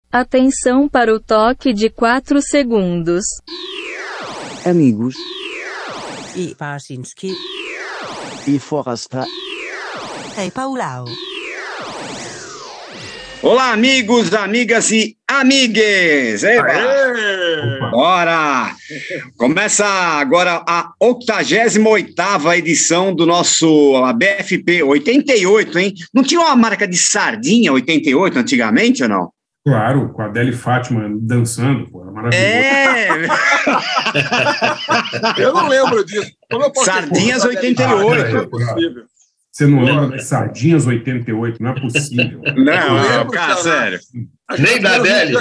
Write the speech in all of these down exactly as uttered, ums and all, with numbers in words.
Atenção para o toque de quatro segundos. Amigos I Parsinski. e Forrasta. Hey Paulau. Olá, amigos, amigas e amigues! Eba! Bora! Começa agora a oitagésima oitava edição do nosso a B F P oitenta e oito, hein? Não tinha uma marca de sardinha oitenta e oito antigamente ou não? Claro, com a Adele Fátima dançando, pô, é maravilhoso. É! Eu não lembro disso. Como eu posso Sardinhas oitenta e oito. Não é possível. Você não lembra das Sardinhas oitenta e oito? Não é possível. Não, lembro, cara, cara. sério. Nem da Adele.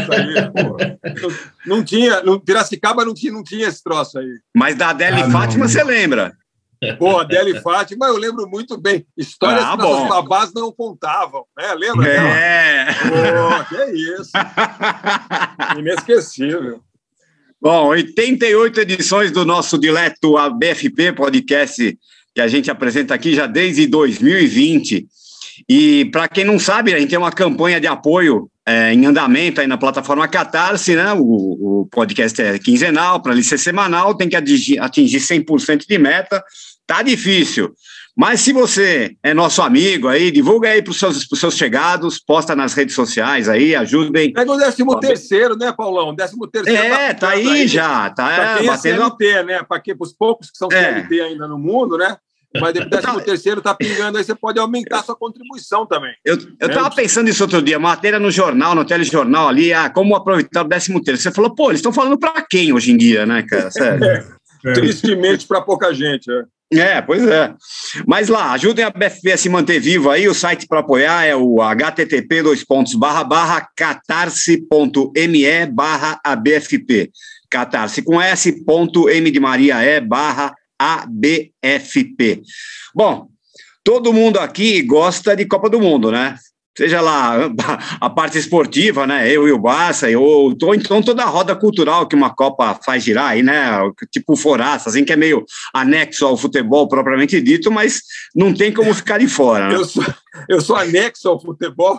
Não, não tinha, no Piracicaba não tinha, não tinha esse troço aí. Mas da Adele Ah, Fátima não, você não. lembra? Pô, Adele Fátima, eu lembro muito bem. Histórias Ah, que bom. nossas babás não contavam, né? Lembra? É. Pô, que é isso. Inesquecível. Bom, oitenta e oito edições do nosso dileto A B F P Podcast, que a gente apresenta aqui já desde dois mil e vinte. E, para quem não sabe, a gente tem uma campanha de apoio é, em andamento aí na plataforma Catarse, né? O, o podcast é quinzenal, para ele ser semanal, tem que atingir, atingir cem por cento de meta. Tá difícil. Mas se você é nosso amigo aí, divulga aí para os seus, pros seus chegados, posta nas redes sociais aí, ajudem. Pega o décimo terceiro, né, Paulão? Décimo terceiro. É, tá aí já, tá Para quem é batendo C L T, né? Para os poucos que são É. C L T ainda no mundo, né? Mas o décimo terceiro está pingando aí, você pode aumentar a sua contribuição também. Eu estava pensando nisso outro dia, matéria no jornal, no telejornal ali, ah, como aproveitar o décimo terceiro. Você falou, pô, eles estão falando para quem hoje em dia, né, cara? Sério. É. Tristemente para pouca gente. É. É, pois é. Mas lá, ajudem a B F P a se manter vivo aí, o site para apoiar é o http dois pontos barra barra catarse.me barra ABFP. Catarse com S ponto M de Maria E barra A B F P. Bom, todo mundo aqui gosta de Copa do Mundo, né? Seja lá a parte esportiva, né? Eu e o Barça, ou então toda a roda cultural que uma Copa faz girar aí, né? Tipo o Foraça, assim, que é meio anexo ao futebol propriamente dito, mas não tem como ficar de fora, né? Eu sou, eu sou anexo ao futebol.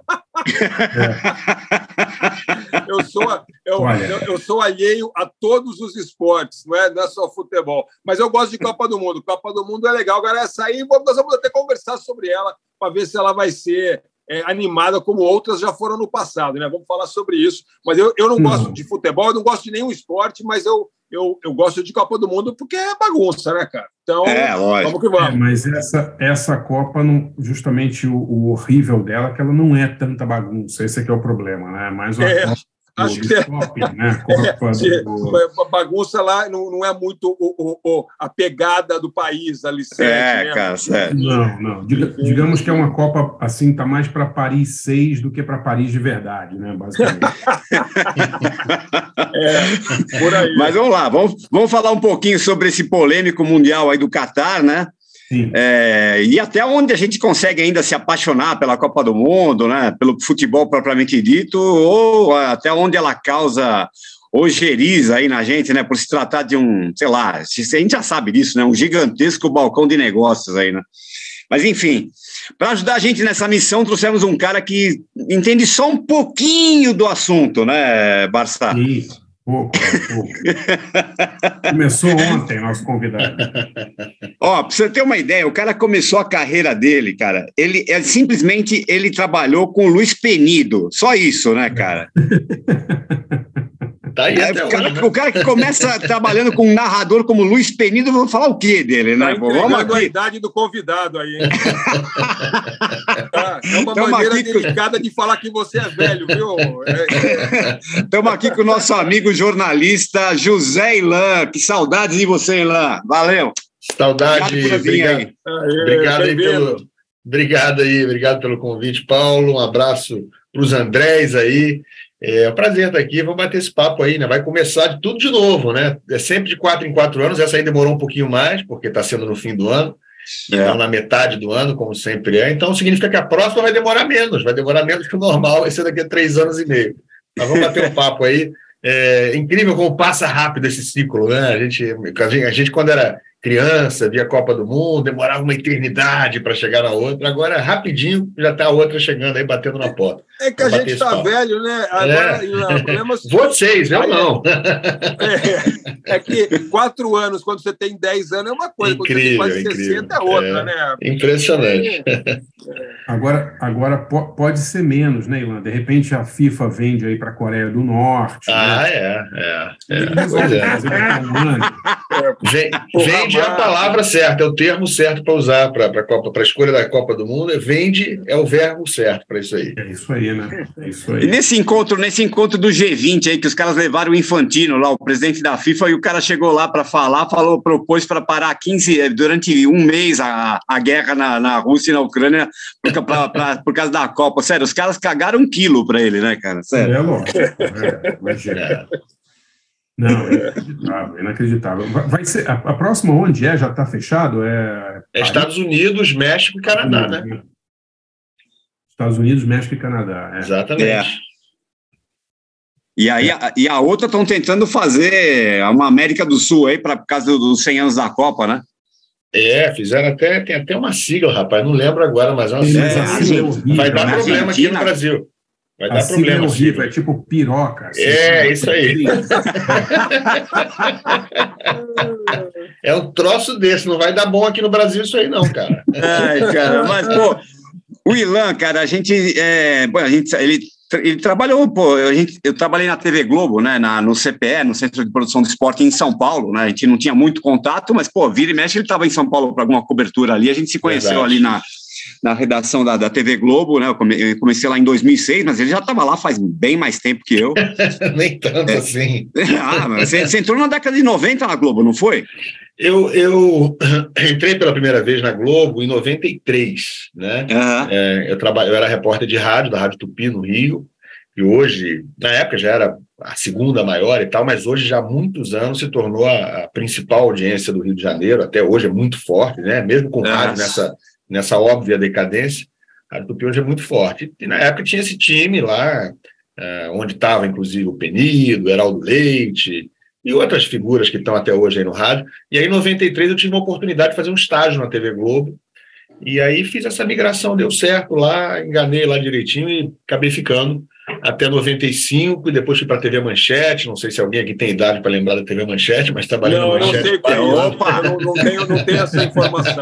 eu, sou, eu, eu, eu sou alheio a todos os esportes, não é, não é só futebol. Mas eu gosto de Copa do Mundo. Copa do Mundo é legal, galera. Sair, nós vamos até conversar sobre ela para ver se ela vai ser é, animada como outras já foram no passado, né? Vamos falar sobre isso. Mas eu, eu não Hum. gosto de futebol, eu não gosto de nenhum esporte, mas eu, eu, eu gosto de Copa do Mundo porque é bagunça, né, cara? Então, É, lógico. vamos que vamos. É, mas essa, essa Copa, não, justamente o, o horrível dela é que ela não é tanta bagunça. Esse é que é o problema, né? Mais uma É, Copa acho do, que do é. shopping, né? Copa É, do... a bagunça lá não, não é muito o, o, o, a pegada do país, a licença. É, né? cara, sério. Não, não. Diga- digamos que é uma Copa, assim, tá mais para Paris seis do que para Paris de verdade, né? Basicamente. É, por aí. Mas vamos lá, vamos, vamos falar um pouquinho sobre esse polêmico mundial aí do Catar, né? Sim. É, e até onde a gente consegue ainda se apaixonar pela Copa do Mundo, né? Pelo futebol propriamente dito, ou até onde ela causa ojeriza aí na gente, né? Por se tratar de um, sei lá, a gente já sabe disso, né? Um gigantesco balcão de negócios aí, né? Mas, enfim, para ajudar a gente nessa missão, trouxemos um cara que entende só um pouquinho do assunto, né, Barça? Isso, pouco, pouco. Começou ontem, nosso convidado. Ó, pra você ter uma ideia, o cara começou a carreira dele, cara, ele é, simplesmente ele trabalhou com o Luiz Penido, só isso, né, cara? Tá aí É, até o, cara, hoje, né? o cara que começa trabalhando com um narrador como Luiz Penido, vou falar o quê dele, né? Tá Pô, vamos entregando a aqui. idade do convidado aí, hein? Tá, é uma Tamo maneira aqui com- delicada de falar que você é velho, viu? É, Estamos aqui com o nosso amigo jornalista José Ilan. Que saudades de você, Ilan. Valeu. Saudade, Obrigado por vir obrigado, aí. é, obrigado aí bem-vindo. pelo, obrigado aí, obrigado pelo convite, Paulo. Um abraço para os Andrés aí. É um prazer estar aqui. Vamos bater esse papo aí, né? Vai começar de tudo de novo, né? É sempre de quatro em quatro anos. Essa aí demorou um pouquinho mais, porque está sendo no fim do ano, e É. não na metade do ano, como sempre é. Então significa que a próxima vai demorar menos, vai demorar menos que o normal, vai ser daqui a três anos e meio. Mas vamos bater um papo aí. É incrível como passa rápido esse ciclo, né? A gente, a gente, a gente quando era criança, via Copa do Mundo, demorava uma eternidade para chegar na outra. Agora, rapidinho, já está a outra chegando aí, batendo na porta. É que a gente está velho, né? Agora, é. Problema... Vocês, eu não. É, é que quatro anos, quando você tem dez anos, é uma coisa. Incrível, quando você tem quase sessenta, é outra, é. né? Impressionante. É. Agora, agora pode ser menos, né, Ilan? De repente a FIFA vende aí para a Coreia do Norte. Ah, né? é, é. é. Pois é. Vem, vende é a palavra certa, é o termo certo para usar para a Copa, para a escolha da Copa do Mundo. Vende é o verbo certo para isso aí. É isso aí, né? É isso aí. E nesse encontro, nesse encontro do G vinte aí, que os caras levaram o Infantino lá, o presidente da FIFA, e o cara chegou lá para falar, falou, propôs para parar quinze, durante um mês a, a guerra na, na Rússia e na Ucrânia por, pra, pra, por causa da Copa. Sério, os caras cagaram um quilo para ele, né, cara? Sério. É lógico. É, mas é. Não, é inacreditável, inacreditável. Vai, vai ser, a, a próxima onde é? Já está fechado? É, é Estados Unidos, México e Canadá, né? Estados Unidos, México e Canadá. É. Exatamente. É. E aí, a, e a outra estão tentando fazer uma América do Sul aí, pra, por causa dos cem anos da Copa, né? É, fizeram até, tem até uma sigla, rapaz, não lembro agora, mas é uma sigla. É, assim, horrível, vai dar né? problema Argentina. aqui no Brasil. Vai A dar sigla problema. É horrível, é tipo piroca. Assim, é, sabe? Isso aí. É um troço desse, não vai dar bom aqui no Brasil isso aí não, cara. Ai, cara, mas, pô, o Ilan, cara, a gente, é, bom, a gente, ele, ele trabalhou, pô, a gente, eu trabalhei na T V Globo, né, na, no C P E, no Centro de Produção do Esporte em São Paulo, né, a gente não tinha muito contato, mas, pô, vira e mexe, ele estava em São Paulo para alguma cobertura ali, a gente se conheceu Verdade. ali na, na redação da, da T V Globo, né, eu comecei lá em dois mil e seis, mas ele já estava lá faz bem mais tempo que eu. Nem tanto é. assim. Ah, mas você, você entrou na década de noventa na Globo, não foi? Eu, eu entrei pela primeira vez na Globo em noventa e três, né? Uhum. É, eu, trabalho, eu era repórter de rádio, da Rádio Tupi, no Rio, e hoje, na época já era a segunda maior e tal, mas hoje já há muitos anos se tornou a, a principal audiência do Rio de Janeiro, até hoje é muito forte, né? Mesmo com rádio nessa, nessa óbvia decadência, a Rádio Tupi hoje é muito forte. E na época tinha esse time lá, uh, onde estava inclusive o Penido, Heraldo Leite, e outras figuras que estão até hoje aí no rádio. E aí, em noventa e três, eu tive uma oportunidade de fazer um estágio na T V Globo, e aí fiz essa migração, deu certo lá, enganei lá direitinho e acabei ficando até noventa e cinco, e depois fui para a T V Manchete. Não sei se alguém aqui tem idade para lembrar da T V Manchete, mas trabalhei não, na Manchete. Não, sei qual é. Opa, não, não, tenho, não tenho essa informação.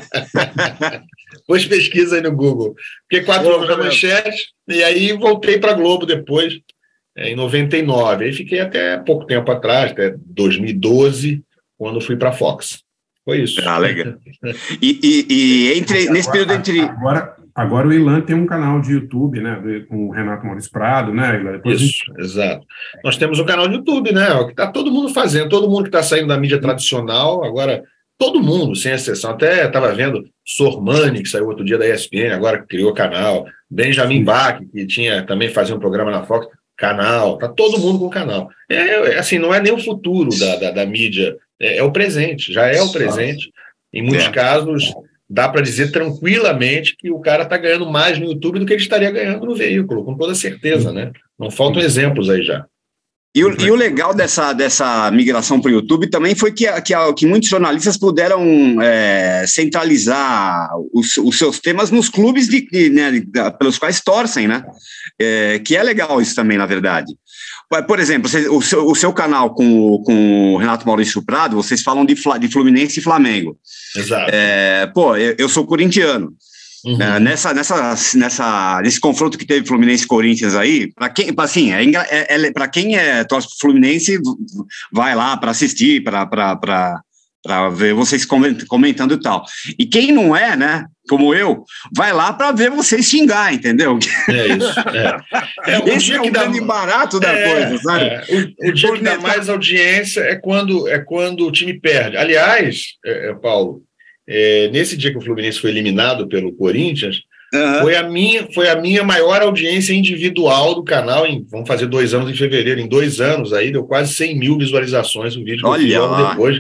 Depois pesquisa aí no Google. Fiquei quatro Ô, anos na Manchete, e aí voltei para a Globo depois, em noventa e nove. Aí fiquei até pouco tempo atrás, até dois mil e doze, quando fui para a Fox. Foi isso. Ah, legal. E, e, e entre, agora, nesse período entre... Agora, agora o Ilan tem um canal de YouTube, né, com o Renato Maurício Prado, né, Ilan? Depois isso, gente... exato. Nós temos um canal de YouTube, né, o que está todo mundo fazendo, todo mundo que está saindo da mídia tradicional, agora, todo mundo, sem exceção. Até estava vendo Sormani, que saiu outro dia da E S P N, agora criou canal, Benjamin Bach, que tinha também fazia um programa na Fox, canal, tá todo mundo com canal. É, assim, não é nem o futuro da, da, da mídia, é, é o presente, já é o presente. Em muitos é. casos, dá para dizer tranquilamente que o cara está ganhando mais no YouTube do que ele estaria ganhando no veículo, com toda certeza, né? Não faltam exemplos aí já. E o, e o legal dessa, dessa migração para o YouTube também foi que, que, que muitos jornalistas puderam é, centralizar os, os seus temas nos clubes de, de, né, de, pelos quais torcem, né? É, que é legal isso também, na verdade. Por exemplo, você, o, seu, o seu canal com o, com o Renato Maurício Prado, vocês falam de, de Fluminense e Flamengo. Exato. É, pô, eu, eu sou corintiano. Uhum. É, nessa, nessa, nessa, nesse confronto que teve Fluminense e Corinthians aí, para quem, assim, é, é, é, para quem é torce pro Fluminense, vai lá para assistir, para ver vocês comentando e tal. E quem não é, né, como eu, vai lá para ver vocês xingar, entendeu? É isso. É. É, Esse é o grande dá... barato da é, coisa, sabe? É. O, o dia que dá mais audiência é quando, é quando o time perde. Aliás, é, Paulo, É, nesse dia que o Fluminense foi eliminado pelo Corinthians, uhum. foi, a minha, foi a minha maior audiência individual do canal, em, vamos fazer dois anos em fevereiro, em dois anos aí, deu quase cem mil visualizações o vídeo que eu fiz logo depois,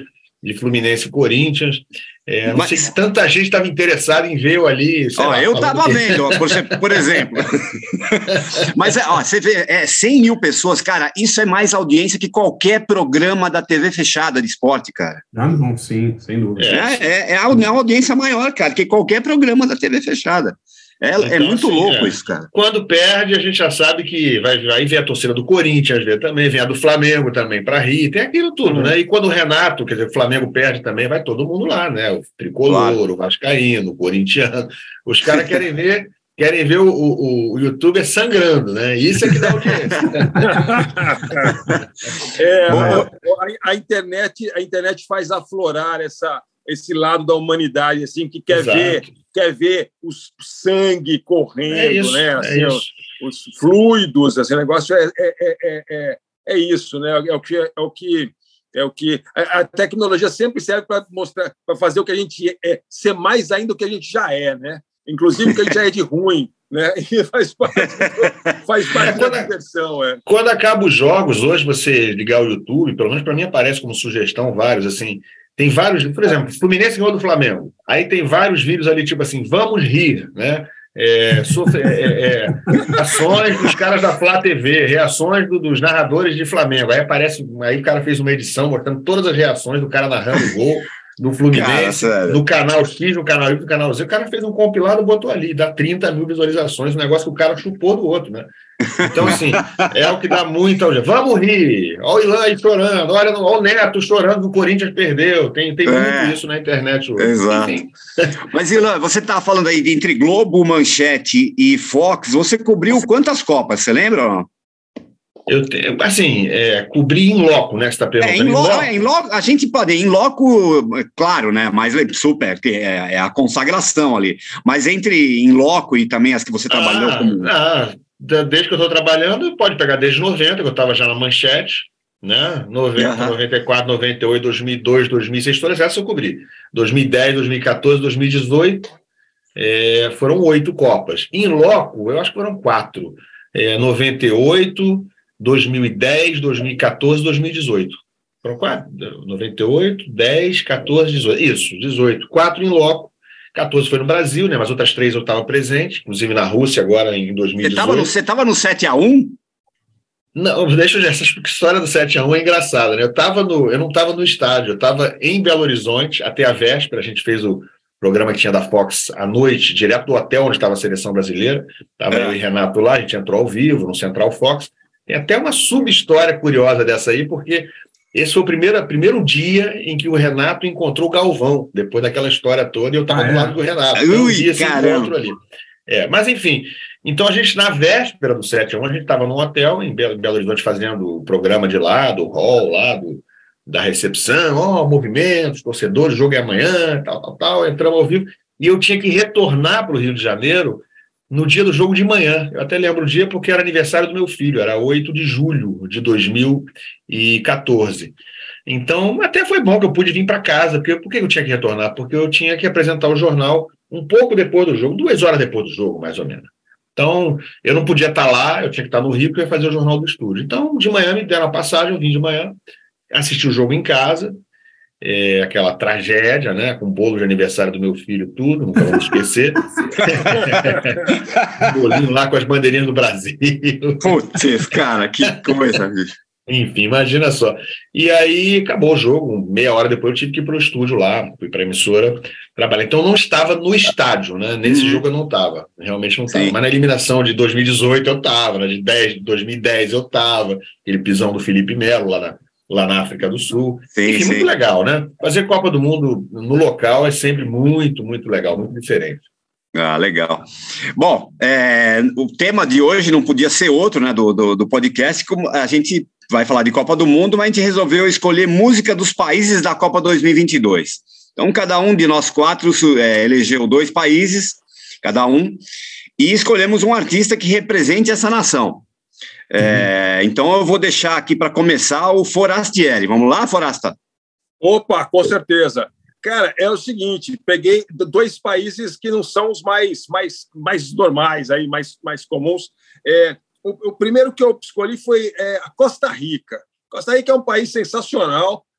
de Fluminense e Corinthians. É, não Mas... sei se tanta gente estava interessada em ver eu ali. Ó, lá, eu estava que... vendo, por, por exemplo. Mas ó, você vê, é, cem mil pessoas, cara, isso é mais audiência que qualquer programa da T V fechada de esporte, cara. Ah, não, sim, sem dúvida. É, é, é, a, é a audiência maior, cara, que qualquer programa da T V fechada. É, então, é muito assim, louco é. isso, cara. Quando perde, a gente já sabe que vai, vai ver a torcida do Corinthians, ver também, vem a do Flamengo também para rir, tem aquilo tudo, hum. né? E quando o Renato, quer dizer, o Flamengo perde também, vai todo mundo lá, né? O tricolor, claro. O vascaíno, o corintiano. Os caras querem ver, querem ver o, o, o youtuber sangrando, né? Isso é que dá audiência. é, a, a, internet, a internet faz aflorar essa, esse lado da humanidade, assim, que quer Exato. ver. quer ver o sangue correndo, é isso, né? Assim, é os, os fluidos, esse negócio é, é, é, é, é isso, né? É o que é o que é o que a, a tecnologia sempre serve para mostrar, para fazer o que a gente é, ser mais ainda do que a gente já é, né? Inclusive o que a gente já é de ruim, né? E faz parte, faz parte quando, da diversão, é. Quando acaba os jogos, hoje você ligar o YouTube, pelo menos para mim aparece como sugestão vários assim. Tem vários, por exemplo, Fluminense ganhou do Flamengo. Aí tem vários vídeos ali, tipo assim, vamos rir, né? É, sofre, é, é, reações dos caras da Flá T V, reações do, dos narradores de Flamengo. Aí aparece, aí o cara fez uma edição mostrando todas as reações do cara narrando o gol do Fluminense, cara, no canal X, no canal Y, no canal Z. O cara fez um compilado, botou ali, dá trinta mil visualizações, um negócio que o cara chupou do outro, né? Então, assim, é o que dá muita audiência. Vamos rir! Olha o Ilan aí chorando, olha, olha o Neto chorando, o Corinthians perdeu. Tem, tem é, muito isso na internet hoje. Exato. Enfim. Mas, Ilan, você está falando aí de entre Globo, Manchete e Fox, você cobriu quantas Copas, você lembra ou não? Eu te, assim, é, cobri em loco, né? Você está perguntando. É, em, lo, é, em loco, a gente pode, em loco, claro, né? Mas super, é, é a consagração ali. Mas entre em loco e também as que você trabalhou ah, como. Ah, desde que eu estou trabalhando, pode pegar desde noventa, que eu estava já na Manchete, né? noventa, uhum. noventa e quatro, noventa e oito, dois mil e dois, dois mil e seis, todas essas eu cobri. dois mil e dez, dois mil e quatorze, dois mil e dezoito, é, foram oito Copas. Em loco, eu acho que foram quatro. É, noventa e oito, dois mil e dez, dois mil e quatorze, dois mil e dezoito. Foram quatro. noventa e oito, dez, quatorze, dezoito. Isso, dezoito. Quatro em loco. quatorze foi no Brasil, né? Mas outras três eu estava presente, inclusive na Rússia agora em dois mil e dezoito. Você estava no sete a um? Não, deixa eu ver, essa história do sete a um é engraçada, né? Eu, tava no, eu não estava no estádio, eu estava em Belo Horizonte, até a véspera, a gente fez o programa que tinha da Fox à noite, direto do hotel onde estava a seleção brasileira. Estava é. eu e Renato lá, a gente entrou ao vivo no Central Fox. Tem até uma sub-história curiosa dessa aí, porque esse foi o primeiro, primeiro dia em que o Renato encontrou o Galvão, depois daquela história toda, e eu estava ah, do é? lado do Renato. Ui, então, esse caramba. encontro ali. É, mas, enfim, então a gente, na véspera do sete a um, a gente estava num hotel em Belo, Belo Horizonte fazendo o programa de lá, do hall lá, do, da recepção, ó, oh, movimentos, torcedores, jogo é amanhã, tal, tal, tal, entramos ao vivo, e eu tinha que retornar para o Rio de Janeiro no dia do jogo de manhã. Eu até lembro o dia porque era aniversário do meu filho, era oito de julho de dois mil e quatorze. Então, até foi bom que eu pude vir para casa. Porque, por que eu tinha que retornar? Porque eu tinha que apresentar o jornal um pouco depois do jogo, duas horas depois do jogo, mais ou menos. Então, eu não podia estar lá, eu tinha que estar no Rio, porque eu ia fazer o jornal do estúdio. Então, de manhã me deram a passagem, eu vim de manhã, assisti o jogo em casa, é, aquela tragédia, né, com o bolo de aniversário do meu filho, tudo, nunca vamos esquecer. Um bolinho lá com as bandeirinhas do Brasil. Putz, cara, que coisa, bicho. Enfim, imagina só. E aí acabou o jogo, meia hora depois eu tive que ir para o estúdio lá, fui para a emissora trabalhar. Então eu não estava no estádio, né? Nesse uhum. jogo eu não estava, realmente não estava. Mas na eliminação de dois mil e dezoito eu estava, na de dois mil e dez eu estava, aquele pisão do Felipe Melo lá na, lá na África do Sul. Sim, Enfim, sim. muito legal, né? Fazer Copa do Mundo no local é sempre muito, muito legal, muito diferente. Ah, legal. Bom, é, o tema de hoje não podia ser outro, né, do, do, do podcast, como a gente vai falar de Copa do Mundo, mas a gente resolveu escolher música dos países da Copa dois mil e vinte e dois. Então, cada um de nós quatro é, elegeu dois países, cada um, e escolhemos um artista que represente essa nação. É, uhum. Então, eu vou deixar aqui para começar o Forastieri. Vamos lá, Forasta? Opa, com certeza. Cara, é o seguinte, peguei dois países que não são os mais, mais, mais normais, aí, mais, mais comuns. É, o, o primeiro que eu escolhi foi é, a Costa Rica. Costa Rica é um país sensacional,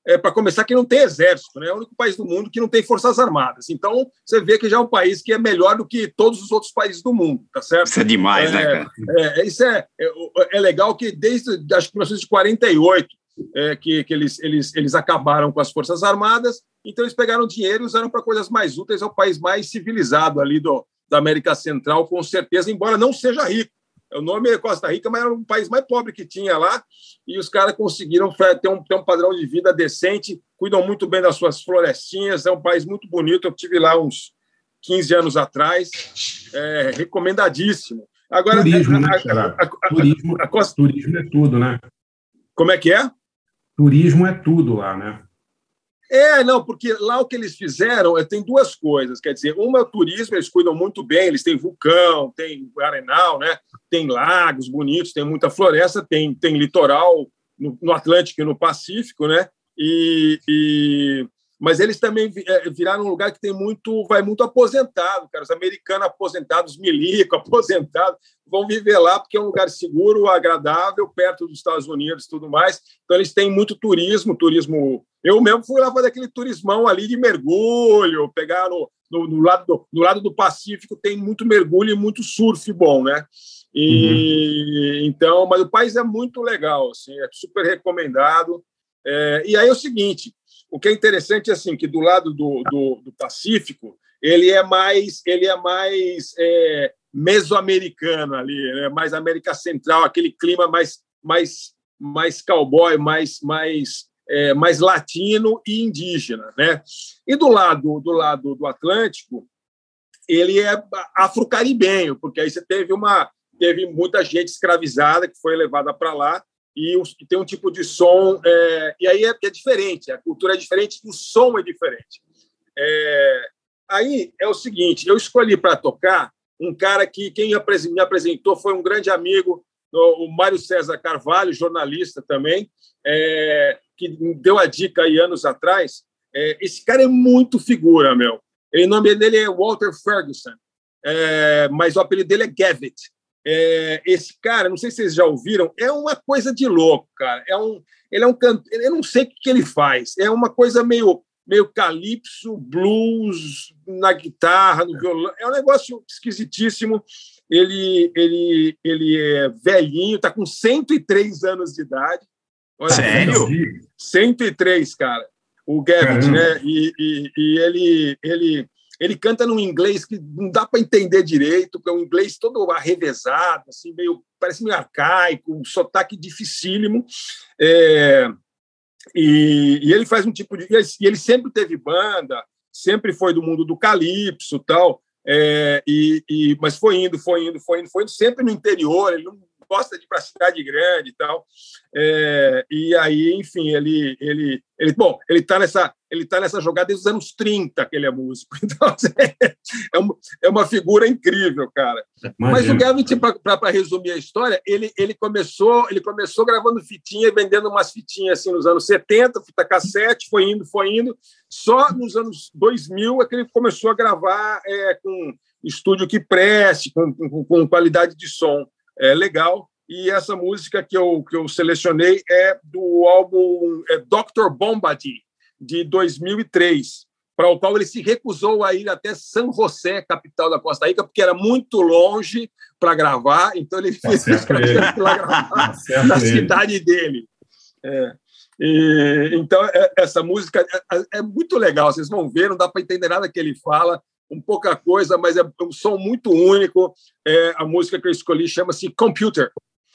é, para começar, que não tem exército, né? É o único país do mundo que não tem forças armadas. Então, você vê que já é um país que é melhor do que todos os outros países do mundo, tá certo? Isso é demais, é, né, cara? É, isso é, é, é legal que desde, acho que mil novecentos e quarenta e oito, é, que, que eles, eles, eles acabaram com as forças armadas, então eles pegaram dinheiro e usaram para coisas mais úteis, é o país mais civilizado ali do, da América Central, com certeza, embora não seja rico. O nome é Costa Rica, mas era um país mais pobre que tinha lá, e os caras conseguiram ter um, ter um padrão de vida decente, cuidam muito bem das suas florestinhas, é um país muito bonito, eu estive lá uns quinze anos atrás, é, recomendadíssimo. Agora, turismo, a, né, a, a, a, turismo, a, a Costa... turismo é tudo, né? Como é que é? Turismo é tudo lá, né? É, não, porque lá o que eles fizeram é, tem duas coisas, quer dizer, uma é o turismo, eles cuidam muito bem, eles têm vulcão, tem arenal, né? Tem lagos bonitos, tem muita floresta, tem, tem litoral no, no Atlântico e no Pacífico, né? E, e, mas eles também viraram um lugar que tem muito, vai muito aposentado, cara, os americanos aposentados, milico, aposentados, vão viver lá porque é um lugar seguro, agradável, perto dos Estados Unidos e tudo mais. Então, eles têm muito turismo, turismo... Eu mesmo fui lá fazer aquele turismão ali de mergulho, pegar no, no, no, lado, do, no lado do Pacífico, tem muito mergulho e muito surf bom, né? E, uhum. Então, mas o país é muito legal, assim, é super recomendado. É, e aí é o seguinte, o que é interessante é assim, que do lado do, do, do Pacífico, ele é mais, ele é mais é, mesoamericano ali, né? Mais América Central, aquele clima mais, mais, mais cowboy, mais, mais, é, mais latino e indígena, né? E do lado, do lado do Atlântico, ele é afro-caribenho, porque aí você teve, uma, teve muita gente escravizada que foi levada para lá, e, os, e tem um tipo de som, é, e aí é, é diferente, a cultura é diferente, o som é diferente. É, aí é o seguinte, eu escolhi para tocar um cara que quem me apresentou foi um grande amigo, o Mário César Carvalho, jornalista também, é, que me deu a dica aí anos atrás. É, esse cara é muito figura, meu. O nome dele é Walter Ferguson, é, mas o apelido dele é Gavitt. É, esse cara, não sei se vocês já ouviram, é uma coisa de louco, cara. É um, ele é um cantor, eu não sei o que ele faz. É uma coisa meio, meio calypso, blues na guitarra, no violão. É um negócio esquisitíssimo. Ele, ele, ele é velhinho, está com cento e três anos de idade. Olha, sério? cento e três, cara. O Gavitt, né? E, e, e ele, ele, ele canta num inglês que não dá para entender direito, que é um inglês todo arrevezado, assim, meio, parece meio arcaico, um sotaque dificílimo. É, e, e ele faz um tipo de... E ele sempre teve banda, sempre foi do mundo do calypso e tal, é, e, e, mas foi indo, foi indo, foi indo, foi indo, sempre no interior, ele não gosta de ir para a cidade grande e tal. É, e aí, enfim, ele, ele, ele bom, ele está nessa, ele tá nessa jogada desde os anos trinta, que ele é músico. Então, é uma, é uma figura incrível, cara. Imagina. Mas o Gavitt, para resumir a história, ele, ele, começou, ele começou gravando fitinha, vendendo umas fitinhas assim, nos anos setenta, fita cassete, foi indo, foi indo. Só nos anos dois mil é que ele começou a gravar é, com estúdio que preste, com, com, com qualidade de som é, legal. E essa música que eu, que eu selecionei é do álbum é doutor Bombadil, de dois mil e três, para o qual ele se recusou a ir até San José, capital da Costa Rica, porque era muito longe para gravar, então ele tá fez isso para gravar tá na cidade dele. É. E, então, é, essa música é, é muito legal, vocês vão ver, não dá para entender nada que ele fala, um pouca coisa, mas é um som muito único. É, a música que eu escolhi chama-se Computer,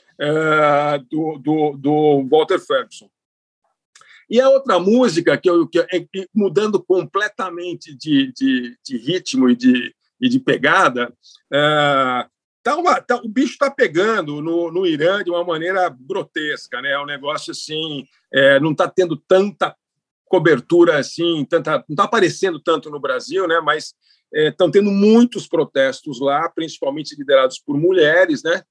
é, do, do, do Walter Ferguson. E a outra música, que, eu, que é, mudando completamente de, de, de ritmo e de, e de pegada, é, tá uma, tá, o bicho está pegando no, no Irã de uma maneira grotesca, né? É um negócio assim, é, não está tendo tanta cobertura assim, tanta, não está aparecendo tanto no Brasil, né? Mas estão é, tendo muitos protestos lá, principalmente liderados por mulheres, né?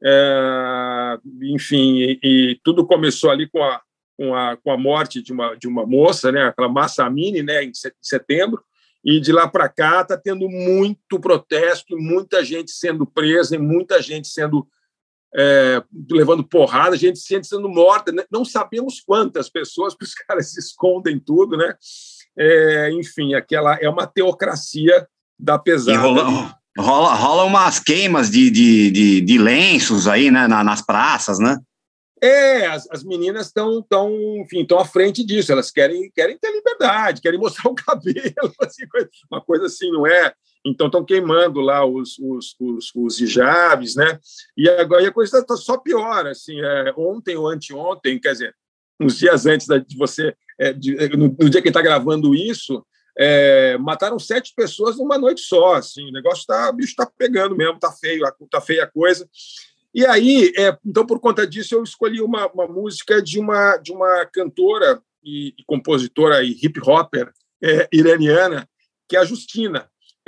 É, enfim, e, e tudo começou ali com a, com a, com a morte de uma, de uma moça, né? Aquela Mahsa Amini, né? Em setembro, e de lá para cá está tendo muito protesto, muita gente sendo presa e muita gente sendo é, levando porrada, gente sendo morta, né? Não sabemos quantas pessoas, porque os caras escondem tudo, né? É, enfim, aquela é uma teocracia da pesada. E rola, rola, rola umas queimas de, de, de, de lenços aí, né, na, nas praças, né? É, as, as meninas estão tão, enfim, estão à frente disso, elas querem, querem ter liberdade, querem mostrar o cabelo, assim, uma coisa assim, não é? Então estão queimando lá os, os, os, os hijabs, né? E agora a coisa está só pior, assim, é, ontem ou anteontem, quer dizer, uns dias antes de você, é, de, no, no dia que está gravando isso, é, mataram sete pessoas numa noite só, assim, o negócio tá, o bicho está pegando mesmo, tá feio, tá feia a coisa. E aí, é, então, por conta disso, eu escolhi uma, uma música de uma, de uma cantora e, e compositora e hip-hopper é, iraniana, que é a Justina.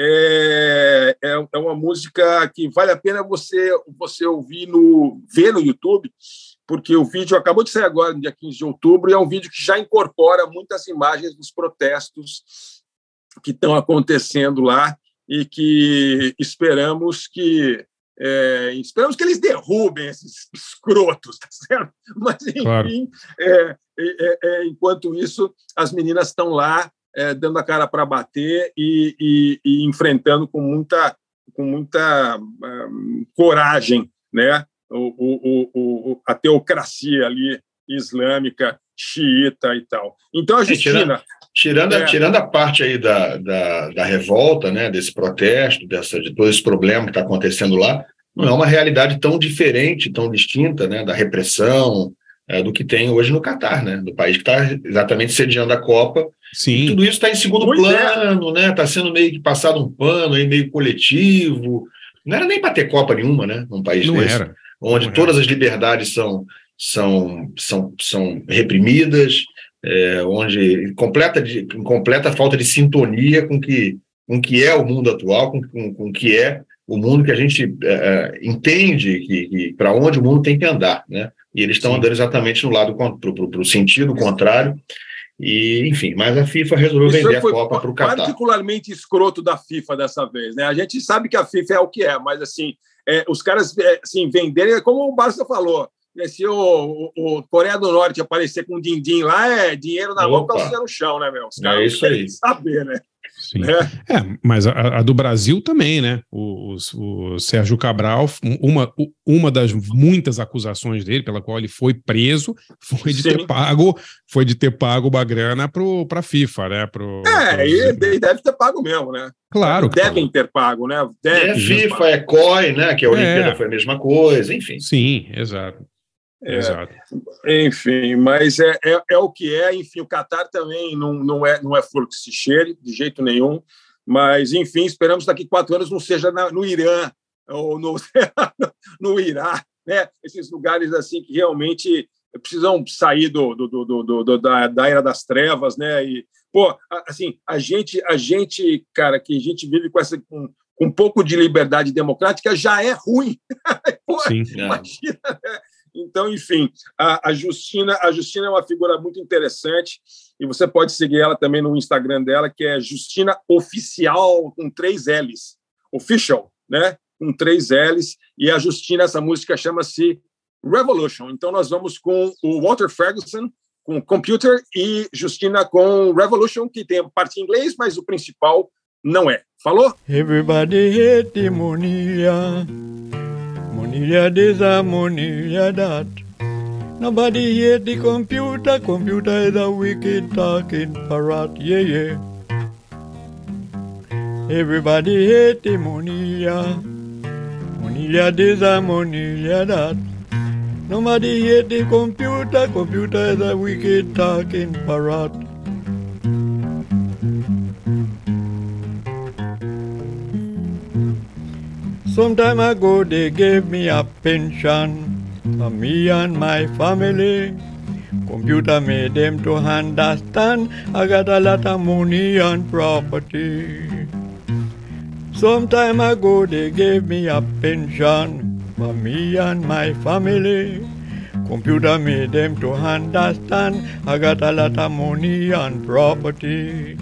É, é, é uma música que vale a pena você, você ouvir, no, ver no YouTube, porque o vídeo acabou de sair agora, no dia quinze de outubro, e é um vídeo que já incorpora muitas imagens dos protestos que estão acontecendo lá e que esperamos que É, esperamos que eles derrubem esses escrotos, tá certo? Mas, enfim, claro. é, é, é, enquanto isso, as meninas estão lá é, dando a cara para bater e, e, e enfrentando com muita, com muita um, coragem, né? o, o, o, a teocracia ali islâmica, xiita e tal. Então, a Justina... Tirando, é. tirando a parte aí da, da, da revolta, né, desse protesto, dessa, de todo esse problema que está acontecendo lá, não é uma realidade tão diferente, tão distinta, né, da repressão, é, do que tem hoje no Catar, né, do país que está exatamente sediando a Copa. Sim. E tudo isso está em segundo pois plano, é. né, está sendo meio que passado um pano, aí, meio coletivo. Não era nem para ter Copa nenhuma, né, num país não desse, era. onde não todas era. as liberdades são, são, são, são reprimidas. É, onde completa, de, completa falta de sintonia com que, com que é o mundo atual, com, com, com que é o mundo que a gente é, entende que, que para onde o mundo tem que andar, né? E eles estão andando exatamente no lado para o sentido contrário. E, enfim, mas a FIFA resolveu Isso vender a Copa para o Catar. Particularmente escroto da FIFA dessa vez, né? A gente sabe que a FIFA é o que é, mas assim, é, os caras assim, venderem, como o Barça falou. Se o, o, o Coreia do Norte aparecer com um din-din lá, é dinheiro na mão, calcinha no chão, né, meu? Os caras é isso aí. Saber, né? Sim. É, é mas a, a do Brasil também, né? O, o, o Sérgio Cabral, uma, uma das muitas acusações dele, pela qual ele foi preso, foi de Sim. ter pago, foi de ter pago uma grana para a FIFA, né? Pro, é, pros, e né? deve ter pago mesmo, né? Claro. Devem ter pago, né? Deve é FIFA, é C O I, né? Que a Olimpíada é. foi a mesma coisa, enfim. Sim, exato. É, Exato. Enfim, mas é, é, é o que é. Enfim, o Catar também não, não, é, não é flor que se cheire, de jeito nenhum. Mas, enfim, esperamos que daqui a quatro anos não seja na, no Irã ou no, no Irá, né? Esses lugares assim que realmente precisam sair do, do, do, do, do, da, da era das trevas, né? E, pô, assim, a gente, a gente, cara, que a gente vive com essa... Com, com um pouco de liberdade democrática já é ruim. Pô, Sim, imagina, né? Então, enfim, a, a, Justina, a Justina é uma figura muito interessante e você pode seguir ela também no Instagram dela, que é Justina Oficial, com três L's. Official, né? Com três L's. E a Justina, essa música chama-se Revolution. Então, nós vamos com o Walter Ferguson, com Computer, e Justina com Revolution, que tem a parte em inglês, mas o principal não é. Falou? Everybody hate Monia. Monia this and Monia that. Nobody hate the computer. Computer is a wicked talking parrot. Yeah, yeah. Everybody hate the Monia. Monia this and Monia that. Nobody hate the computer. Computer is a wicked talking parrot. Some time ago they gave me a pension for me and my family. Computer made them to understand I got a lot of money and property. Some time ago they gave me a pension for me and my family. Computer made them to understand I got a lot of money and property.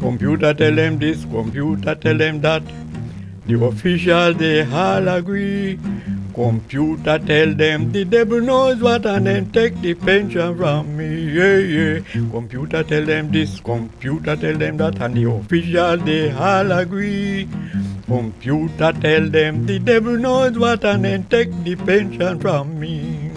Computer tell them this, computer tell them that. The officials, they all agree. Computer tell them the devil knows what and then take the pension from me. Yeah, yeah. Computer tell them this, computer tell them that, and the officials, they all agree. Computer tell them the devil knows what and then take the pension from me.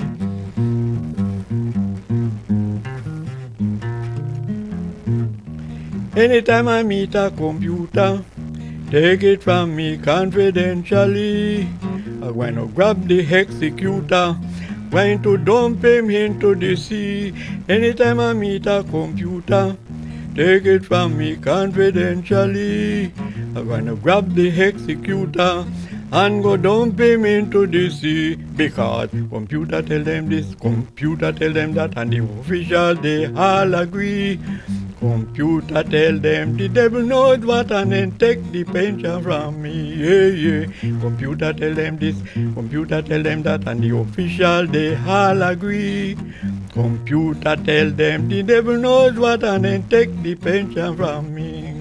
Anytime I meet a computer, take it from me confidentially. I'm going to grab the executor, going to dump him into the sea. Anytime I meet a computer, take it from me confidentially. I'm going to grab the executor and go dump him into the sea. Because computer tell them this, computer tell them that, and the officials, they all agree. Computer tell them the devil knows what and then take the pension from me. Yeah, yeah. Computer tell them this, computer tell them that, and the officials, they all agree. Computer tell them the devil knows what and then take the pension from me.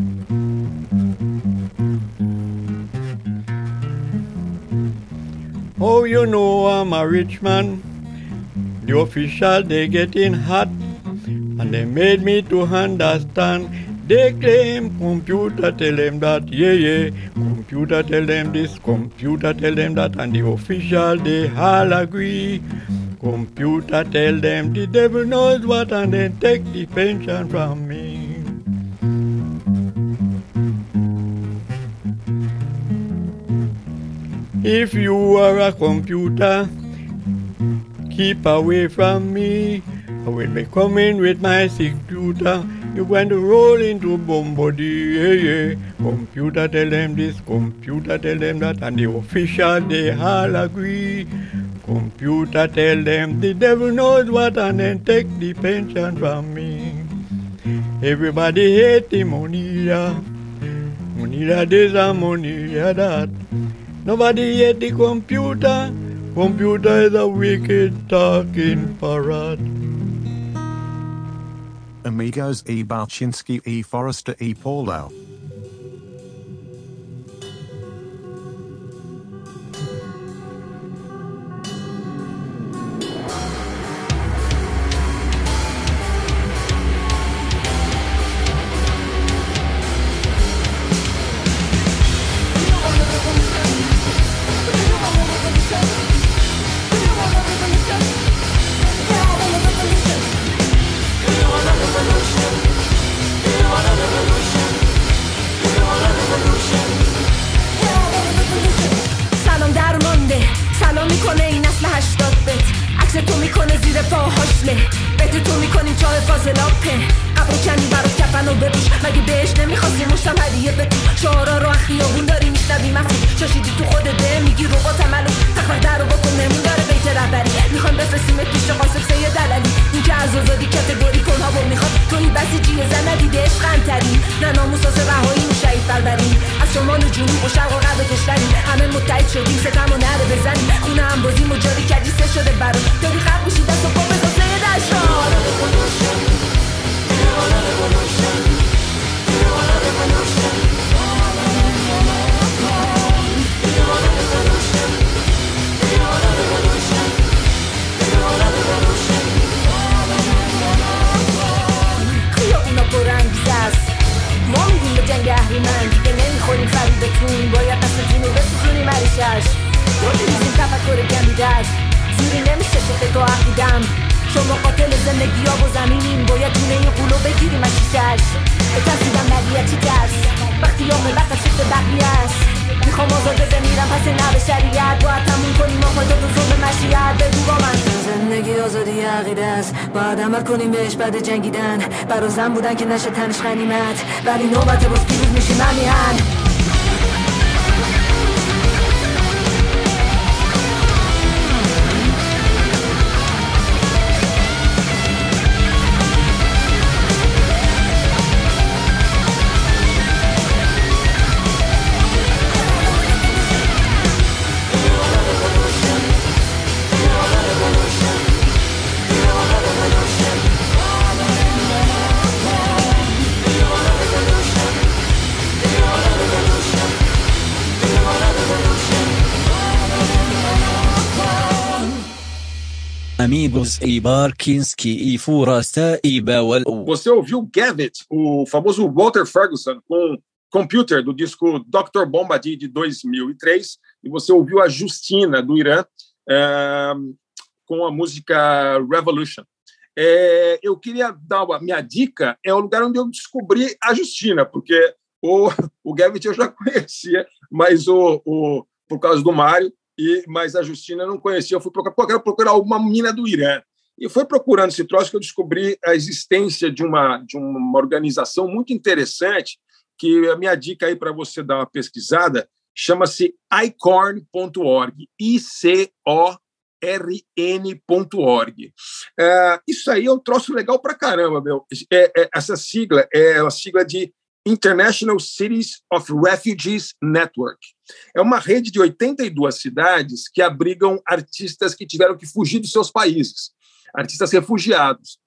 Oh, you know I'm a rich man. The officials, they getting hot. And they made me to understand. They claim computer tell them that, yeah, yeah. Computer tell them this, computer tell them that, and the officials, they all agree. Computer tell them the devil knows what and then take the pension from me. If you are a computer, keep away from me. I will be coming with my computer. You're going to roll into Bombody, yeah, yeah. Computer tell them this, computer tell them that, and the officials, they all agree. Computer tell them the devil knows what and then take the pension from me. Everybody hate the Monira. Monira this and Monira that. Nobody hate the computer. Computer is a wicked talking parrot. Amigos E. Balchinsky E. Forrester E. Paulo. بعد جنگیدن برا زن بودن که نشه تنش غنیمت ولی نوبت باز پیروز میشیم همیهن Revolution. amigos e Barkinski e Forasta e Bawal. Você ouviu Gavit, o famoso Walter Ferguson, com Computer, do disco doutor Bombadil, de dois mil e três, e você ouviu a Justina, do Irã, é, com a música Revolution. É, eu queria dar uma minha dica, é o lugar onde eu descobri a Justina, porque o, o Gavit eu já conhecia, mas o, o, por causa do Mário, e, mas a Justina eu não conhecia. Eu fui procurar, eu quero procurar uma mina do Irã. E foi procurando esse troço que eu descobri a existência de uma, de uma organização muito interessante, que a minha dica aí para você dar uma pesquisada, chama-se i corn ponto org, I C O R N ponto org. É, isso aí é um troço legal para caramba, meu. É, é, essa sigla é a sigla de International Cities of Refugees Network. É uma rede de oitenta e duas cidades que abrigam artistas que tiveram que fugir dos seus países, artistas refugiados.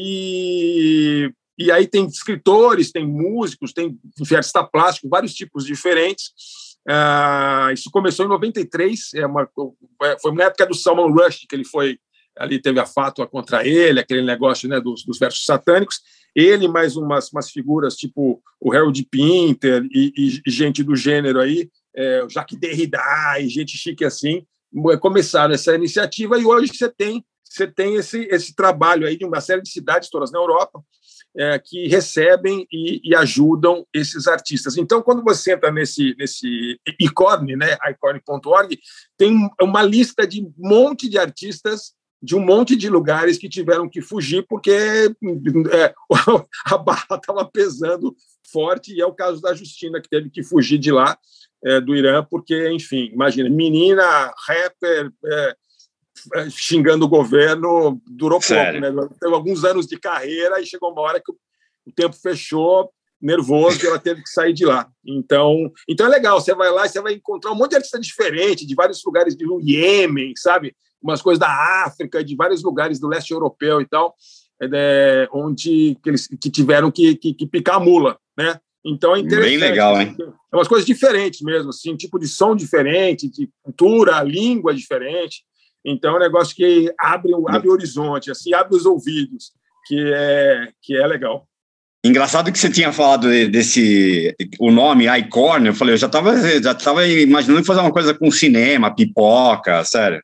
E, e aí tem escritores, tem músicos, tem artista plástico, vários tipos diferentes. Uh, isso começou em noventa e três, é uma, foi na época do Salman Rushdie, que ele foi, ali teve a fátua contra ele, aquele negócio, né, dos, dos versos satânicos. Ele mais umas, umas figuras tipo o Harold Pinter e, e, e gente do gênero aí, é, o Jacques Derrida e gente chique assim, começaram essa iniciativa, e hoje você tem, você tem esse, esse trabalho aí de uma série de cidades todas na Europa, é, que recebem e, e ajudam esses artistas. Então, quando você entra nesse, nesse i corn, né, i corn ponto org, tem uma lista de um monte de artistas de um monte de lugares que tiveram que fugir porque é, a barra estava pesando forte, e é o caso da Justina, que teve que fugir de lá, é, do Irã, porque, enfim, imagina, menina, rapper, é, xingando o governo, durou Sério? pouco, né? Teve alguns anos de carreira e chegou uma hora que o tempo fechou, nervoso, e ela teve que sair de lá. Então, então é legal, você vai lá e você vai encontrar um monte de artista diferente, de vários lugares do Iêmen, sabe? Umas coisas da África, de vários lugares do leste europeu e tal, é, onde que eles que tiveram que, que, que picar a mula, né? Então é interessante. Bem legal, hein? É umas coisas diferentes mesmo, assim, tipo de som diferente, de cultura, língua diferente. Então é um negócio que abre, abre o horizonte, assim, abre os ouvidos, que é, que é legal. Engraçado que você tinha falado desse, o nome i corn, eu falei, eu já estava já tava imaginando fazer uma coisa com cinema, pipoca, sério.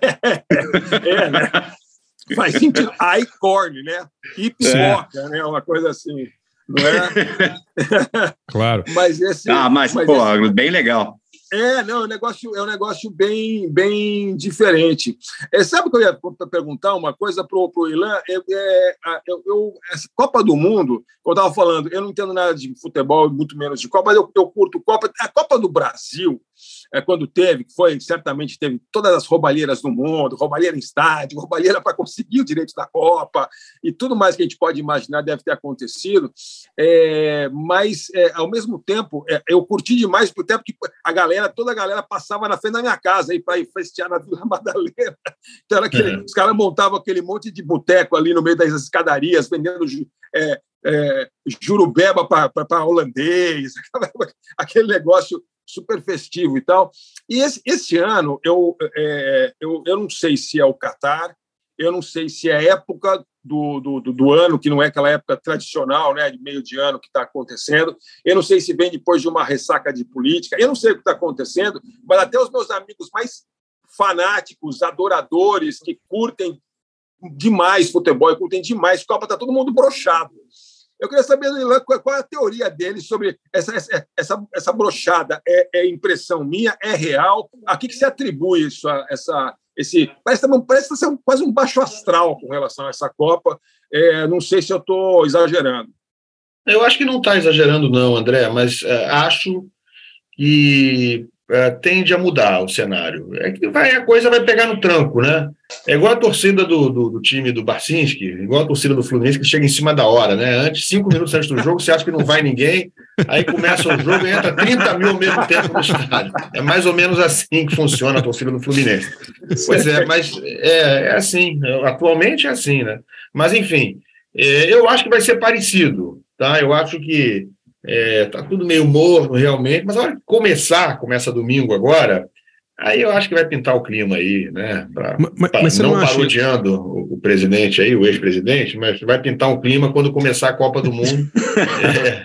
É, né? Faz sentido, i corn, né? E pipoca, é. né? Uma coisa assim, não é? Claro. Mas esse... Ah, mas, mas pô, esse... bem legal. É, não, é um negócio, é um negócio bem, bem diferente. É, sabe o que eu ia perguntar? Uma coisa para o Ilan? É, é, eu, eu, essa Copa do Mundo, como eu estava falando, eu não entendo nada de futebol, muito menos de Copa, mas eu, eu curto Copa. A Copa do Brasil, é, quando teve, que foi, certamente teve todas as roubalheiras do mundo, roubalheira em estádio, roubalheira para conseguir o direito da Copa, e tudo mais que a gente pode imaginar deve ter acontecido. É, mas, é, ao mesmo tempo, é, eu curti demais, por tempo que a galera, toda a galera passava na frente da minha casa para ir festejar na Vila Madalena. Então, era aquele, é. os caras montavam aquele monte de boteco ali no meio das escadarias, vendendo é, é, jurubeba para holandês, aquele negócio super festivo e tal. E esse, esse ano, eu, é, eu, eu não sei se é o Catar, eu não sei se é a época do, do, do ano, que não é aquela época tradicional, né, de meio de ano que está acontecendo, eu não sei se vem depois de uma ressaca de política, eu não sei o que está acontecendo, mas até os meus amigos mais fanáticos, adoradores, que curtem demais futebol, curtem demais Copa, está todo mundo broxado. Eu queria saber, qual é a teoria dele sobre essa, essa, essa, essa broxada. É, é impressão minha? É real? A que, que se atribui isso? A, essa, esse, parece, parece ser quase um baixo astral com relação a essa Copa. É, não sei se eu estou exagerando. Eu acho que não está exagerando, não, André, mas é, acho que é, tende a mudar o cenário. É que vai, a coisa vai pegar no tranco, né? É igual a torcida do, do, do time do Barcinski, igual a torcida do Fluminense, que chega em cima da hora, né? Antes, cinco minutos antes do jogo, você acha que não vai ninguém, aí começa o jogo e entra trinta mil ao mesmo tempo no estádio. É mais ou menos assim que funciona a torcida do Fluminense. Pois é, mas é, é assim, atualmente é assim, né? Mas, enfim, é, eu acho que vai ser parecido, tá? Eu acho que é, tá tudo meio morno realmente, mas a hora que começar, começa domingo agora, Aí eu acho que vai pintar o clima aí, né? Pra, mas, pra, mas você não não acha... parodiando o, o presidente aí, o ex-presidente, mas vai pintar um clima quando começar a Copa do Mundo. é.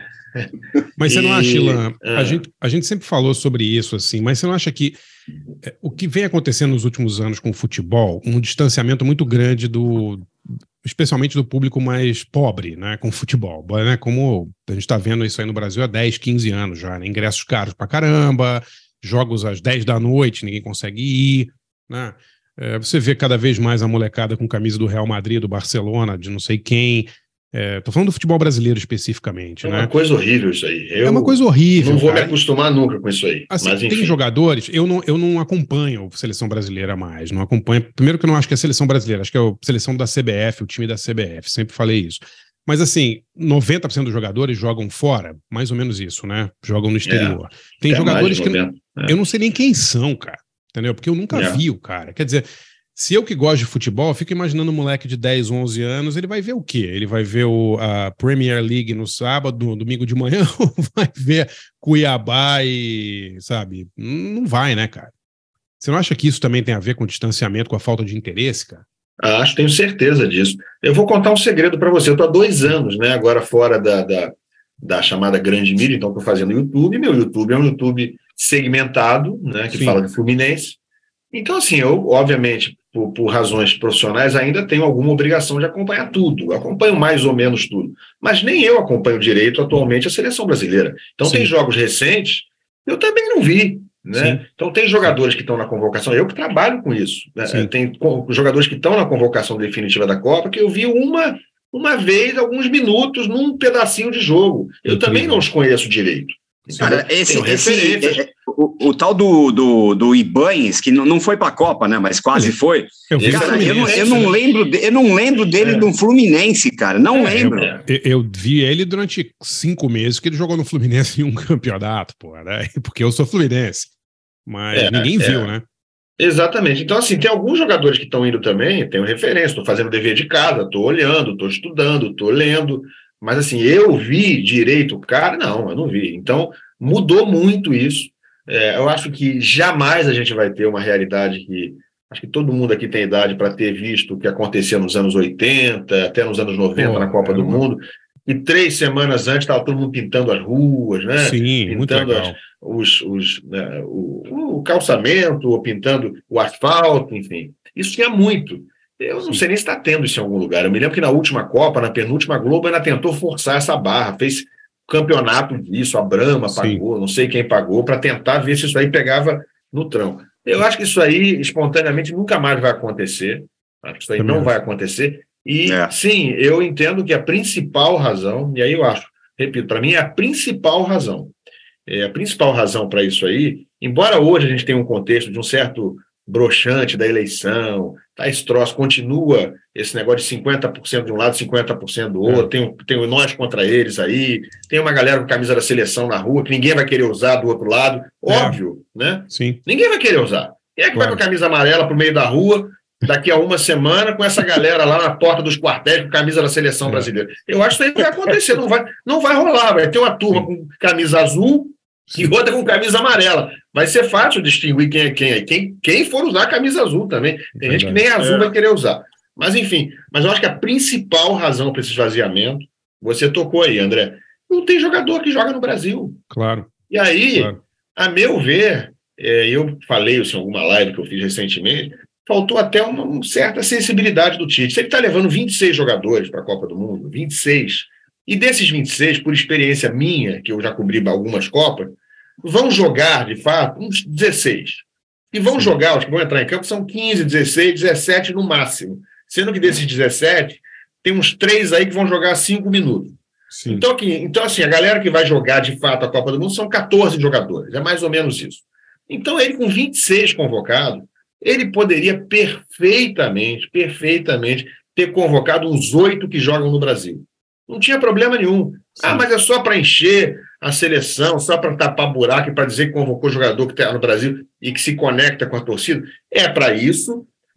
Mas você e... não acha, Ilan, ah. a, gente, a gente sempre falou sobre isso, assim, mas você não acha que é, o que vem acontecendo nos últimos anos com o futebol, um distanciamento muito grande do, especialmente do público mais pobre, né, com o futebol, né, como a gente está vendo isso aí no Brasil há dez, quinze anos já, né, ingressos caros pra caramba, jogos às dez da noite, ninguém consegue ir, né, é, você vê cada vez mais a molecada com camisa do Real Madrid, do Barcelona, de não sei quem. É, tô falando do futebol brasileiro especificamente, é né? É uma coisa horrível isso aí. Eu é uma coisa horrível. Não vou cara. me acostumar nunca com isso aí. Assim, mas, enfim. Tem jogadores, eu não, eu não acompanho a seleção brasileira mais, não acompanho. Primeiro que eu não acho que é a seleção brasileira, acho que é a seleção da C B F, o time da C B F, sempre falei isso. Mas assim, noventa por cento dos jogadores jogam fora, mais ou menos isso, né? Jogam no exterior. É, Tem é jogadores que é. eu não sei nem quem são, cara, entendeu? Porque eu nunca é. vi o cara. Quer dizer, se eu que gosto de futebol, eu fico imaginando um moleque de dez, onze anos, ele vai ver o quê? Ele vai ver o, a Premier League no sábado, no domingo de manhã, ou vai ver Cuiabá e, sabe? Não vai, né, cara? Você não acha que isso também tem a ver com o distanciamento, com a falta de interesse, cara? Acho, tenho certeza disso. Eu vou contar um segredo para você. Eu estou há dois anos, né, agora fora da, da, da chamada grande mídia, então estou fazendo YouTube. Meu YouTube é um YouTube segmentado, né, que Sim. fala de Fluminense. Então, assim, eu, obviamente, por, por razões profissionais, ainda tenho alguma obrigação de acompanhar tudo. Eu acompanho mais ou menos tudo. Mas nem eu acompanho direito atualmente a seleção brasileira. Então, Sim. tem jogos recentes, eu também não vi. Né? Então, tem jogadores que estão na convocação, eu que trabalho com isso. Né? Tem jogadores que estão na convocação definitiva da Copa, que eu vi uma, uma vez, alguns minutos, num pedacinho de jogo. Eu Entendi. também não os conheço direito. Cara, esse, esse, é, o, o tal do, do, do Ibañez, que não, não foi para a Copa, né? Mas quase foi. Eu, cara, eu, não, eu, não lembro, de, eu não lembro dele é. no Fluminense, cara. Não é, lembro. Eu, eu vi ele durante cinco meses que ele jogou no Fluminense em um campeonato, pô, né? Porque eu sou fluminense. Mas é, ninguém viu, é. né? Exatamente. Então, assim, tem alguns jogadores que estão indo também, tenho referência, estou fazendo dever de casa, estou olhando, estou estudando, estou lendo. Mas, assim, eu vi direito o cara? Não, eu não vi. Então, mudou muito isso. É, eu acho que jamais a gente vai ter uma realidade que... Acho que todo mundo aqui tem idade para ter visto o que acontecia nos anos oitenta, até nos anos noventa, Pô, na Copa é do uma... Mundo. E três semanas antes estava todo mundo pintando as ruas, né? Sim, pintando as, os, os, né, o, o calçamento, ou pintando o asfalto, enfim. Isso tinha muito. Eu não Sim. sei nem se está tendo isso em algum lugar. Eu me lembro que na última Copa, na penúltima, a Globo ainda tentou forçar essa barra, fez campeonato disso, a Brahma pagou, Sim. não sei quem pagou, para tentar ver se isso aí pegava no trão. Eu acho que isso aí, espontaneamente, nunca mais vai acontecer. Acho que isso aí Também não acho. vai acontecer. E, é. sim, eu entendo que a principal razão, e aí eu acho, repito, para mim é a principal razão. É a principal razão para isso aí, embora hoje a gente tenha um contexto de um certo broxante da eleição, tá, esse troço continua, esse negócio de cinquenta por cento de um lado, cinquenta por cento do outro, é. tem, tem nós contra eles aí, tem uma galera com camisa da seleção na rua que ninguém vai querer usar do outro lado, é. óbvio, né? Sim. Ninguém vai querer usar. Quem é que claro. vai com a camisa amarela pro meio da rua daqui a uma semana com essa galera lá na porta dos quartéis com camisa da seleção é. brasileira? Eu acho que isso aí vai acontecer, não vai, não vai rolar, vai ter uma turma Sim. com camisa azul e outra com camisa amarela. Vai ser fácil distinguir quem é quem é. Quem, quem for usar a camisa azul também. Tem gente que nem azul é. vai querer usar. Mas, enfim, mas eu acho que a principal razão para esse esvaziamento, você tocou aí, André, não tem jogador que joga no Brasil. Claro. E aí, claro. a meu ver, é, eu falei isso em alguma live que eu fiz recentemente, faltou até uma, uma certa sensibilidade do Tite. Se ele está levando vinte e seis jogadores para a Copa do Mundo, vinte e seis, e desses vinte e seis, por experiência minha, que eu já cobri algumas Copas, vão jogar, de fato, uns dezesseis. E vão Sim. jogar, os que vão entrar em campo, são quinze, dezesseis, dezessete no máximo. Sendo que desses dezessete, tem uns três aí que vão jogar cinco minutos. Sim. Então, que, então, assim, a galera que vai jogar, de fato, a Copa do Mundo são catorze jogadores. É mais ou menos isso. Então, ele com vinte e seis convocados, ele poderia perfeitamente, perfeitamente ter convocado uns oito que jogam no Brasil. Não tinha problema nenhum. Sim. Ah, mas é só para encher a seleção, só para tapar buraco e para dizer que convocou jogador que está no Brasil e que se conecta com a torcida. É para isso,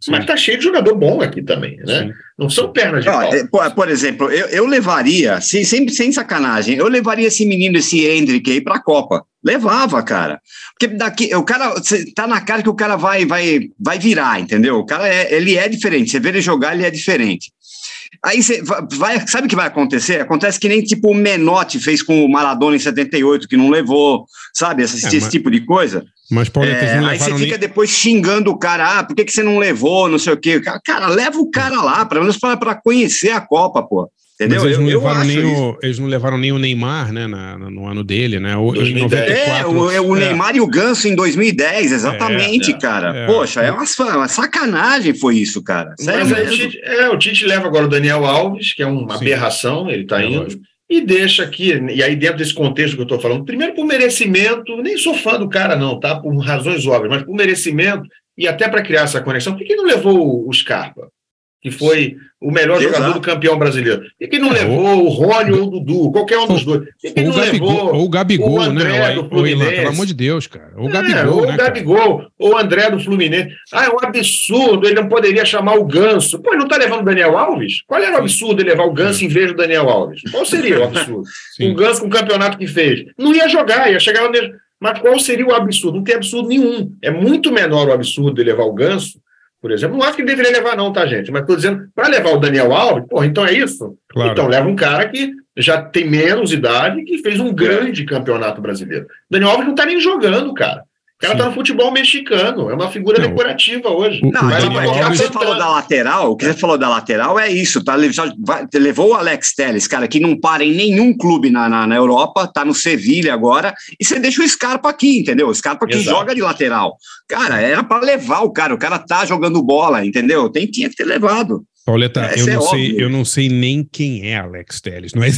Sim. Mas tá cheio de jogador bom aqui também, né? Sim. Não são pernas de Ó, pau. Por, por exemplo, eu, eu levaria, sem, sem, sem sacanagem, eu levaria esse menino, esse Hendrick aí pra Copa. Levava, cara. Porque daqui, o cara, tá na cara que o cara vai, vai, vai virar, entendeu? O cara, é, ele é diferente. Você vê ele jogar, ele é diferente. Aí você vai, sabe o que vai acontecer? Acontece que nem tipo o Menotti fez com o Maradona em setenta e oito, que não levou, sabe? Esse, é, esse mas, tipo de coisa. Mas, Paulo, é, aí você fica nem... depois xingando o cara, ah, por que, que você não levou, não sei o quê. Cara, cara leva o cara lá, pelo menos para conhecer a Copa, pô. Entendeu? Mas eles não, eu, levaram eu nem o, eles não levaram nem o Neymar, né, na, no ano dele, né? O, em noventa e quatro, é, o, o Neymar é. e o Ganso em dois mil e dez, exatamente, é, é, cara. É, Poxa, é, é uma, uma sacanagem foi isso, cara. Sério Mas o Tite, é, o Tite leva agora o Daniel Alves, que é uma Sim. aberração, ele tá é, indo, lógico. E deixa aqui, e aí dentro desse contexto que eu tô falando, primeiro por merecimento, nem sou fã do cara não, tá? Por razões óbvias, mas por merecimento e até para criar essa conexão. Por que não levou o Scarpa? Que foi o melhor Exato. jogador do campeão brasileiro. Por que não é, levou o Rony ou o Dudu? Qualquer um dos dois. Por que não levou ou o Gabigol, o André né? do Fluminense? Pelo amor de Deus, cara. O é, Gabigol, ou né, o Gabigol, ou o André do Fluminense. Ah, é um absurdo, ele não poderia chamar o Ganso. Pô, ele não está levando o Daniel Alves? Qual era o absurdo de levar o Ganso é. em vez do Daniel Alves? Qual seria o absurdo? O Ganso com o campeonato que fez. Não ia jogar, ia chegar no mesmo. Mas qual seria o absurdo? Não tem absurdo nenhum. É muito menor o absurdo de levar o Ganso, por exemplo. Não acho que ele deveria levar não, tá, gente? Mas estou dizendo, para levar o Daniel Alves, porra, então é isso? Claro. Então leva um cara que já tem menos idade e que fez um grande campeonato brasileiro. Daniel Alves não está nem jogando, cara. O cara Sim. tá no futebol mexicano, é uma figura não. decorativa hoje. Não, mas o que você falou da lateral, o que você falou da lateral é isso, tá? Já vai, levou o Alex Telles, cara, que não para em nenhum clube na, na, na Europa, tá no Sevilha agora, e você deixa o Scarpa aqui, entendeu? O Scarpa que Exato. joga de lateral. Cara, era para levar o cara, o cara tá jogando bola, entendeu? Tem, tinha que ter levado. Pauleta, eu não, é sei, eu não sei nem quem é Alex Telles, não é?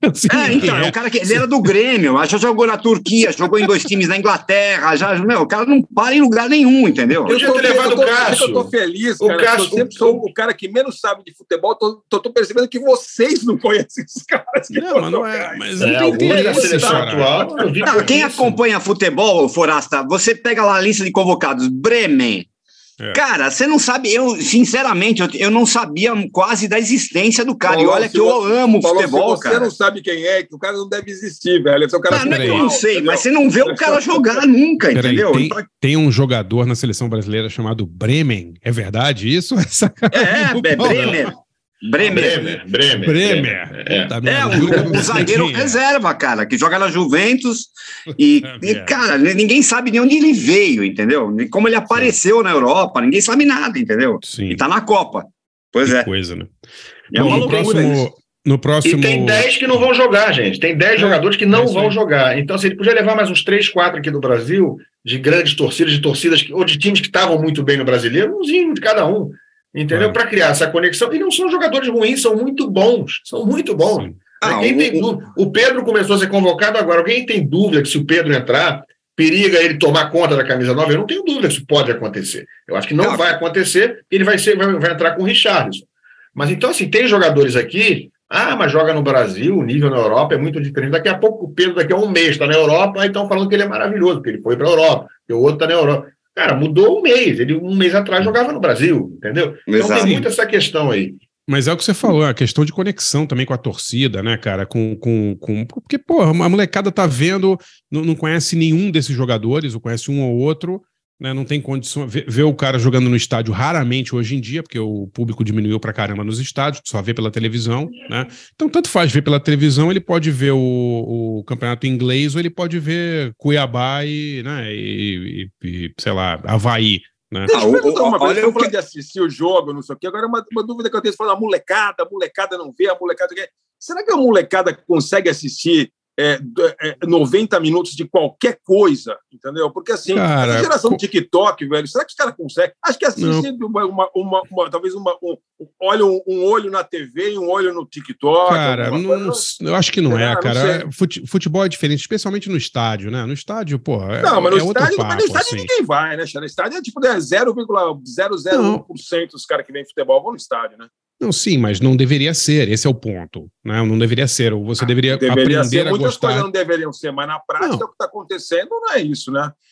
É, então, é um cara que ele era do Grêmio, já jogou na Turquia, jogou em dois times na Inglaterra, já, meu, o cara não para em lugar nenhum, entendeu? Eu já tô levado o Cássio. Eu tô feliz, cara, o Cássio, eu sempre sou o cara que menos sabe de futebol, tô, tô, tô percebendo que vocês não conhecem esses caras. Que não, mas não é, mas é, não tem da seleção atual. Não, quem acompanha futebol, Forasta, você pega lá a lista de convocados, Bremen. É. Cara, você não sabe, eu, sinceramente, eu, eu não sabia quase da existência do cara. Paulo, e olha que eu amo Paulo, futebol, se cara. Você não sabe quem é, que o cara não deve existir, velho. Esse é o cara não, não é que eu não sei, entendeu? Mas você não vê o cara jogar nunca, Pera entendeu? Aí, tem, tem um jogador na seleção brasileira chamado Bremen. É verdade isso? É, é, é Bremer. Bremer. Bremer. Bremer. Bremer. É, é o, o zagueiro reserva, cara, que joga na Juventus e, e, cara, ninguém sabe de onde ele veio, entendeu? Como ele apareceu Sim. na Europa, ninguém sabe nada, entendeu? Sim. E tá na Copa. Pois que é. coisa, né? É uma no, próximo, no próximo... E tem dez que não vão jogar, gente. Tem dez é, jogadores que não é vão jogar. Então, assim, ele podia levar mais uns três, quatro aqui do Brasil, de grandes torcidas, de torcidas, ou de times que estavam muito bem no brasileiro, umzinho de cada um. Entendeu? Para criar essa conexão. E não são jogadores ruins, são muito bons. São muito bons. Ah, o, tem o, o Pedro começou a ser convocado agora. Alguém tem dúvida que se o Pedro entrar, periga ele tomar conta da camisa nove? Eu não tenho dúvida que isso pode acontecer. Eu acho que não, não. vai acontecer. Ele vai, ser, vai, vai entrar com o Richarlison. Mas então, assim, tem jogadores aqui. Ah, mas joga no Brasil, o nível na Europa é muito diferente. Daqui a pouco o Pedro, daqui a um mês, está na Europa, aí estão falando que ele é maravilhoso, porque ele foi para a Europa, e o outro está na Europa. Cara, mudou um mês. Ele um mês atrás jogava no Brasil, entendeu? Então Exato. Tem muito essa questão aí. Mas é o que você falou, a questão de conexão também com a torcida, né, cara? Com, com, com... Porque, pô, a molecada tá vendo, não, não conhece nenhum desses jogadores, ou conhece um ou outro, né? Não tem condição. Ver, ver o cara jogando no estádio raramente hoje em dia, porque o público diminuiu pra caramba nos estádios, só vê pela televisão, né? Então, tanto faz ver pela televisão, ele pode ver o, o campeonato inglês, ou ele pode ver Cuiabá e, né, e, e, e sei lá, Avaí. Né? Deixa eu perguntar uma coisa, eu falando de assistir o jogo, não sei o quê, agora uma, uma dúvida que eu tenho, você falando, a molecada, a molecada não vê, a molecada... Será que a molecada consegue assistir é, é, noventa minutos de qualquer coisa, entendeu? Porque assim, cara, a geração do TikTok, velho, será que os caras conseguem? Acho que assistir uma, uma, uma, uma, talvez uma, um, olha um, um olho na T V e um olho no TikTok. Cara, não, não, eu acho que não é, é cara. Não futebol é diferente, especialmente no estádio, né? No estádio, pô, é, não, mas no é estádio, papo, mas no estádio assim. Ninguém vai, né, Xana? No estádio é tipo né, zero vírgula zero zero um por cento dos caras que vêm futebol vão no estádio, né? Não, sim, mas não deveria ser, esse é o ponto, né? Não deveria ser, ou você deveria, deveria aprender ser, a muitas gostar. Coisas não deveriam ser, mas na prática não. O que está acontecendo não é isso, né?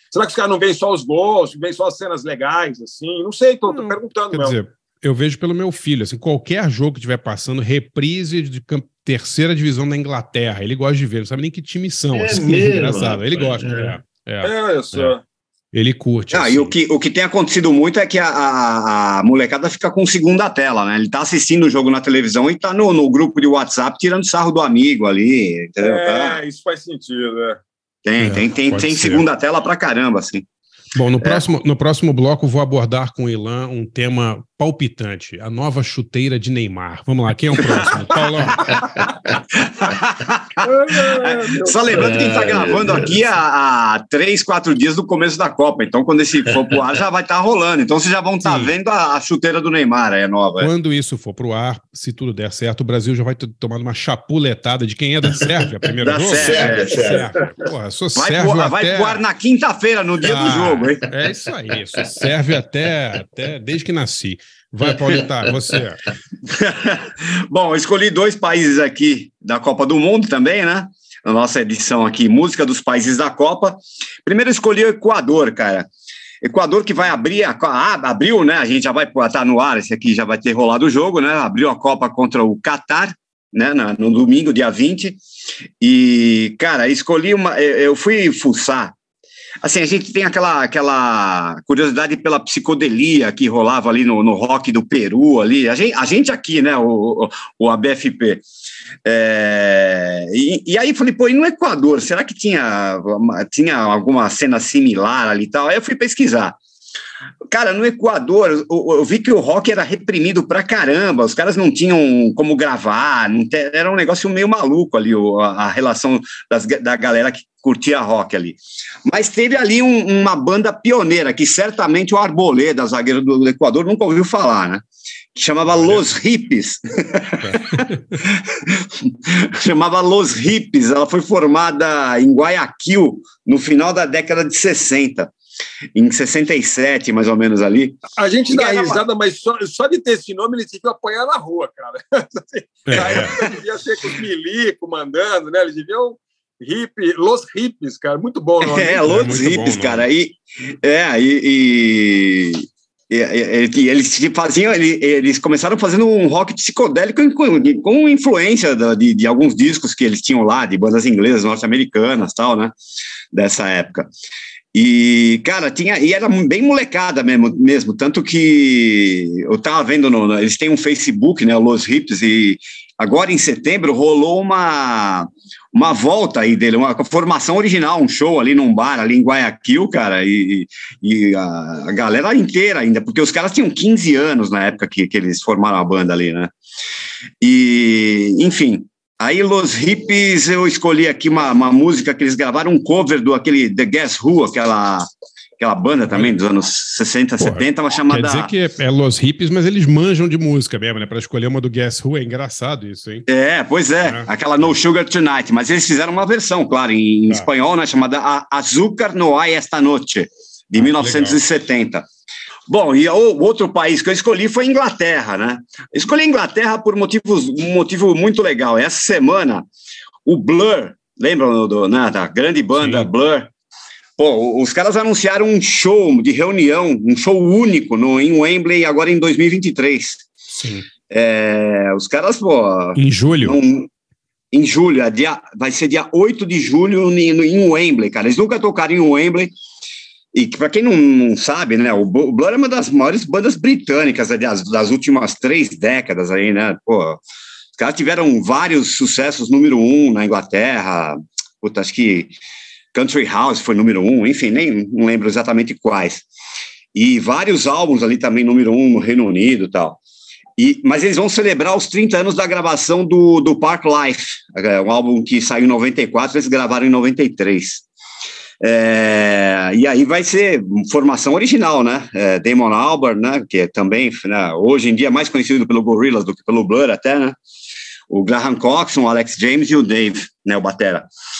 Será que os caras não veem só os gols, veem só as cenas legais, assim? Não sei, tô, tô perguntando Quer mesmo. dizer, eu vejo pelo meu filho, assim, qualquer jogo que estiver passando, reprise de camp- terceira divisão da Inglaterra, ele gosta de ver, não sabe nem que time são. É assim, mesmo, engraçado. Ele rapaz, gosta, é. é. É, É, isso. É. Ele curte. Ah, assim. e o que, o que tem acontecido muito é que a, a, a molecada fica com segunda tela, né? Ele tá assistindo o jogo na televisão e tá no, no grupo de WhatsApp tirando sarro do amigo ali, entendeu? É, Tá? isso faz sentido, né? Tem, É, tem, tem, pode tem ser. segunda tela pra caramba, assim. Bom, no, É. próximo, no próximo bloco vou abordar com o Ilan um tema palpitante, a nova chuteira de Neymar. Vamos lá, quem é o próximo? Paulo. Só lembrando que a gente tá gravando aqui há, há três, quatro dias do começo da Copa. Então, quando esse for pro ar, já vai estar rolando. Então, vocês já vão estar vendo a, a chuteira do Neymar, é nova. É. Quando isso for pro ar, se tudo der certo, o Brasil já vai ter tomado uma chapuletada de quem é da Sérvia, primeiro Da jogo? Sérvia, é. Sérvia. Porra, sou Vai, sérvio pro, até... vai pro ar na quinta-feira, no dia Ah, do jogo, hein? É isso aí, sou sérvio até, até desde que nasci. Vai, Paulitar, você. Bom, eu escolhi dois países aqui da Copa do Mundo também, né? Na nossa edição aqui, Música dos Países da Copa. Primeiro eu escolhi o Equador, cara. Equador que vai abrir, a, ah, abriu, né? A gente já vai estar tá no ar, esse aqui já vai ter rolado o jogo, né? Abriu a Copa contra o Catar, né? Na, no domingo, dia vinte. E, cara, escolhi uma. Eu fui fuçar. Assim, a gente tem aquela, aquela curiosidade pela psicodelia que rolava ali no, no rock do Peru, ali, a gente, a gente aqui, né, o, o A B F P. É, e, e aí falei, pô, e no Equador, será que tinha, tinha alguma cena similar ali e tal? Aí eu fui pesquisar. Cara, no Equador, eu, eu vi que o rock era reprimido pra caramba, os caras não tinham como gravar, não te, era um negócio meio maluco ali, o, a, a relação das, da galera que curtia rock ali. Mas teve ali um, uma banda pioneira, que certamente o Arboleda, zagueiro do Equador, nunca ouviu falar, né? Que chamava Los Hippies. Chamava Los Hippies, ela foi formada em Guayaquil, no final da década de sessenta. Em sessenta e sete, mais ou menos ali. A gente e dá aí, risada, mas só, só de ter esse nome, eles deviam apanhar na rua, cara. É. Na época devia ser com os milico mandando, né? Eles deviam hippie, Los Hippies, cara. Muito bom o nome. É, Los muito Hippies, bom, cara. E, é, e, e, e, e, e eles faziam, eles, eles começaram fazendo um rock psicodélico com, com influência da, de, de alguns discos que eles tinham lá, de bandas inglesas, norte-americanas, tal, né? Dessa época. E, cara, tinha, e era bem molecada mesmo, mesmo tanto que eu tava vendo, no, eles têm um Facebook, né, Los Hippies, e agora em setembro rolou uma, uma volta aí dele, uma formação original, um show ali num bar, ali em Guayaquil, cara, e, e a, a galera inteira ainda, porque os caras tinham quinze anos na época que, que eles formaram a banda ali, né, e, enfim... Aí, Los Hippies, eu escolhi aqui uma, uma música que eles gravaram, um cover do aquele The Guess Who, aquela, aquela banda também dos anos sessenta, Porra, setenta, uma chamada... Quer dizer que é Los Hippies, mas eles manjam de música mesmo, né? Para escolher uma do Guess Who, é engraçado isso, hein? É, pois é, é, aquela No Sugar Tonight, mas eles fizeram uma versão, claro, em, em tá. espanhol, né, chamada Azúcar no Hay Esta Noche, de ah, mil novecentos e setenta. Legal. Bom, e o outro país que eu escolhi foi a Inglaterra, né? Eu escolhi a Inglaterra por motivos, um motivo muito legal. Essa semana, o Blur, lembram do, né, da grande banda Sim. Blur? Pô, os caras anunciaram um show de reunião, um show único no, em Wembley agora em dois mil e vinte e três. Sim. É, os caras, pô... Em julho? Não, em julho, é dia, vai ser dia oito de julho em, em Wembley, cara. Eles nunca tocaram em Wembley. E para quem não, não sabe, né, o Blur é uma das maiores bandas britânicas né, das, das últimas três décadas aí, né? Pô, os caras tiveram vários sucessos número um na Inglaterra. Puta, acho que Country House foi número um, enfim, nem não lembro exatamente quais. E vários álbuns ali também número um no Reino Unido e tal. E, mas eles vão celebrar os trinta anos da gravação do, do Park Life, um álbum que saiu em noventa e quatro, eles gravaram em noventa e três. É, e aí vai ser formação original, né? É, Damon Albarn, né? Que é também, né, hoje em dia mais conhecido pelo Gorillaz do que pelo Blur até, né? O Graham Coxon, o Alex James e o Dave, né? O batera.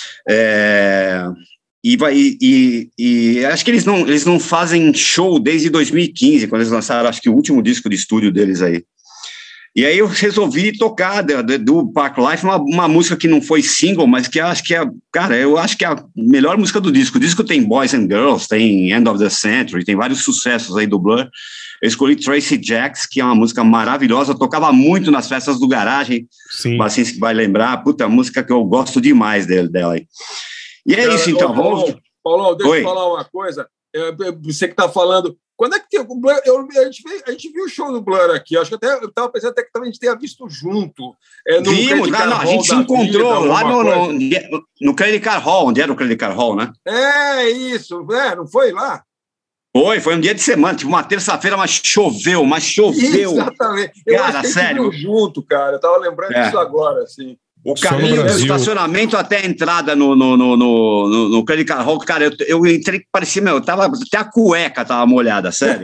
É, e, vai, e, e, e acho que eles não, eles não fazem show desde dois mil e quinze, quando eles lançaram, acho que o último disco de estúdio deles aí. E aí eu resolvi tocar do, do Park Life uma, uma música que não foi single, mas que eu acho que é, cara, eu acho que é a melhor música do disco. O disco tem Boys and Girls, tem End of the Century, tem vários sucessos aí do Blur. Eu escolhi Tracy Jacks, que é uma música maravilhosa, eu tocava muito nas festas do Garagem. Sim. O Bacinski vai lembrar, puta, música que eu gosto demais dele, dela aí. E é isso, então, Paulão, vamos... Paulão, deixa Oi. eu falar uma coisa. É, você que está falando... Quando é que tem o Blur? Eu, a, gente viu, a gente viu o show do Blur aqui. Acho que até eu estava pensando até que a gente tenha visto junto. É, no Vimos, não, não, a gente se encontrou vida, lá no, no, coisa. no Credit Card Hall, onde era o Credit Card Hall, né? É, isso. É, não foi lá? Foi, foi um dia de semana, tipo uma terça-feira, mas choveu, mas choveu. Exatamente. Eu cara, acho que sério. a gente viu junto, cara. Eu estava lembrando É. disso agora, assim. O caminho do estacionamento até a entrada no, no, no, no, no, no Credit Card Hall, cara, eu, eu entrei que parecia, meu, eu tava, até a cueca tava molhada, sério.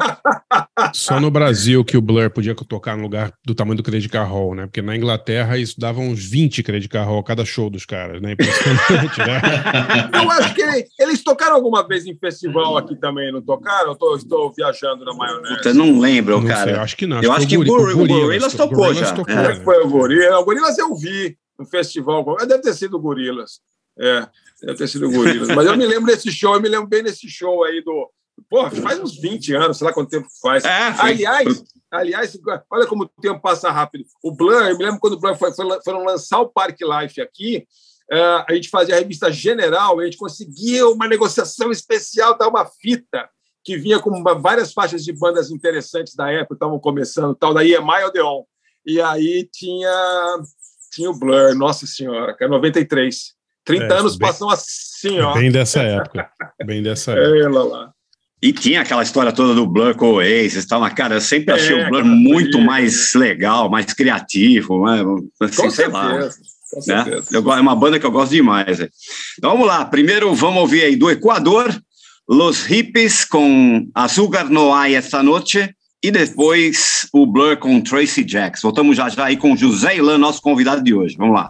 Só no Brasil que o Blur podia tocar no lugar do tamanho do Credit Card Hall, né? Porque na Inglaterra isso dava uns vinte Credit Card Hall cada show dos caras, né? Impressionante, né? Eu acho que ele- eles tocaram alguma vez em festival aqui também, não tocaram? Eu tô, estou viajando na maionese. Puta, eu não lembro, Não cara. sei, acho que não, Eu acho acho que que o o Gori- Gor- o o Gorillaz Gorillaz tocou, tocou Gorillaz já. tocou, É. Como é que foi o Gorilas? O Gorilas eu vi no festival. Deve ter sido o Gorilas. É, deve ter sido o Gorilas. Mas eu me lembro desse show, eu me lembro bem desse show aí do. Pô, faz uns vinte anos, sei lá quanto tempo faz. É, foi- aliás, aliás, olha como o tempo passa rápido. O Blur, eu me lembro quando o Blur foi, foi, foram lançar o Park Life aqui. é, a gente fazia a revista General, a gente conseguia uma negociação especial, tá, uma fita que vinha com uma- várias faixas de bandas interessantes da época, estavam começando, tal, da E M I Odeon. E aí tinha, tinha o Blur, nossa senhora, que é noventa e três. trinta É, anos bem- passam assim, ó. Bem dessa época. Bem dessa época. É, ela lá. E tinha aquela história toda do Blur com o Oasis, tá? Mas, cara, eu sempre achei É, o Blur cara, muito foi- mais legal, mais criativo, né? Assim, Com sei lá. certeza, com Né? certeza. Eu go- é uma banda que eu gosto demais. é. Então vamos lá. Primeiro vamos ouvir aí do Equador, Los Hippies com Azúcar No Hay Esta Noche e depois o Blur com Tracy Jacks. Voltamos já já aí com José Ilan, nosso convidado de hoje. Vamos lá.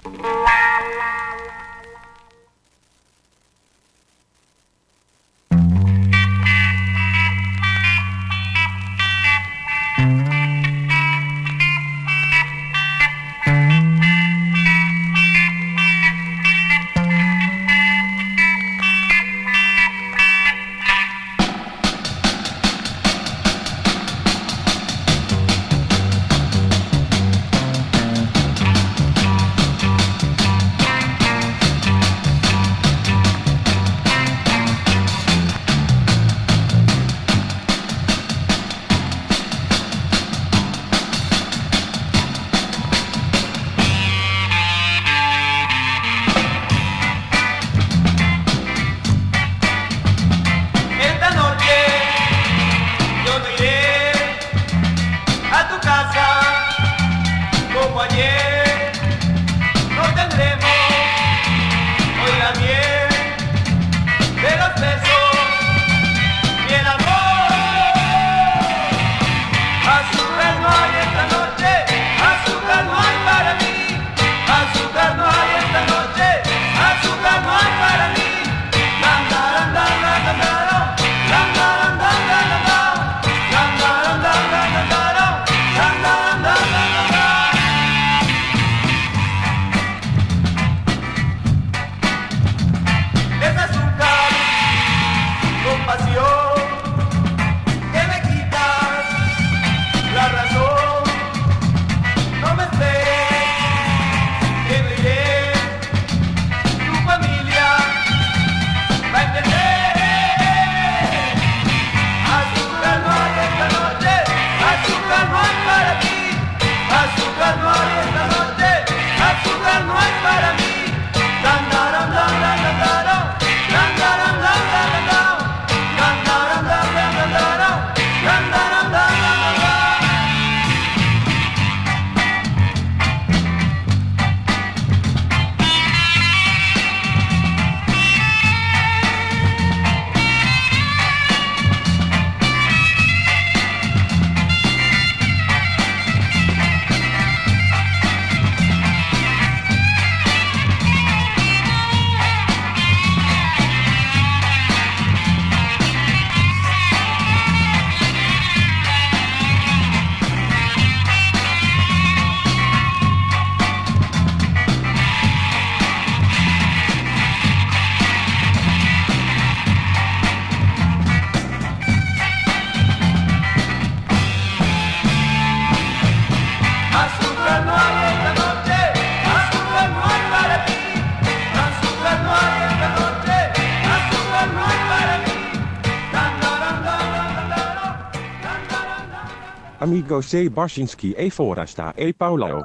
Thank Amigos e Barsinski e Forasta e Paulo.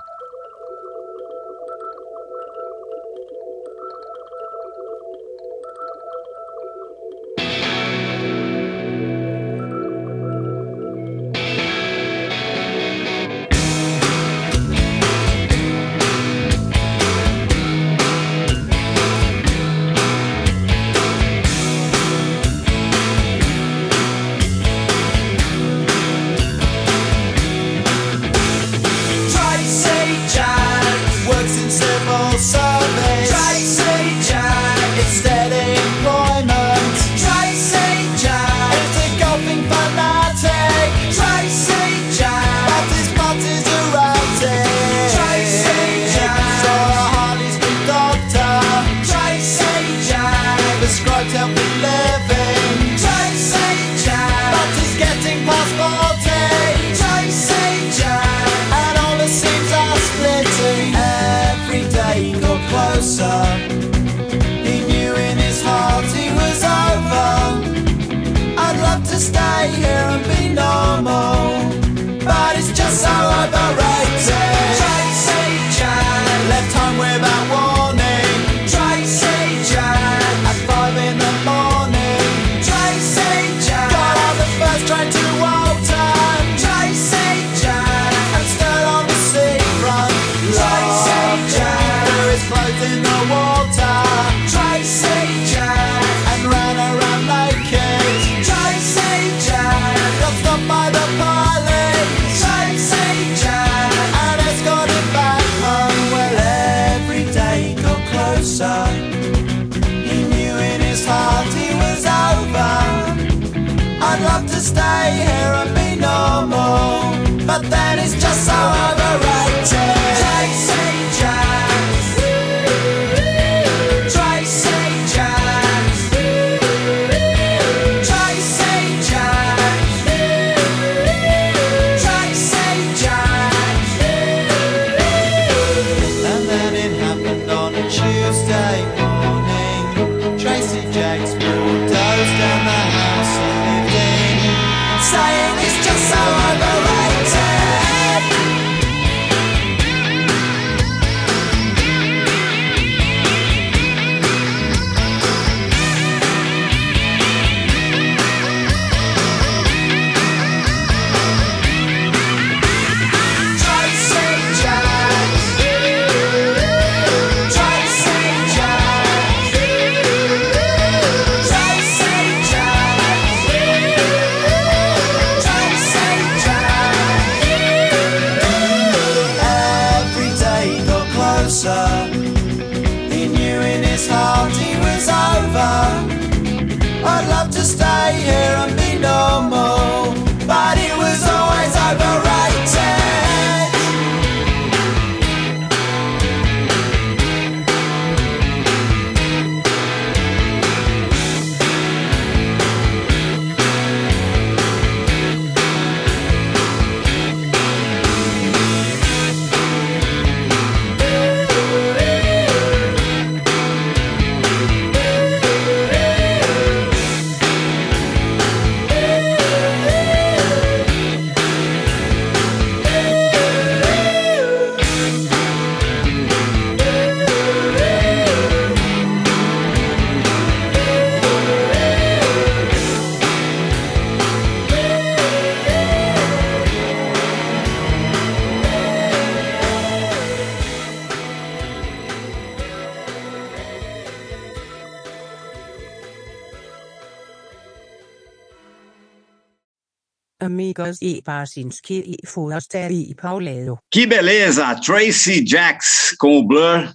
Amigos e Barsinski e Forasta e Paulo. Que beleza! Tracy Jacks com o Blur.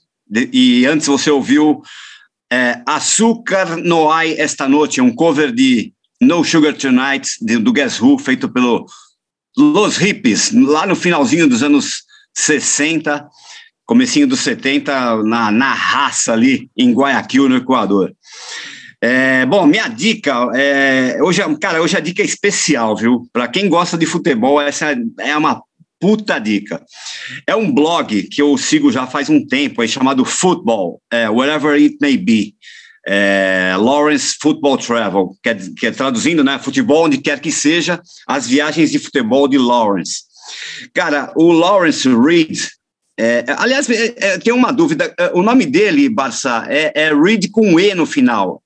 E antes você ouviu é, Açúcar no Hay Esta Noite, um cover de No Sugar Tonight, de, do Guess Who, feito pelo Los Hippies, lá no finalzinho dos anos sessenta, comecinho dos setenta, na, na raça ali, em Guayaquil, no Equador. É, bom, minha dica, é, hoje, cara, hoje a dica é especial, viu? Para quem gosta de futebol, essa é uma puta dica. É um blog que eu sigo já faz um tempo, aí, chamado Football, é, Wherever It May Be. é, Lawrence Football Travel, que é, que é traduzindo, né, futebol onde quer que seja, as viagens de futebol de Lawrence. Cara, o Lawrence Reed, é, aliás, é, é, tem uma dúvida, o nome dele, Barça, é, é Reed com E no final.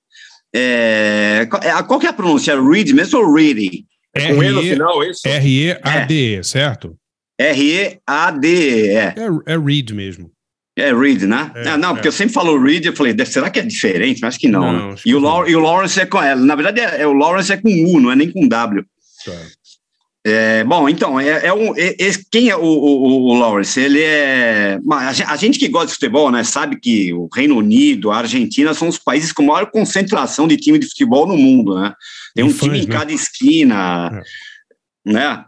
É, qual que é a pronúncia? É Reed mesmo ou Reedy? É com E no final, é isso? R E A D E, certo? R E A D E, é. É, é Reed mesmo. É Reed, né? É, ah, não, é. porque eu sempre falo Reed, eu falei, será que é diferente? Mas acho que não. Não, né? acho que e, o não. e o Lawrence é com ela. Na verdade, é, é, o Lawrence é com U, não é nem com W. Tá. É, bom, então, é, é um, é, é, quem é o, o, o Lawrence? Ele é... A gente, a gente que gosta de futebol, né, sabe que o Reino Unido, a Argentina são os países com maior concentração de time de futebol no mundo, né? Tem um E fãs, time em né? cada esquina, É. né?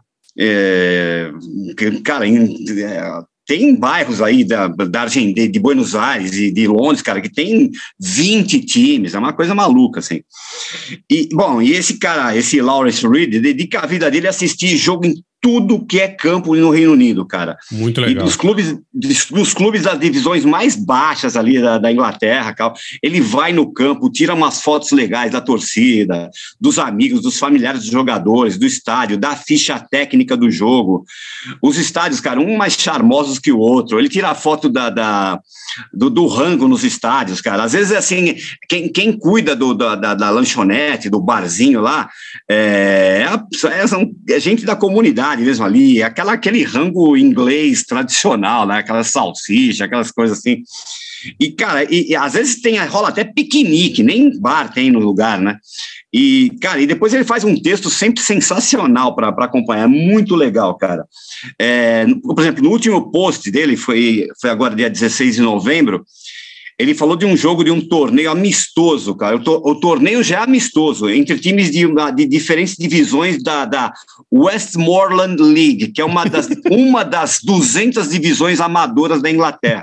É, cara, em, é, tem bairros aí da, da Argentina, de Buenos Aires e de Londres, cara, que tem vinte times, é uma coisa maluca, assim. E, bom, e esse cara, esse Lawrence Reed, dedica a vida dele a assistir jogo em tudo que é campo no Reino Unido, cara. Muito E legal. dos clubes, dos, dos clubes das divisões mais baixas ali da, da Inglaterra, cara, ele vai no campo, tira umas fotos legais da torcida, dos amigos, dos familiares dos jogadores, do estádio, da ficha técnica do jogo. Os estádios, cara, um mais charmosos que o outro. Ele tira a foto da, da, do, do rango nos estádios, cara. Às vezes, assim, quem, quem cuida do, da, da, da lanchonete, do barzinho lá, é, é, são, é gente da comunidade mesmo ali, aquela, aquele rango inglês tradicional, né? Aquelas salsichas, aquelas coisas assim. E, cara, e, e às vezes tem, rola até piquenique, nem bar tem no lugar, né? E, cara, e depois ele faz um texto sempre sensacional para acompanhar, muito legal, cara. É, por exemplo, no último post dele, foi, foi agora dia dezesseis de novembro, ele falou de um jogo, de um torneio amistoso, cara. O, to, o torneio já é amistoso, entre times de, de diferentes divisões da, da Westmoreland League, que é uma das, uma das duzentas divisões amadoras da Inglaterra.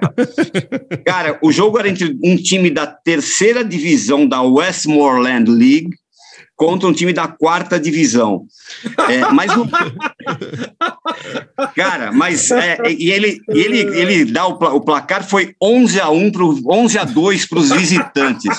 Cara, o jogo era entre um time da terceira divisão da Westmoreland League contra um time da quarta divisão. É, mas o... Cara, mas é, e ele, e ele, ele dá o, o placar foi onze a um pro, onze a dois para os visitantes.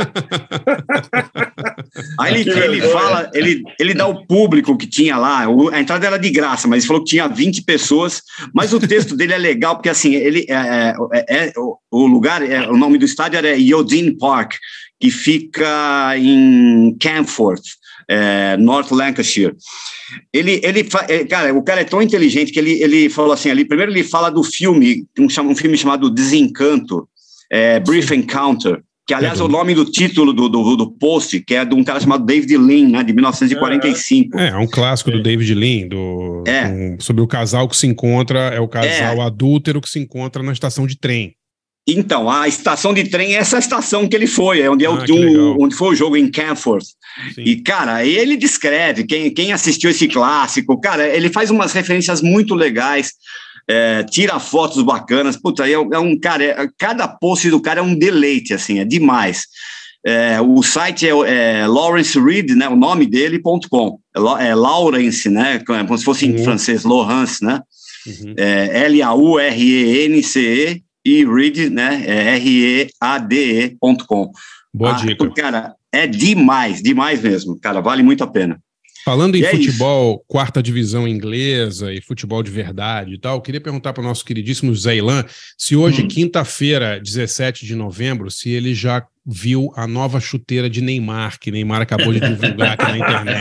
Aí ele, ele fala, ele, ele dá o público que tinha lá, a entrada era de graça, mas ele falou que tinha vinte pessoas, mas o texto dele é legal, porque assim, ele é, é, é o lugar, é, o nome do estádio era Yodine Park, que fica em Camford, é, North Lancashire. Ele, ele, cara, o cara é tão inteligente que ele, ele falou assim, ali, primeiro ele fala do filme, um, um filme chamado Desencanto, é, Brief Encounter, que aliás é o nome do título do, do, do post, que é de um cara chamado David Lean, né, de mil novecentos e quarenta e cinco. É, é um clássico do David Lean, do, é. um, sobre o casal que se encontra, é o casal é. adúltero que se encontra na estação de trem. Então, a estação de trem é essa estação que ele foi, é onde, é ah, o, onde foi o jogo em Camford. Sim. E, cara, ele descreve, quem, quem assistiu esse clássico, cara, ele faz umas referências muito legais, é, tira fotos bacanas, puta, é, é um cara, é, cada post do cara é um deleite, assim, é demais. É, o site é, é Lawrence Reed, né, o nome dele, ponto com, é, é Lawrence, né, como se fosse em uhum. francês, Laurence, né, uhum. é, L A U R E N C E, e Reed, né, é R E A D E ponto com. Boa ah, dica. Cara, é demais, demais mesmo, cara, vale muito a pena. Falando em e futebol, é quarta divisão inglesa e futebol de verdade e tal, eu queria perguntar para o nosso queridíssimo Zé Ilan se hoje, hum. quinta-feira, dezessete de novembro, se ele já viu a nova chuteira de Neymar, que Neymar acabou de divulgar aqui na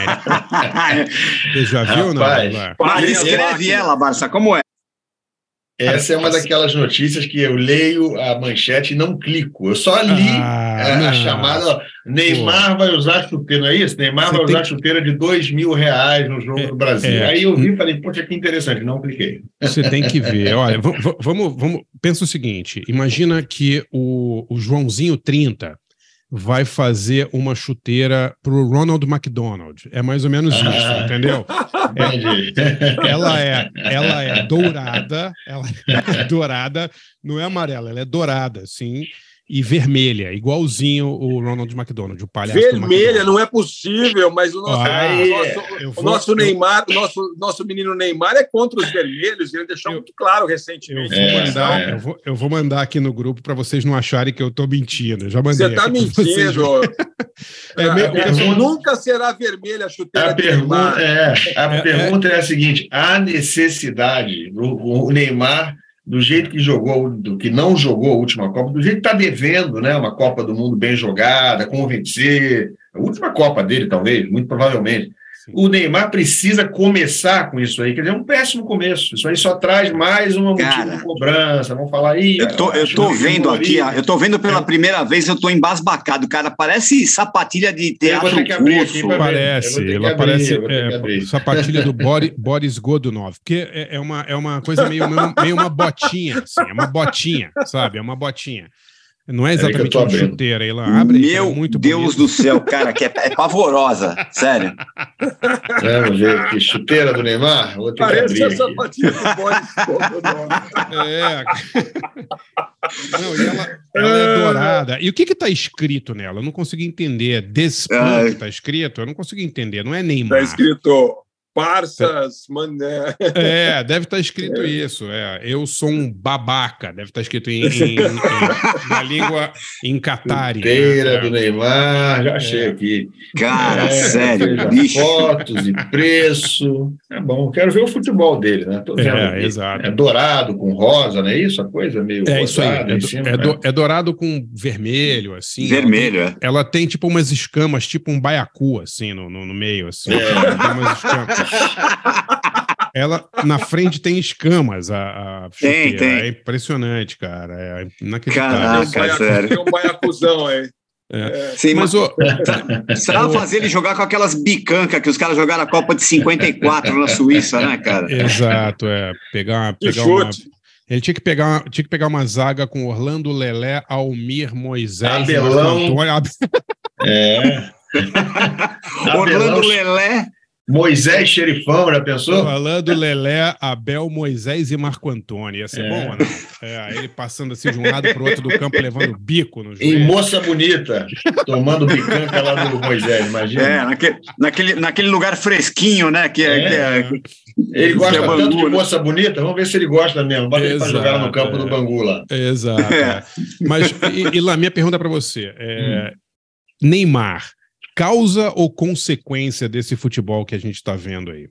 internet. Você já viu ou não? Mas escreve ela, Barça, como é? Essa é uma daquelas notícias que eu leio a manchete e não clico. Eu só li ah, a, a chamada. Ó, Neymar Pô. vai usar chuteira, não é isso? Neymar Você vai usar tem... chuteira de dois mil reais no jogo é, do Brasil. É. Aí eu vi e falei, poxa, que interessante, não cliquei. Você tem que ver. Olha, vamos, vamos. Pensa o seguinte: imagina que o, o Joãozinho trinta vai fazer uma chuteira pro Ronald McDonald. É mais ou menos isso, ah, entendeu? É, ela, é, ela é dourada, ela é dourada, não é amarela, ela é dourada, sim. e vermelha, igualzinho o Ronald McDonald, o palhaço. Vermelha, não é possível, mas o nosso, ah, o nosso, o vou, nosso eu... Neymar, o nosso, nosso menino Neymar é contra os vermelhos, ele deixou eu, muito claro recentemente. Eu vou, é, mandar, é. eu, vou, eu vou mandar aqui no grupo para vocês não acharem que eu estou mentindo. Eu já mandei. Você está mentindo. é, é, meu, pergunta... Nunca será vermelha a chuteira a de pergunta, Neymar. É, a é, pergunta é. é a seguinte: há necessidade, o, o Neymar, do jeito que jogou, do que não jogou a última Copa, do jeito que está devendo, né, uma Copa do Mundo bem jogada, convencer, a última Copa dele, talvez, muito provavelmente. Sim. O Neymar precisa começar com isso aí, quer dizer, é um péssimo começo. Isso aí só traz mais uma motivo de cobrança. Vamos falar aí. Eu tô, eu tô vendo aqui, eu tô vendo pela é. primeira vez, eu tô embasbacado, cara. Parece sapatilha de teatro russo. Parece, ela parece é, sapatilha do Boris, Boris Godunov, porque é, é, uma, é uma coisa meio, meio uma botinha, assim, é uma botinha, sabe? É uma botinha. Não é exatamente uma chuteira, ela abre. Meu é muito Deus bonito. Do céu, cara, que é, é pavorosa, sério. Vamos ver que chuteira do Neymar. Vou ter Parece que abrir essa sapatilha do Boris. É. Não, e ela, ela é dourada. E o que que tá escrito nela? Eu não consegui entender. This ah, que tá escrito, eu não consegui entender. Não é Neymar. Tá escrito Parças, mané. É, deve estar escrito é. isso. É. Eu sou um babaca. Deve estar escrito em, em, em, na língua em Catari. Inteira né? do Neymar, já achei é. aqui. Cara, é, sério. Fotos e preço. É bom, quero ver o futebol dele, né? Tô vendo é, exato. É dourado com rosa, não é isso? A coisa meio é isso aí. É, do, cima, é, né? do, é dourado com vermelho, assim. Vermelho, ela tem, é. Ela tem tipo umas escamas, tipo um baiacu, assim, no, no, no meio, assim. É. Tem umas escamas. Ela na frente tem escamas, a, a tem, tem. É impressionante, cara. É inacreditável. Caraca, tem um sério. Tem um baiacuzão aí. É. É. Sim, mas o será fazer ele jogar com aquelas bicancas que os caras jogaram a Copa de cinquenta e quatro na Suíça, né, cara? Exato, é. Pegar, pegar uma. Ele tinha que pegar, tinha que pegar uma zaga com Orlando, Lelé, Almir, Moisés, Abelão. É. Orlando, Lelé. Moisés, Xerifão, já pensou? Orlando, Lelé, Abel, Moisés e Marco Antônio. Ia ser é. bom, né? É, ele passando assim de um lado para o outro do campo, levando bico no joelho. Em Moça Bonita, tomando bicanca lá do Moisés, imagina. É, naquele, naquele, naquele lugar fresquinho, né? Que é, é. Que é, ele gosta é Bangu, tanto de Moça Bonita, vamos ver se ele gosta mesmo. Bota ele para jogar no campo é. do Bangu lá. Exato. É. Mas, e, e lá, minha pergunta para você. É, hum. Neymar, causa ou consequência desse futebol que a gente está vendo aí?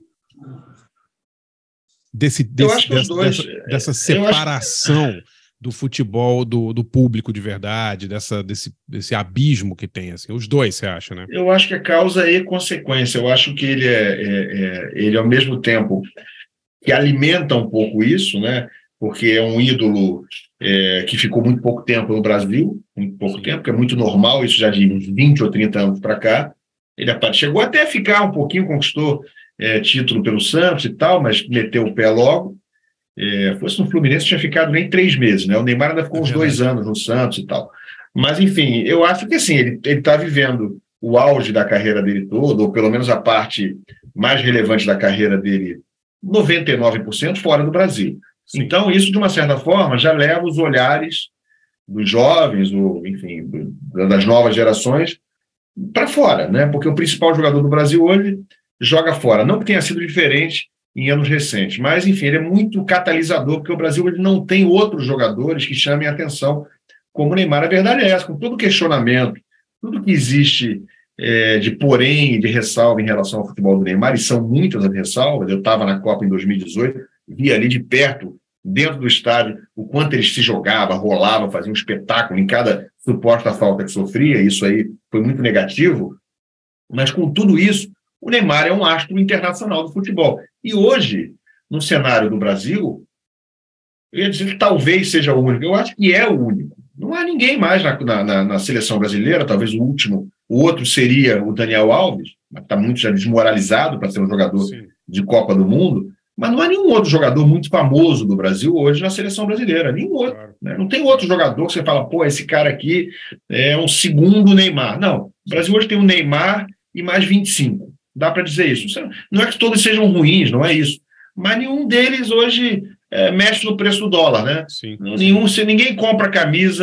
Desse, desse, dessa, dois, dessa, dessa separação acho... do futebol do, do público de verdade, dessa, desse, desse abismo que tem, assim, os dois, você acha, né? Eu acho que é causa e consequência. Eu acho que ele é, é, é ele ao mesmo tempo que alimenta um pouco isso, né? Porque é um ídolo é, que ficou muito pouco tempo no Brasil, muito pouco Sim. tempo, que é muito normal, isso já de vinte ou trinta anos para cá. Ele chegou até a ficar um pouquinho, conquistou é, título pelo Santos e tal, mas meteu o pé logo. É, fosse no Fluminense, tinha ficado nem três meses, né? O Neymar ainda ficou é uns verdade. dois anos no Santos e tal. Mas, enfim, eu acho que assim, ele está vivendo o auge da carreira dele todo, ou pelo menos a parte mais relevante da carreira dele, noventa e nove por cento fora do Brasil. Sim. Então, isso, de uma certa forma, já leva os olhares dos jovens, ou, enfim, das novas gerações, para fora, né? Porque o principal jogador do Brasil hoje joga fora. Não que tenha sido diferente em anos recentes, mas, enfim, ele é muito catalisador, porque o Brasil ele não tem outros jogadores que chamem a atenção como o Neymar. A verdade é essa, com todo questionamento, tudo que existe é, de porém, de ressalva em relação ao futebol do Neymar, e são muitas as ressalvas. Eu estava na Copa em dois mil e dezoito, vi ali de perto, dentro do estádio, o quanto ele se jogava, rolava, fazia um espetáculo em cada suposta falta que sofria. Isso aí foi muito negativo, mas com tudo isso, o Neymar é um astro internacional do futebol. E hoje, no cenário do Brasil, eu ia dizer que talvez seja o único, eu acho que é o único. Não há ninguém mais na, na, na seleção brasileira, talvez o último, o outro seria o Daniel Alves, mas está muito já desmoralizado para ser um jogador Sim. de Copa do Mundo. Mas não há nenhum outro jogador muito famoso do Brasil hoje na seleção brasileira. Nenhum outro. Claro. Né? Não tem outro jogador que você fala, pô, esse cara aqui é um segundo Neymar. Não. O Brasil hoje tem um Neymar e mais vinte e cinco. Dá para dizer isso. Não é que todos sejam ruins, não é isso. Mas nenhum deles hoje é, mexe no preço do dólar, né? Sim. Nenhum, se ninguém compra camisa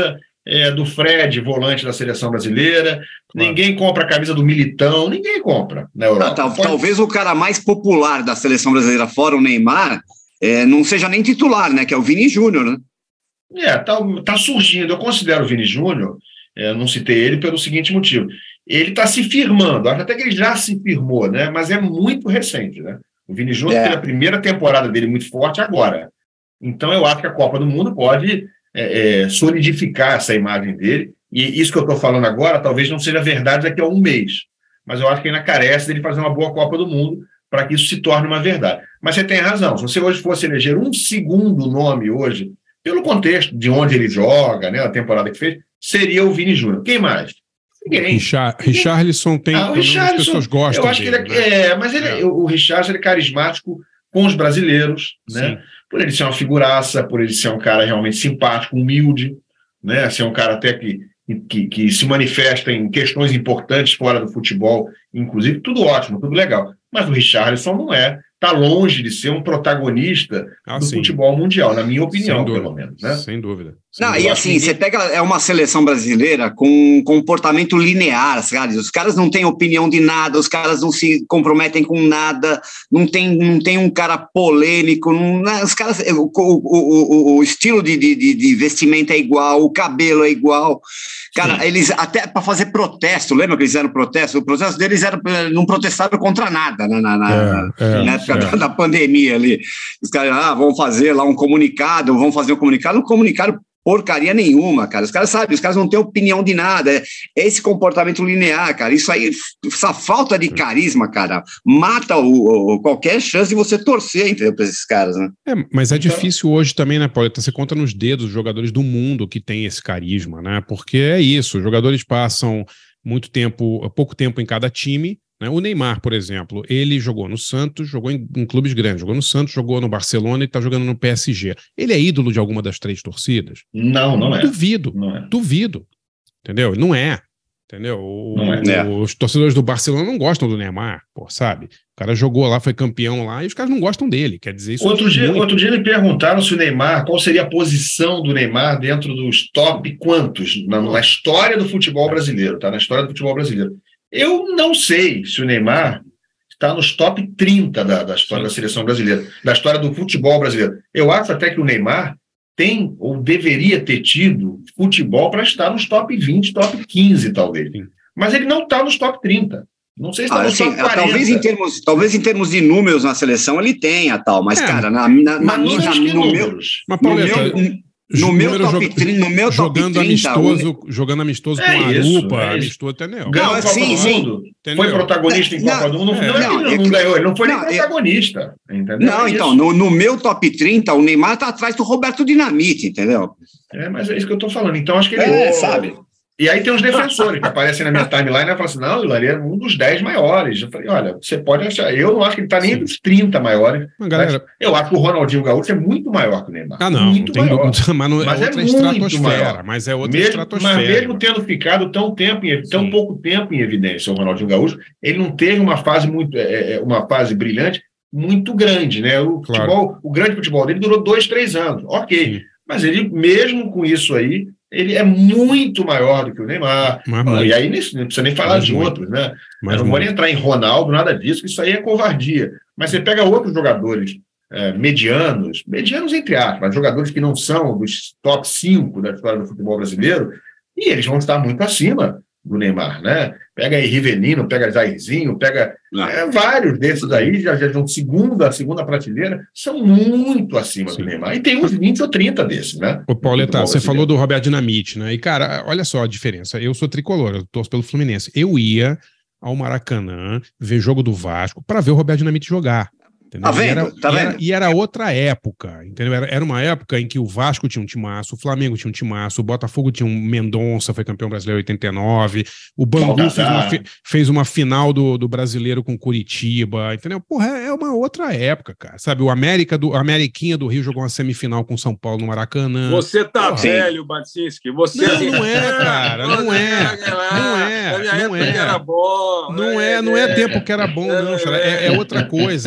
é, do Fred, volante da seleção brasileira, ninguém compra a camisa do Militão, ninguém compra na Europa. Ah, tal, Pode... Talvez o cara mais popular da seleção brasileira, fora o Neymar, é, não seja nem titular, né? Que é o Vini Júnior, né? É, tá, tá surgindo. Eu considero o Vini Júnior, é, não citei ele pelo seguinte motivo. Ele está se firmando, acho até que ele já se firmou, né? Mas é muito recente, né? O Vini Júnior é. teve a primeira temporada dele muito forte agora. Então eu acho que a Copa do Mundo pode é, é, solidificar essa imagem dele. E isso que eu estou falando agora talvez não seja verdade daqui a um mês. Mas eu acho que ainda carece dele fazer uma boa Copa do Mundo para que isso se torne uma verdade. Mas você tem razão. Se você hoje fosse eleger um segundo nome hoje, pelo contexto de onde ele joga, né, a temporada que fez, seria o Vini Júnior. Quem mais? Ninguém. Richard, Richarlison tem, ah, o Richarlison, as pessoas gostam eu acho dele, que ele é, né? é, mas ele, é. o Richarlison ele é carismático com os brasileiros, né? Sim. Por ele ser uma figuraça, por ele ser um cara realmente simpático, humilde, né? Ser um cara até que, que, que se manifesta em questões importantes fora do futebol, inclusive, tudo ótimo, tudo legal. Mas o Richarlison não é, está longe de ser um protagonista ah, do sim. futebol mundial, na minha opinião, pelo menos. Né? Sem dúvida. Sem não, dúvida. E assim, você pega, é uma seleção brasileira com um comportamento linear, sabe? Os caras não têm opinião de nada, os caras não se comprometem com nada, não tem, não tem um cara polêmico, não, os caras, o, o, o, o estilo de, de, de vestimenta é igual, o cabelo é igual. Cara, sim. eles até para fazer protesto, lembra que eles fizeram protesto? O protesto deles era, não protestaram contra nada, né, na, na, é, é, na época é. da, da pandemia ali. Os caras, ah, vão fazer lá um comunicado, vão fazer um comunicado, um comunicado porcaria nenhuma, cara. Os caras sabem, os caras não têm opinião de nada. É, é esse comportamento linear, cara. Isso aí, essa falta de carisma, cara, mata o, o qualquer chance de você torcer, entendeu, para esses caras, né? É, mas é então... difícil hoje também, né, Paulo? Você conta nos dedos os jogadores do mundo que tem esse carisma, né? Porque é isso, os jogadores passam muito tempo, pouco tempo em cada time. O Neymar, por exemplo, ele jogou no Santos, jogou em, em clubes grandes, jogou no Santos, jogou no Barcelona e está jogando no P S G. Ele é ídolo de alguma das três torcidas? Não, não é. Duvido, não é. duvido. Entendeu? Não é. Entendeu? O, não é. O, os torcedores do Barcelona não gostam do Neymar, pô, sabe? O cara jogou lá, foi campeão lá e os caras não gostam dele. Quer dizer, isso outro é dia, muito... outro dia me perguntaram se o Neymar, qual seria a posição do Neymar dentro dos top quantos na, na história do futebol brasileiro, tá? Na história do futebol brasileiro. Eu não sei se o Neymar está nos top trinta da, da história da seleção brasileira, da história do futebol brasileiro. Eu acho até que o Neymar tem ou deveria ter tido futebol para estar nos top vinte, top quinze, talvez. Sim. Mas ele não está nos top trinta. Não sei se está ah, nos assim, top quarenta. Talvez em, termos, talvez em termos de números na seleção ele tenha, tal, mas, é, cara, na, na, na minha, no meu... Mas, Pauleta, no meu, No meu, top trinta, no meu jogando top trinta, amistoso, o... jogando amistoso é com a isso, Lupa, é amistoso até não. Ganhou a Copa sim, do sim. Mundo, foi protagonista em Copa do Mundo. Não, é, não, ele não ganhou, ele não foi não, nem protagonista. Entendeu? Não, é então, no, no meu top trinta, o Neymar está atrás do Roberto Dinamite, entendeu? É, mas é isso que eu estou falando. Então, acho que ele... É, sabe? E aí tem uns defensores que aparecem na minha timeline e falam assim, não, ele é um dos dez maiores. Eu falei, olha, você pode achar, eu não acho que ele está nem entre os trinta maiores. Galera... Eu acho que o Ronaldinho Gaúcho é muito maior que o Neymar. Ah, não, muito tem maior. Do... mas, não, mas é outra é estratosfera. Maior. Mas é outra mesmo, estratosfera. Mas mesmo tendo ficado tão, tempo em, tão pouco tempo em evidência o Ronaldinho Gaúcho, ele não teve uma fase, muito, é, uma fase brilhante muito grande, né? O, claro. futebol, o grande futebol dele durou dois, três anos. Ok. Sim. Mas ele, mesmo com isso aí, ele é muito maior do que o Neymar. Ah, e aí não precisa nem falar de outros, né? Eu não vou nem entrar em Ronaldo, nada disso, isso aí é covardia. Mas você pega outros jogadores é, medianos, medianos entre aspas, mas jogadores que não são dos top cinco da história do futebol brasileiro, e eles vão estar muito acima do Neymar, né? Pega aí Rivelino, pega Jairzinho, pega é, vários desses aí, já, já de segunda, segunda prateleira, são muito acima Sim. do Neymar. E tem uns vinte ou trinta desses, né? Ô, Pauleta, você falou do Roberto Dinamite, né? E, cara, olha só a diferença. Eu sou tricolor, eu torço pelo Fluminense. Eu ia ao Maracanã ver jogo do Vasco para ver o Roberto Dinamite jogar. Entendeu? Tá vendo? E era, tá e vendo? Era, e era outra época, entendeu? Era, era uma época em que o Vasco tinha um timaço, o Flamengo tinha um timaço, o Botafogo tinha um Mendonça, foi campeão brasileiro em oitenta e nove, o Bangu fez uma, fez uma final do, do brasileiro com Curitiba, entendeu? Porra, é uma outra época, cara, sabe? O América do, a Ameriquinha do Rio jogou uma semifinal com São Paulo no Maracanã. Você tá Porra. velho, Batinski. Você não, não é, cara, não é, não é, não é. Era bom, não é, não é tempo que era bom, não, é, é outra coisa, é uma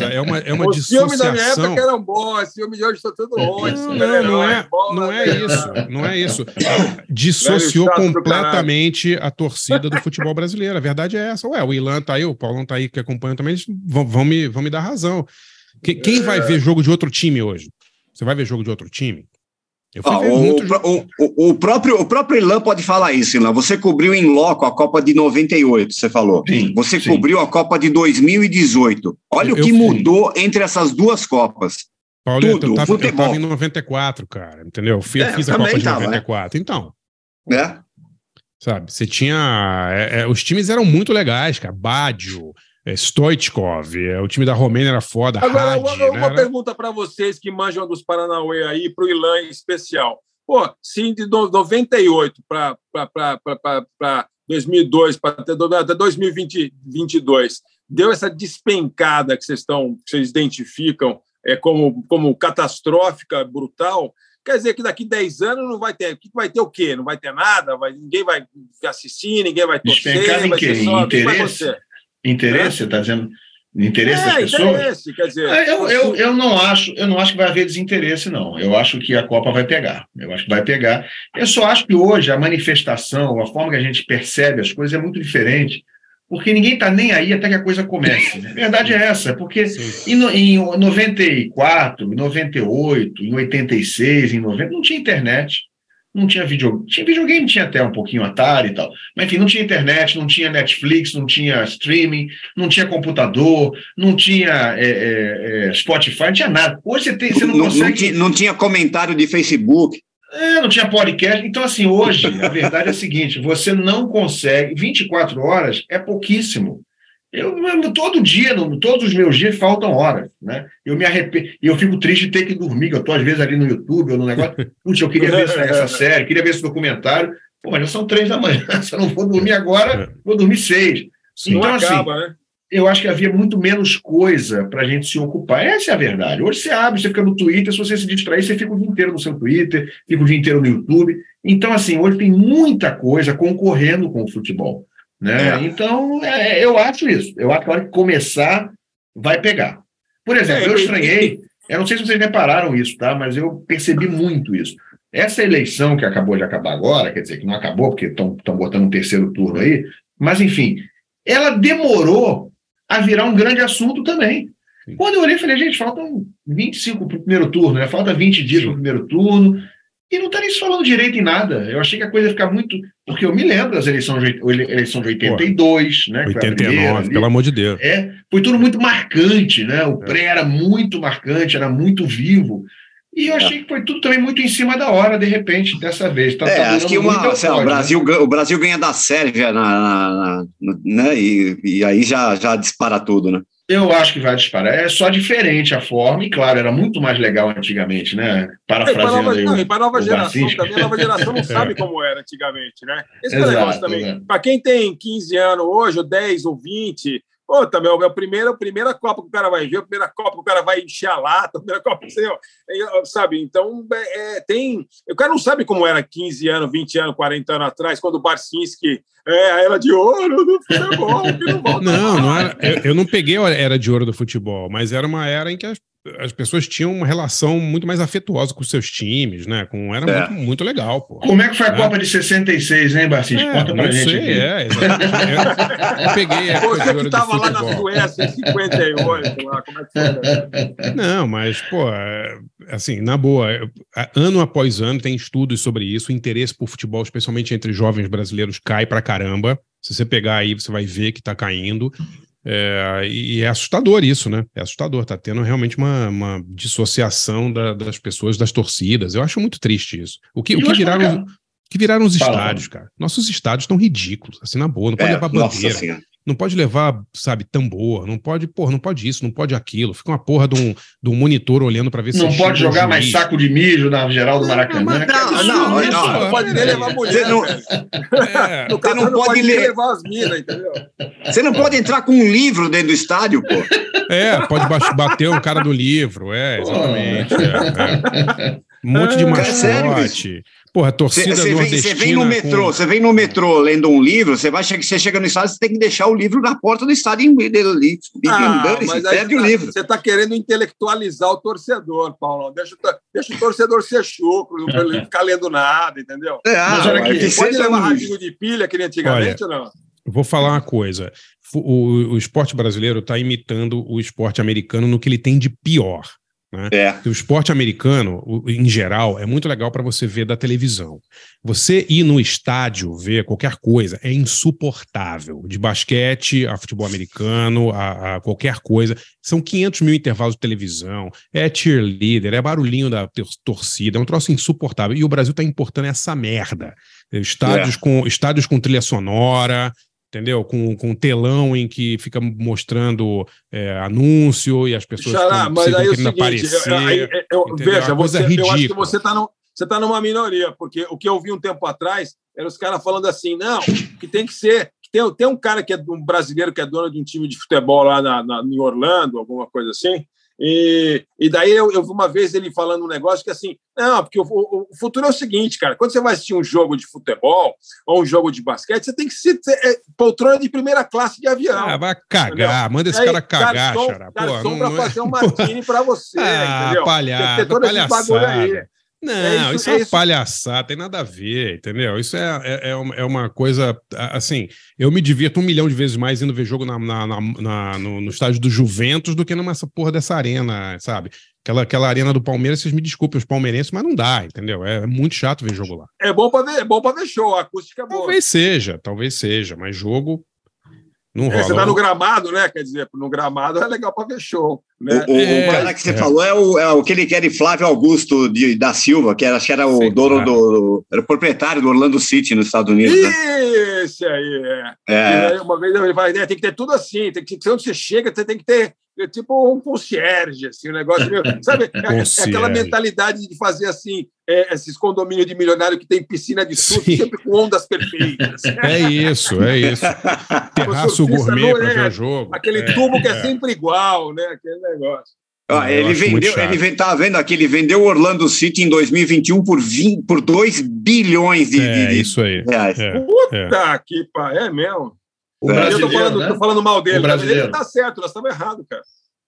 é uma Os filmes da minha dissociação. época eram bons, os filmes de hoje estão tudo ruins. Não, não, não é, não é isso, não é isso. Dissociou completamente a torcida do futebol brasileiro. A verdade é essa. Ué, o Ilan tá aí, o Paulão tá aí que acompanha também, eles vão, vão, me, vão me dar razão. Que, quem vai ver jogo de outro time hoje? Você vai ver jogo de outro time? Eu fui Ah, ver o, muito o, o, o próprio, o próprio Ilan pode falar isso, Ilan. Você cobriu em loco a Copa de noventa e oito, você falou. Sim, você sim. cobriu a Copa de dois mil e dezoito. Olha Eu o que fui. mudou entre essas duas Copas. Paulo, eu Tudo, tava, eu futebol. tava em noventa e quatro, cara, entendeu? Eu, fui, eu É, fiz a também Copa de tava, noventa e quatro, então, Né? sabe, você tinha... é, é, os times eram muito legais, cara. Baggio, é, Stoichkov, é, o time da Romênia era foda, Agora, Hadi, uma, né? uma Era- pergunta para vocês que manjam dos Paranauê aí, para o Ilan em especial. Pô, se de no- noventa e oito para dois mil e dois, para até dois mil e vinte, vinte e dois, deu essa despencada que vocês, estão, que vocês identificam é, como, como catastrófica, brutal, quer dizer que daqui dez anos não vai ter. Vai ter o quê? Não vai ter nada? Vai, ninguém vai assistir, ninguém vai torcer, Despencada em vai quê? ser só... Em o que vai interesse? acontecer? Interesse, você está dizendo? Interesse das É, pessoas? interesse, quer dizer... É, Eu, eu, eu, não acho, eu não acho que vai haver desinteresse, não. Eu acho que a Copa vai pegar. Eu acho que vai pegar. Eu só acho que hoje a manifestação, a forma que a gente percebe as coisas é muito diferente, porque ninguém está nem aí até que a coisa comece. A verdade é essa, porque em, no- em noventa e quatro, em noventa e oito, em oitenta e seis, em noventa, não tinha internet. Não tinha videogame. Tinha videogame, tinha até um pouquinho Atari e tal. Mas, enfim, não tinha internet, não tinha Netflix, não tinha streaming, não tinha computador, não tinha é, é, é, Spotify, não tinha nada. Hoje você, tem, você não, Não, consegue... não, tinha, não tinha comentário de Facebook. É, não tinha podcast. Então, assim, hoje, a verdade é a seguinte, você não consegue... vinte e quatro horas é pouquíssimo. Eu, eu todo dia, no, todos os meus dias faltam horas, né? Eu me arrependo, e eu fico triste de ter que dormir, que eu estou às vezes ali no YouTube ou no negócio, putz, eu queria ver essa, essa série, queria ver esse documentário, pô, mas já são três da manhã, se eu não for dormir agora, vou dormir seis. Sim. Então, Não assim, acaba, né? eu acho que havia muito menos coisa para a gente se ocupar. Essa é a verdade. Hoje você abre, você fica no Twitter, se você se distrair, você fica o dia inteiro no seu Twitter, fica o dia inteiro no YouTube. Então, assim, hoje tem muita coisa concorrendo com o futebol. Né? É. Então, é, eu acho isso. Eu acho que a hora que começar, vai pegar. Por exemplo, eu estranhei, eu não sei se vocês repararam isso, tá? Mas eu percebi muito isso. Essa eleição que acabou de acabar agora, quer dizer, que não acabou, porque estão botando um terceiro turno aí, mas, enfim, ela demorou a virar um grande assunto também. Quando eu olhei, falei, gente, faltam vinte e cinco para o primeiro turno, né? Falta vinte dias para o primeiro turno, e não está nem se falando direito em nada. Eu achei que a coisa ia ficar muito... Porque eu me lembro das eleições de, eleição de oitenta e dois, né? Que foi a oitenta e nove, primeira ali. pelo amor de Deus. É, foi tudo muito marcante, né? O pré era muito marcante, era muito vivo. E eu achei que foi tudo também muito em cima da hora, de repente, dessa vez. Tá, É, tá acho que durando uma, muito sei lá, o, eufória, Brasil, ganha- o Brasil ganha da Sérvia, na, na- na- no- né? e, e aí já, já dispara tudo, né? Eu acho que vai disparar. É só diferente a forma, e claro, era muito mais legal antigamente, né? Para Parafraseando nova, aí não, o, e para a nova o geração Barcinski. também, a nova geração não sabe como era antigamente, né? Esse é o Exato, negócio também. exato. Para quem tem quinze anos hoje, ou dez, ou vinte, pô, também é a primeira, a primeira Copa que o cara vai ver, a primeira Copa que o cara vai encher a lata, a primeira Copa, sei lá, é, sabe? Então, é, é, tem... O cara não sabe como era quinze anos, vinte anos, quarenta anos atrás, quando o Barcinski é a era de ouro do futebol, que não volta Não, não mais. era, eu, eu não peguei a era de ouro do futebol, mas era uma era em que as, as pessoas tinham uma relação muito mais afetuosa com os seus times, né? Com, era É. muito, muito legal, pô. Como é que foi a Né? Copa de sessenta e seis, hein, Barcinski? É, Conta pra não gente sei, aqui. é, exatamente. Eu não peguei a época de Você ouro que do estava lá na futebol. Suécia em cinquenta e oito, lá, como é que foi? Né? Não, mas, pô, é, assim, na boa, eu- a- ano após ano tem estudos sobre isso, o interesse por futebol, especialmente entre jovens brasileiros, cai pra caramba. Se você pegar aí, você vai ver que tá caindo. É, e é assustador isso, né? É assustador, tá tendo realmente uma, uma dissociação da- das pessoas, das torcidas. Eu acho muito triste isso. O que, o Eu que acho viraram, bacana. o que viraram os Fala, estádios, cara? Nossos estádios estão ridículos, assim, na boa. Não pode É, levar nossa bandeira. Senhora. Não pode levar, sabe, tambor, não pode, porra, não pode isso, não pode aquilo. Fica uma porra de um, de um monitor olhando pra ver se Não xinga pode o jogar mais juiz. saco de mijo na geral do Maracanã. mas- Que Não, absurdo não, isso, não, pô. Não pode nem levar mulher, Você não- velho. É, No Você Catar não não pode pode nem ler. levar as minas, entendeu? Você não pode entrar com um livro dentro do estádio, pô. é, pode ba- bater um cara do livro, é, exatamente. é, é. Um monte de É mascote. sério, Porra, torcida Você vem, nordestina. você vem no metrô, com- você vem no metrô lendo um livro, você vai che- você chega no estádio, você tem que deixar o livro na porta do estádio e e- e- Ah, dane-se, mas aí perde você o tá- livro. Você está querendo intelectualizar o torcedor, Paulão. Deixa, o tor- deixa o torcedor ser chucro, não ele ficar lendo nada, entendeu? É, ah, Mas olha mas aqui, que Pode seja levar um- radinho de pilha, que nem antigamente, ou não? Eu vou falar uma coisa. Fu- O, o esporte brasileiro está imitando o esporte americano no que ele tem de pior. Né? É. O esporte americano, o- em geral, é muito legal para você ver da televisão. Você ir no estádio ver qualquer coisa é insuportável. De basquete a futebol americano, a, a qualquer coisa. São quinhentos mil intervalos de televisão, é cheerleader, é barulhinho da tor- torcida, é um troço insuportável. E o Brasil está importando essa merda. Estádios, É. com, estádios com trilha sonora, entendeu? Com, com telão em que fica mostrando é, anúncio e as pessoas Xará, tão- mas ficam aí é o querendo seguinte, aparecer. aí, é, eu- entendeu? É veja, uma coisa você, eu acho que ridícula. você está você tá numa minoria, porque o que eu vi um tempo atrás era os caras falando assim, não, que tem que ser... Que tem, tem um cara que é um brasileiro que é dono de um time de futebol lá na, na, em Orlando, alguma coisa assim, e, e daí eu, eu vi uma vez ele falando um negócio que assim, não, porque o, o, o futuro é o seguinte, cara, quando você vai assistir um jogo de futebol ou um jogo de basquete, você tem que ser é, poltrona de primeira classe de avião. Ah, vai cagar, entendeu? manda esse Aí, cara cagar, garçom, Xará. Pô, garçom não- para não é- fazer um martini para você, Ah, entendeu? palhaçada, Tem que ter todo esse bagulho aí. palhaçada. Não, É isso- isso, é, é uma isso. palhaçada, tem nada a ver, entendeu? Isso é, é, é uma, é uma coisa, assim, eu me divirto um milhão de vezes mais indo ver jogo na, na- na- na- no, no estádio do Juventus do que numa essa porra dessa arena, sabe? Aquela, aquela arena do Palmeiras, vocês me desculpem os palmeirenses, mas não dá, entendeu? É, muito chato ver jogo lá. É bom para ver, é bom para ver show, a acústica é boa. Talvez seja, talvez seja, mas jogo não É, rola. você tá no gramado, né? Quer dizer, no gramado é legal para ver show. Né? O, o- É, o cara que você é. falou é o, é o que ele quer de Flávio Augusto de, da Silva, que era, acho que era o Sei dono lá. do, do- era o proprietário do Orlando City nos Estados Unidos. Né? Esse aí, é. É. E aí, uma vez ele vai, né, tem que ter tudo assim, tem que ter, onde você chega, você tem que ter é, tipo um concierge, assim, um negócio meio, sabe? É, é aquela Concierge. mentalidade de fazer assim, é, esses condomínios de milionário que tem piscina de surf, Sim. sempre com ondas perfeitas. É isso, é isso. Terraço surfista gourmet não para é ver o jogo. Aquele É, tubo que é, é. sempre igual, né? Aquele negócio. Ó, Eu ele acho muito vendeu, chato. ele ven- tava vendo aqui, ele vendeu o Orlando City em dois mil e vinte e um por, vinte, por dois bilhões de, É, de- de isso aí. reais. É, é. Puta que pá, é mesmo. O É. eu tô brasileiro, falando, né? tô falando mal dele, O mas ele brasileiro. tá certo, nós estamos errados, cara.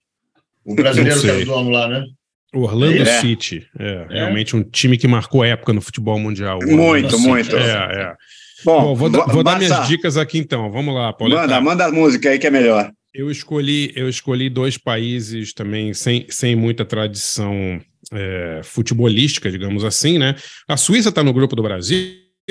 O brasileiro Não que é sei. o dono lá, né? O Orlando É. City, é, realmente um time que marcou época no futebol mundial. o Muito, Orlando City. muito. É, é. Bom, Bom, vou, dar- vou dar Barça, minhas dicas aqui então. Vamos lá, Paulo. Manda, manda a música aí que é melhor. Eu escolhi, eu escolhi dois países também sem, sem muita tradição é, futebolística, digamos assim, né? A Suíça está no grupo do Brasil.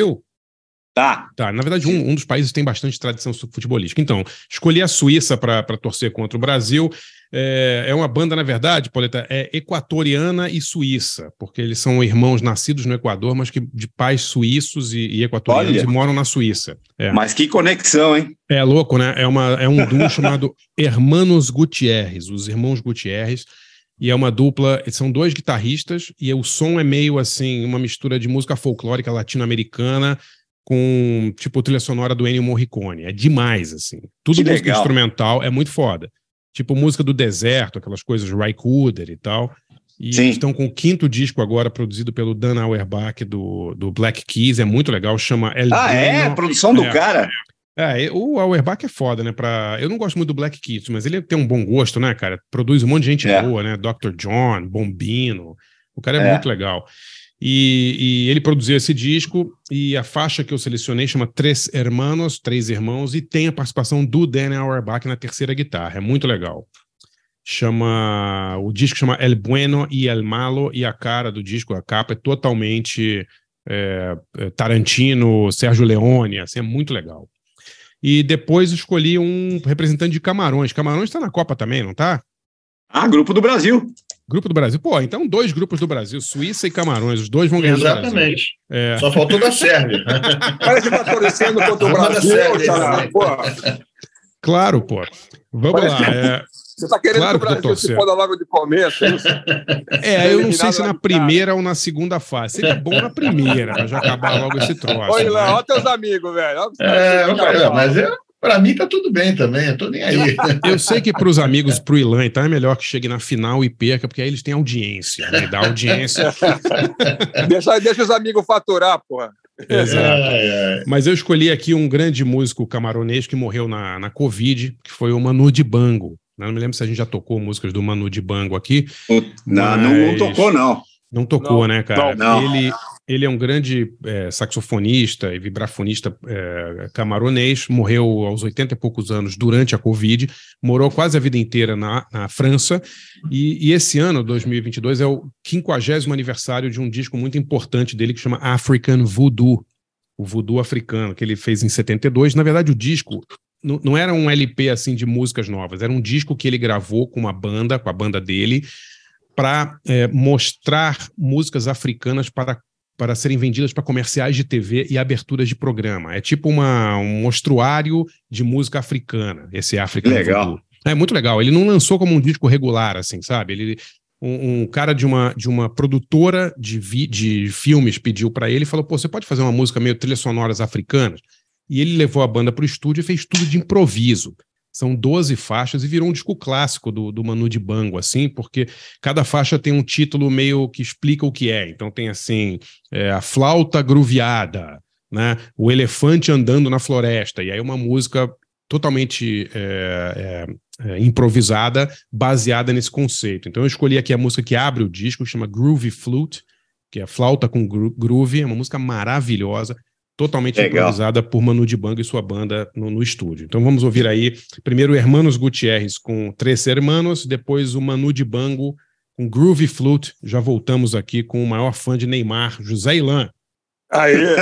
Tá. Tá, na verdade, um, um dos países tem bastante tradição su- futebolística. Então, escolhi a Suíça para torcer contra o Brasil. É, é uma banda, na verdade, Pauleta, é equatoriana e suíça, porque eles são irmãos nascidos no Equador, mas que de pais suíços e, e equatorianos Olha. e moram na Suíça. É. Mas que conexão, hein? É louco, né? É, uma, é um duo chamado Hermanos Gutierrez, os irmãos Gutierrez, e é uma dupla, são dois guitarristas, e o som é meio assim, uma mistura de música folclórica latino-americana com, tipo, trilha sonora do Ennio Morricone. É demais, assim. Tudo Que música legal. instrumental, é muito foda. Tipo, música do deserto, aquelas coisas, Ry Cooder e tal. E Sim. estão com o quinto disco agora, produzido pelo Dan Auerbach, do, do Black Keys, é muito legal, chama El Ah, é? Bueno. Produção do É. cara? É, o Auerbach é foda, né? Pra... Eu não gosto muito do Black Keys, mas ele tem um bom gosto, né, cara? Produz um monte de gente É. boa, né? doutor John, Bombino. O cara é, É. muito legal. E, e ele produziu esse disco, e a faixa que eu selecionei chama Tres Hermanos, Três Irmãos, e tem a participação do Dan Auerbach na terceira guitarra. É muito legal. Chama... O disco chama El Bueno y El Malo, e a cara do disco, a capa, é totalmente é, é, Tarantino, Sérgio Leone, assim, é muito legal. E depois escolhi um representante de Camarões. Camarões está na Copa também, não tá? Ah, Grupo do Brasil. Grupo do Brasil. Pô, então dois grupos do Brasil, Suíça e Camarões. Os dois vão ganhar do Brasil. Exatamente. É. Só faltou da Sérvia. Parece que tá torcendo contra o Manda Brasil, sério, Xará. né? Pô, Claro, pô. Vamos Parece lá. que- é. você tá querendo Claro que o que eu tô Brasil se torcendo. foda logo de começo, é isso? É, eu não sei se Eliminado na lá de primeira ou na segunda fase. Seria bom na primeira, pra já acabar logo esse troço. Olha lá, né? olha teus amigos, velho. Olha os caras É, que cara, ficam- mas eu, Para mim tá tudo bem também, eu tô nem aí. Eu sei que para os amigos, pro Ilan, então é melhor que chegue na final e perca, porque aí eles têm audiência, né? Dá audiência. deixa, deixa os amigos faturar, porra. Exato. É, é. Mas eu escolhi aqui um grande músico camaronês que morreu na, na Covid, que foi o Manu Dibango. Não me lembro se a gente já tocou músicas do Manu Dibango aqui. Não, não, não tocou, não. Não tocou, não, né, cara? Não, não. Ele, ele é um grande é, saxofonista e vibrafonista é, camaronês, morreu aos oitenta e poucos anos durante a Covid, morou quase a vida inteira na, na França, e, e esse ano, dois mil e vinte e dois, é o quinquagésimo aniversário de um disco muito importante dele que chama African Voodoo, o voodoo africano, que ele fez em setenta e dois. Na verdade, o disco não, não era um L P assim de músicas novas, era um disco que ele gravou com uma banda, com a banda dele, para é, mostrar músicas africanas para, para serem vendidas para comerciais de T V e aberturas de programa. É tipo uma, um mostruário de música africana, esse African Legal. Voodoo. É muito legal. Ele não lançou como um disco regular, assim, sabe? Ele, um, um cara de uma, de uma produtora de, vi, de filmes pediu para ele e falou, pô, você pode fazer uma música meio trilhas sonoras africanas? E ele levou a banda para o estúdio e fez tudo de improviso. São doze faixas e virou um disco clássico do, do Manu Dibango, assim, porque cada faixa tem um título meio que explica o que é. Então tem, assim, é, a flauta grooveada, né? O elefante andando na floresta. E aí uma música totalmente é, é, é, improvisada, baseada nesse conceito. Então eu escolhi aqui a música que abre o disco, que chama Groovy Flute, que é flauta com gro groove. É uma música maravilhosa, totalmente Legal. improvisada por Manu Dibango e sua banda no, no estúdio. Então vamos ouvir aí, primeiro o Hermanos Gutierrez com Três Hermanos, depois o Manu Dibango com Groovy Flute. Já voltamos aqui com o maior fã de Neymar, José Ilan. Aê!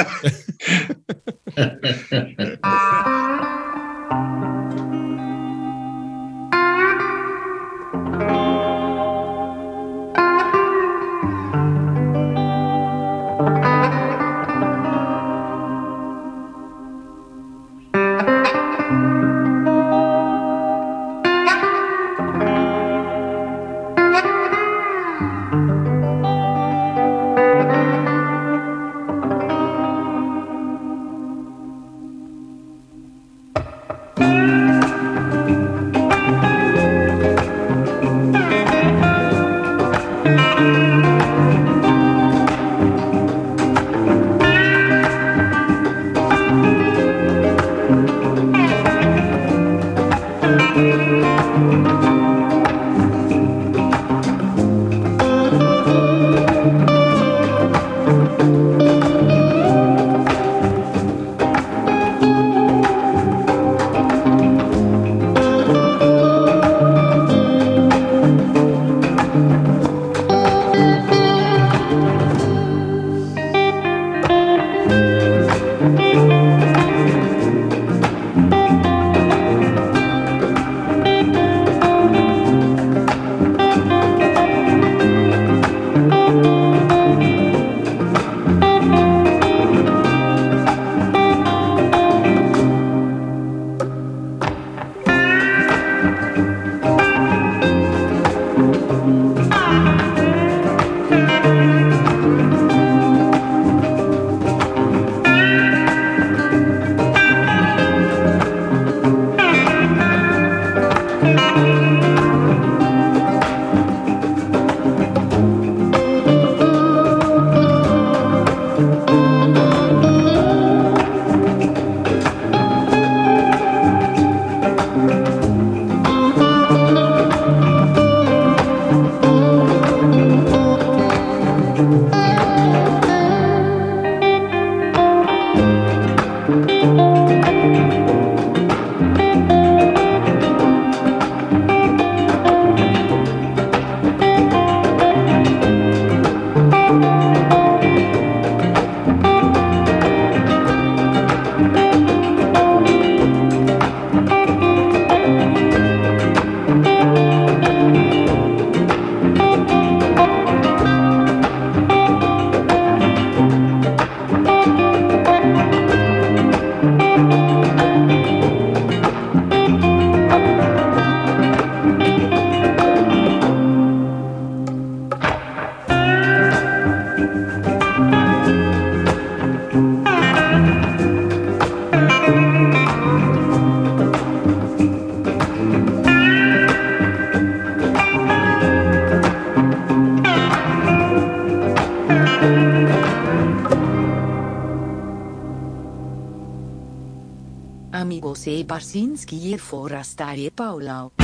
amigos e Barsinski e Forasta e Paulo.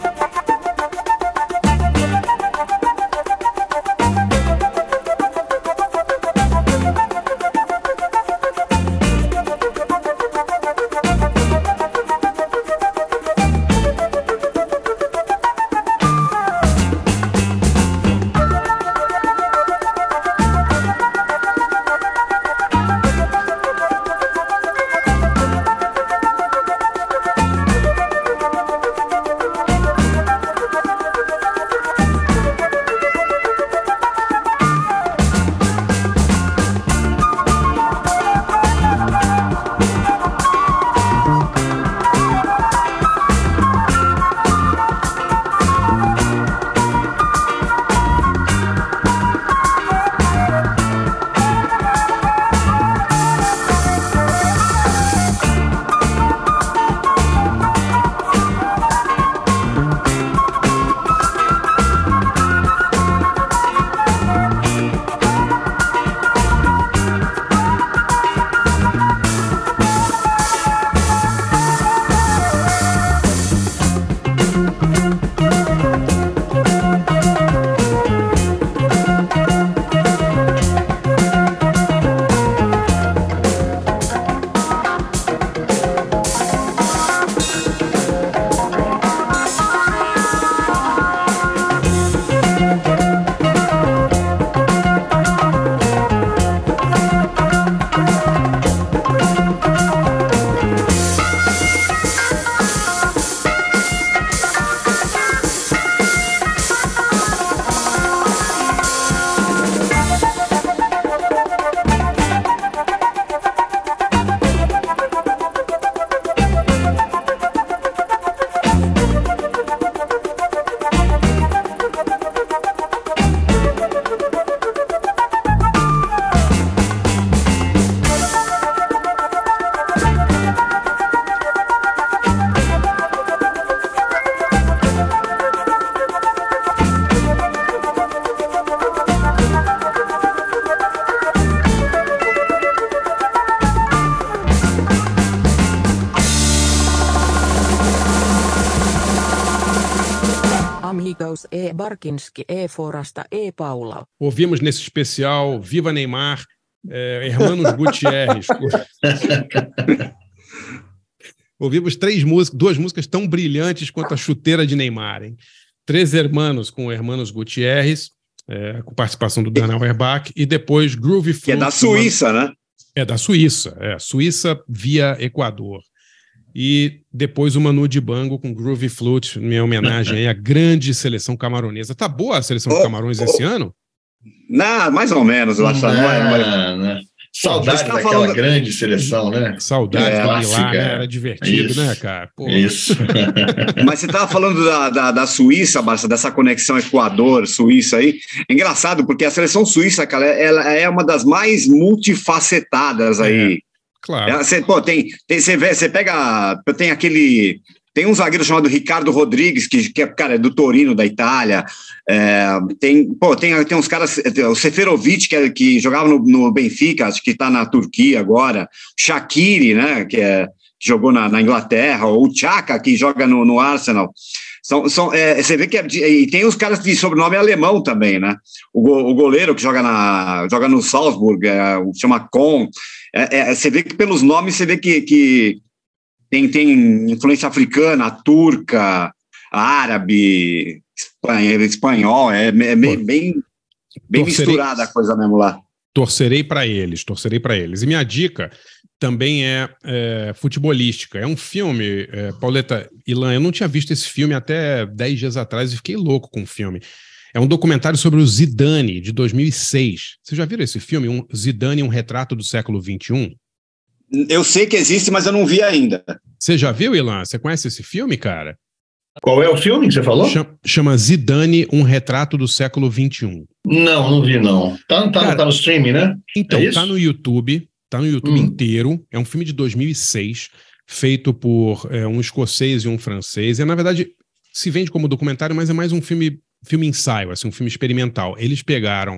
Amigos e Barkinski e Forasta e Paula. Ouvimos nesse especial Viva Neymar, é, Hermanos Gutierrez. Ouvimos três músicas, duas músicas tão brilhantes quanto a chuteira de Neymar, hein? Três Hermanos com Hermanos Gutierrez, é, com participação do Dan Auerbach, e depois Groovy Flute. Que é da Suíça, uma... né? É da Suíça, é. Suíça via Equador. E depois o Manu Dibango com Groovy Flute, minha homenagem aí à grande seleção camaronesa. Tá boa a seleção oh, de Camarões oh. esse ano? Não, mais ou menos, eu acho. Não, não é, mas... não. Saudade tá daquela falando... grande seleção, né? Saudade é, do Milá, né? Era divertido, isso, né, cara? Pô. Isso. Mas você estava falando da, da, da Suíça, Barça, dessa conexão Equador-Suíça aí. É engraçado, porque a seleção suíça, cara, ela é uma das mais multifacetadas aí. É, claro. Ela, você, pô, tem, tem, você, vê, você pega... Tem aquele... Tem um zagueiro chamado Ricardo Rodrigues, que, que é, cara, é do Torino, da Itália. É, tem, pô, tem, tem uns caras... O Seferovic, que, é, que jogava no, no Benfica, acho que está na Turquia agora. Shaqiri, né, que, é, que jogou na, na Inglaterra. O Xhaka, que joga no, no Arsenal. São, são, é, você vê que... É, e tem os caras de sobrenome alemão também, né? O, go, o goleiro que joga, na, joga no Salzburg, é, chama Kohn. É, é, você vê que pelos nomes, você vê que... que Tem, tem influência africana, turca, árabe, espanhol, espanhol é, é bem, bem, bem misturada a coisa mesmo lá. Torcerei para eles, torcerei para eles. E minha dica também é, é futebolística. É um filme, é, Pauleta, Ilan, eu não tinha visto esse filme até dez dias atrás e fiquei louco com o filme. É um documentário sobre o Zidane, de dois mil e seis. Vocês já viram esse filme? Um Zidane, um retrato do século vinte e um? Eu sei que existe, mas eu não vi ainda. Você já viu, Ilan? Você conhece esse filme, cara? Qual é o filme que você falou? Chama, chama Zidane, um retrato do século vinte e um. Não, não vi, não. Tá, tá, cara, tá no streaming, né? Então, é tá no YouTube. Tá no YouTube hum. inteiro. É um filme de dois mil e seis, feito por é, um escocês e um francês. E, na verdade, se vende como documentário, mas é mais um filme, filme ensaio, assim, um filme experimental. Eles pegaram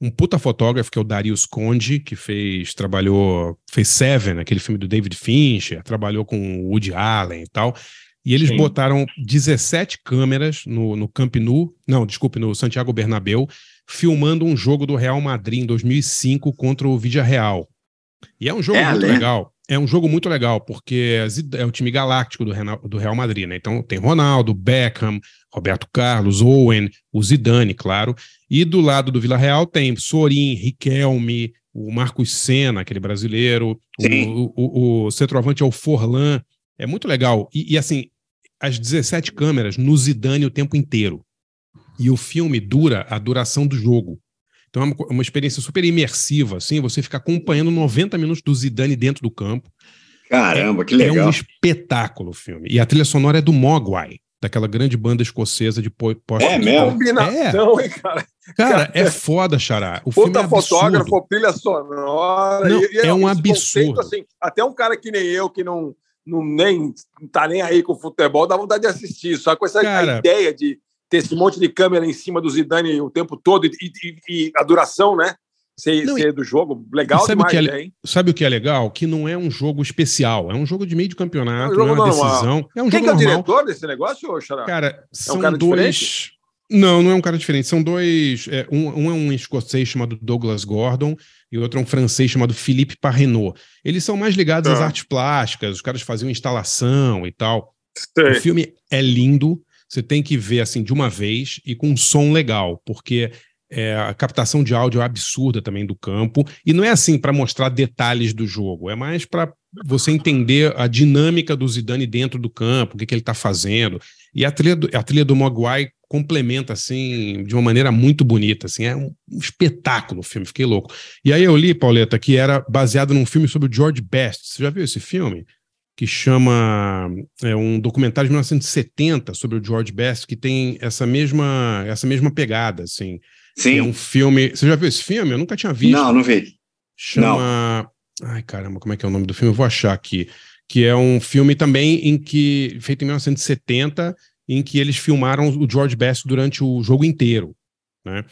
um puta fotógrafo, que é o Darius Conde, que fez, trabalhou, fez Seven, aquele filme do David Fincher, trabalhou com o Woody Allen e tal. E eles Sim. botaram dezessete câmeras no, no Camp Nou, não, desculpe, no Santiago Bernabéu, filmando um jogo do Real Madrid em dois mil e cinco contra o Villarreal. E é um jogo é, muito né? legal. É um jogo muito legal, porque é o time galáctico do Real, do Real Madrid, né? Então tem Ronaldo, Beckham, Roberto Carlos, Owen, o Zidane, claro. E do lado do Villarreal tem Sorin, Riquelme, o Marcos Senna, aquele brasileiro, o, o, o centroavante é o Forlan. É muito legal. E, e assim, as dezessete câmeras no Zidane o tempo inteiro. E o filme dura a duração do jogo. Então é uma, uma experiência super imersiva, assim, você fica acompanhando noventa minutos do Zidane dentro do campo. Caramba, é, que legal. É um espetáculo o filme. E a trilha sonora é do Mogwai, daquela grande banda escocesa de pós... É mesmo? Combinação, é. hein, cara? Cara, é foda, Xará. O Puta filme é fotógrafo, trilha sonora. Não, e, e é um esse absurdo. Conceito, assim, até um cara que nem eu, que não, não, nem, não tá nem aí com o futebol, dá vontade de assistir. Só com essa cara, a ideia de ter esse monte de câmera em cima do Zidane o tempo todo e, e, e a duração, né? Ser, não, ser do jogo, legal sabe demais, o que é, né, hein? Sabe o que é legal? Que não é um jogo especial, é um jogo de meio de campeonato, é um não é uma normal. decisão. É um Quem jogo que é o normal. diretor desse negócio, Xará? Cara, são é um cara dois... diferente? Não, não é um cara diferente. São dois... É, um, um é um escocês chamado Douglas Gordon e o outro é um francês chamado Philippe Parrenot. Eles são mais ligados ah. às artes plásticas, os caras faziam instalação e tal. Sei. O filme é lindo. Você tem que ver assim de uma vez e com um som legal, porque é, a captação de áudio é absurda também do campo, e não é assim para mostrar detalhes do jogo, é mais para você entender a dinâmica do Zidane dentro do campo, o que, que ele está fazendo. E a trilha do, a trilha do Mogwai complementa assim de uma maneira muito bonita, assim, é um, um espetáculo o filme, fiquei louco. E aí eu li, Pauleta, que era baseado num filme sobre o George Best. Você já viu esse filme? Que chama é, um documentário de mil novecentos e setenta sobre o George Best, que tem essa mesma, essa mesma pegada, assim. Sim. É um filme... Você já viu esse filme? Eu nunca tinha visto. Não, não vi. Chama... Não. Ai, caramba, como é que é o nome do filme? Eu vou achar aqui. Que é um filme também em que... feito em mil novecentos e setenta, em que eles filmaram o George Best durante o jogo inteiro, né?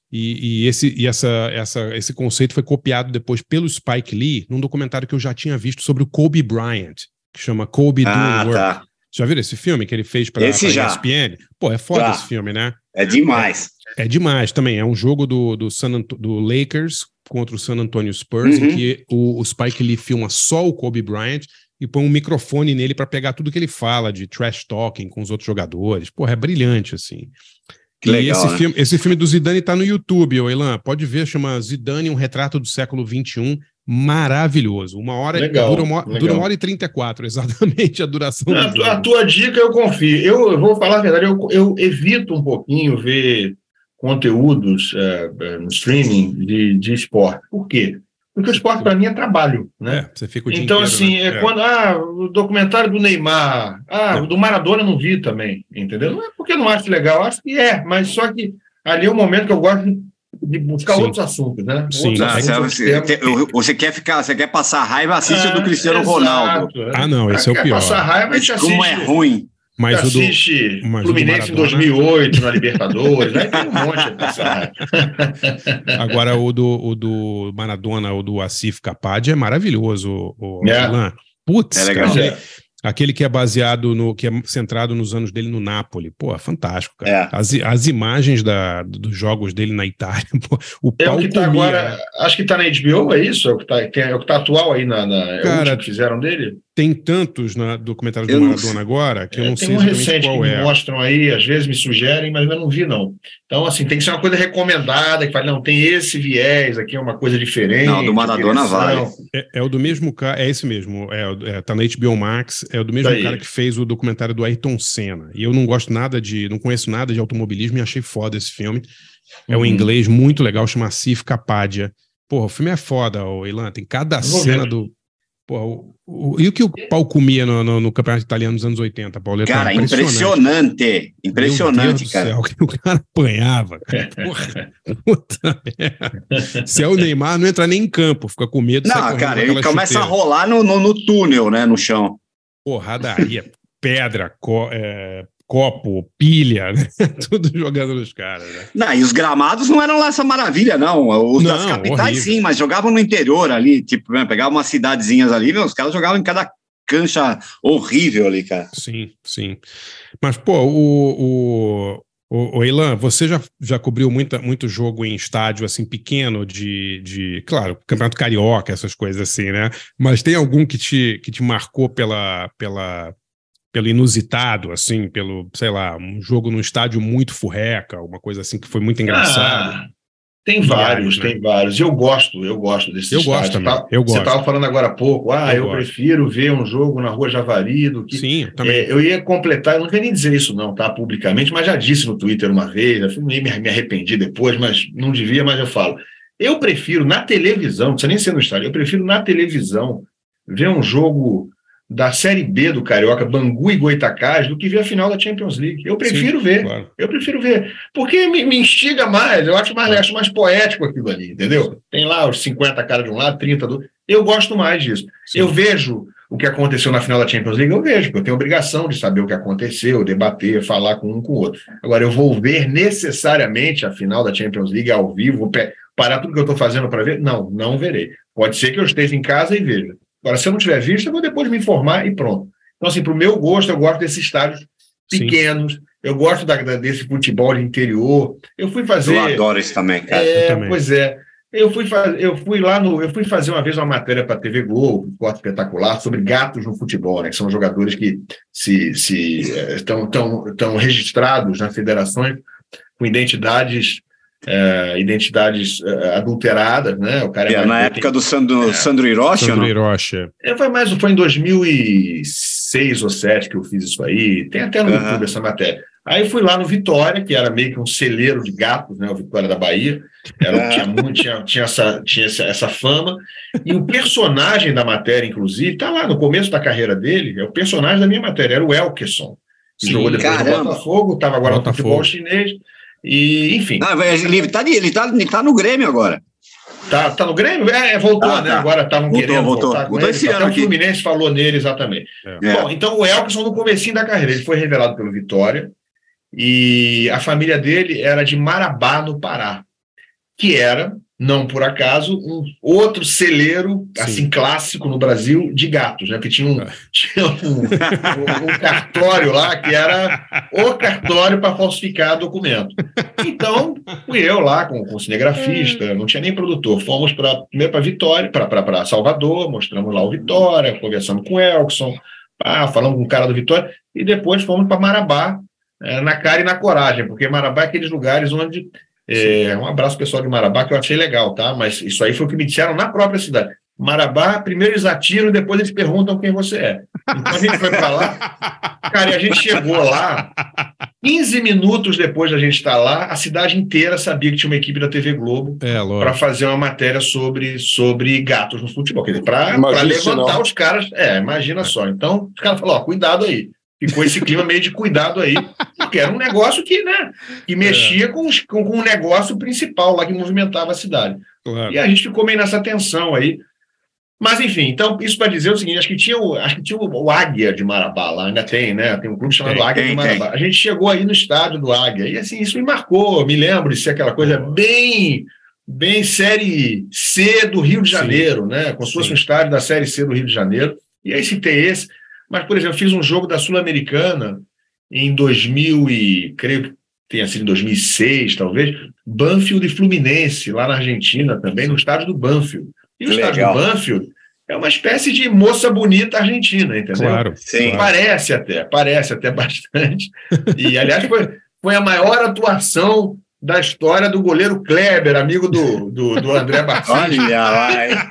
E, e, esse, e essa, essa, esse conceito foi copiado depois pelo Spike Lee num documentário que eu já tinha visto sobre o Kobe Bryant, que chama Kobe ah, Doing tá. Work. Já viram esse filme que ele fez para a E S P N? Pô, é foda já. Esse filme, né? É demais. É, é demais também. É um jogo do, do, San Ant- do Lakers contra o San Antonio Spurs, uhum. em que o, o Spike Lee filma só o Kobe Bryant e põe um microfone nele para pegar tudo que ele fala de trash talking com os outros jogadores. Pô, é brilhante, assim. Que e legal, esse, né? filme, esse filme do Zidane tá no YouTube, ô Elan. Pode ver, chama Zidane, um retrato do século vinte e um. Maravilhoso. Uma hora, legal, dura, uma, legal. dura uma hora e trinta e quatro, exatamente a duração a, do a tua dica eu confio. Eu, eu vou falar a verdade, eu, eu evito um pouquinho ver conteúdos uh, no streaming de, de esporte. Por quê? Porque o esporte para mim é trabalho, né? É, você fica o dia então, inteiro, assim, né? é, é quando ah, o documentário do Neymar, ah, é. o do Maradona eu não vi também, entendeu? Não é porque eu não acho legal, acho que é, mas só que ali é o momento que eu gosto de buscar Sim. outros assuntos, né? Sim. Outros Não, assuntos, você, você, você quer ficar, você quer passar raiva, assiste ah, o do Cristiano exato, Ronaldo. É. Ah, não, esse é o quer pior. Passar raiva, a gente assiste, como é ruim. Mas o do, assiste mas Fluminense o do em dois mil e oito, na Libertadores, aí tem um monte de passar. Agora, o do, o do Maradona, o do Asif Kapadia é maravilhoso, o, o é. Alan. Putz, é legal. cara, aquele, aquele que é baseado no, que é centrado nos anos dele no Napoli. Pô, é fantástico, cara. É. As, as imagens da, dos jogos dele na Itália, pô, o É pau o que tá comia, agora, né? acho que tá na H B O, é isso? É o que tá, é o que tá atual aí na, na é o Cara, último que fizeram dele? Tem tantos na documentários Eu do não Maradona sei. agora que eu É, não tem sei um exatamente recente qual que é. me mostram aí, às vezes me sugerem, mas eu não vi, não. Então, assim, tem que ser uma coisa recomendada, que fala, não, tem esse viés aqui, é uma coisa diferente. Não, do Maradona direção. vale. É, é o do mesmo cara, é esse mesmo, é, é, tá na H B O Max, é o do mesmo Daí. cara que fez o documentário do Ayrton Senna. E eu não gosto nada de, não conheço nada de automobilismo e achei foda esse filme. É um Uhum. inglês muito legal, chama Asif Kapadia. Porra, o filme é foda, ô Ilan, tem cada vou cena ver. do... Porra, o, o, e o que o pau comia no, no, no campeonato italiano nos anos oitenta, Paulo? Cara, impressionante. Impressionante, Meu Deus cara. do céu, que o cara apanhava. Cara. Porra, puta merda. Se é o Neymar, não entra nem em campo, fica com medo. sai Não, correndo cara, com ele aquela começa chuteira. a rolar no, no, no túnel, né, no chão. Porradaria, pedra, co- é, copo, pilha, né? Tudo jogando nos caras, né? Não, e os gramados não eram lá essa maravilha, não. Os Não, das capitais, horrível. sim, mas jogavam no interior ali, tipo, né, pegavam umas cidadezinhas ali, meu, os caras jogavam em cada cancha horrível ali, cara. Sim, sim. Mas, pô, o, o, o, o Eilan, você já, já cobriu muita, muito jogo em estádio, assim, pequeno, de, de, claro, Campeonato Carioca, essas coisas assim, né? Mas tem algum que te, que te marcou pela, pela, pelo inusitado, assim, pelo, sei lá, um jogo num estádio muito furreca, uma coisa assim que foi muito engraçado? Ah, tem Milhares, vários, né? tem vários. Eu gosto, eu gosto desses Eu gosto estádios. também, Tá- eu Você gosto. estava falando agora há pouco, ah, Eu eu, gosto. prefiro ver um jogo na Rua Javari do que... Sim, eu também. É, eu ia completar, eu não queria nem dizer isso não, tá, publicamente, mas já disse no Twitter uma vez, eu me, me arrependi depois, mas não devia, mas eu falo. Eu prefiro na televisão, não precisa nem ser no estádio, eu prefiro na televisão ver um jogo da Série B do Carioca, Bangu e Goitacás, do que ver a final da Champions League. Eu prefiro Sim, ver, claro. eu prefiro ver, porque me, me instiga mais, eu acho mais, acho mais poético aquilo ali, entendeu? Tem lá os cinquenta caras de um lado, trinta do outro, eu gosto mais disso. Sim. Eu vejo o que aconteceu na final da Champions League, eu vejo, porque eu tenho obrigação de saber o que aconteceu, debater, falar com um com o outro. Agora, eu vou ver necessariamente a final da Champions League ao vivo, vou pe- parar tudo que eu estou fazendo para ver? Não, não verei. Pode ser que eu esteja em casa e veja. Agora, se eu não tiver visto, eu vou depois me informar e pronto. Então, assim, para o meu gosto, eu gosto desses estádios pequenos, eu gosto da, da- desse futebol de interior. Eu fui fazer... Eu adoro isso também, cara. É, Eu também. pois é. Eu fui, faz... eu fui lá no. Eu fui fazer uma vez uma matéria para a T V Globo, um corte espetacular, sobre gatos no futebol, né? Que são jogadores que se, se, eh, estão, estão, estão registrados nas federações com identidades, eh, identidades eh, adulteradas, né? O cara é É, mais na novo, época tem- do Sandro, É. Sandro Hiroshi, ou Sandro não? Hiroshi. é, foi mais, foi em dois mil e seis ou sete que eu fiz isso aí. Tem até no Aham. YouTube essa matéria. Aí fui lá no Vitória, que era meio que um celeiro de gatos, né? O Vitória da Bahia. Era, Aham. tinha muito, tinha, tinha, essa, tinha essa, essa fama. E o personagem da matéria, inclusive, está lá no começo da carreira dele. É o personagem da minha matéria, era o Elkeson. Que Sim, jogou depois caramba. no Botafogo, estava agora Botafogo. no futebol chinês. E, enfim. Não, ele está ele tá, ele tá no Grêmio agora. Tá, tá no Grêmio? É, é, voltou, Ah, né? tá. Agora estavam Voltou, querendo voltou. voltar com Voltou ele. esse Até ano o aqui. Fluminense falou nele exatamente. É. É. Bom, então o Elkeson no comecinho da carreira, ele foi revelado pelo Vitória e a família dele era de Marabá, no Pará, que era, não por acaso, um outro celeiro, Sim. assim, clássico no Brasil de gatos, né? Que tinha um, É. tinha um, um- um cartório lá que era o cartório para falsificar documento. Então, fui eu lá com, com o cinegrafista, não tinha nem produtor. Fomos pra, primeiro para Vitória, para Salvador, mostramos lá o Vitória, conversamos com o Elkson, pá, falamos com o cara do Vitória, e depois fomos para Marabá, eh, na cara e na coragem, porque Marabá é aqueles lugares onde. É, um abraço pessoal de Marabá, que eu achei legal, tá? Mas isso aí foi o que me disseram na própria cidade. Marabá, primeiro eles atiram e depois eles perguntam quem você é. Então a gente foi para lá, cara, e a gente chegou lá, quinze minutos depois da gente estar lá, a cidade inteira sabia que tinha uma equipe da T V Globo É, para lógico. fazer uma matéria sobre, sobre gatos no futebol. Quer dizer, para Imagina isso, levantar não. os caras. É, imagina só. Então, os caras falaram, ó, cuidado aí. Ficou esse clima meio de cuidado aí, porque era um negócio que, né, que mexia com, os- com, com o negócio principal lá que movimentava a cidade. Claro. E a gente ficou meio nessa tensão aí. Mas, enfim, então, isso para dizer o seguinte, acho que tinha o, acho que tinha o, o Águia de Marabá lá, ainda tem, né? Tem um clube chamado Tem, Águia tem, de Marabá. A gente chegou aí no estádio do Águia, e assim, isso me marcou, me lembro de ser aquela coisa bem, bem série C do Rio de Sim. Janeiro, né? Como se fosse Sim. um estádio da série C do Rio de Janeiro. E aí citei esse, mas, por exemplo, fiz um jogo da Sul-Americana em dois mil e, creio que tenha sido em dois mil e seis, talvez, Banfield e Fluminense, lá na Argentina também, no estádio do Banfield. E o Que estádio legal. do Banfield é uma espécie de moça bonita argentina, entendeu? Claro. Sim. claro. Parece até, parece até bastante. E, aliás, foi, foi a maior atuação da história do goleiro Kleber, amigo do, do, do André Batista. Olha lá. hein?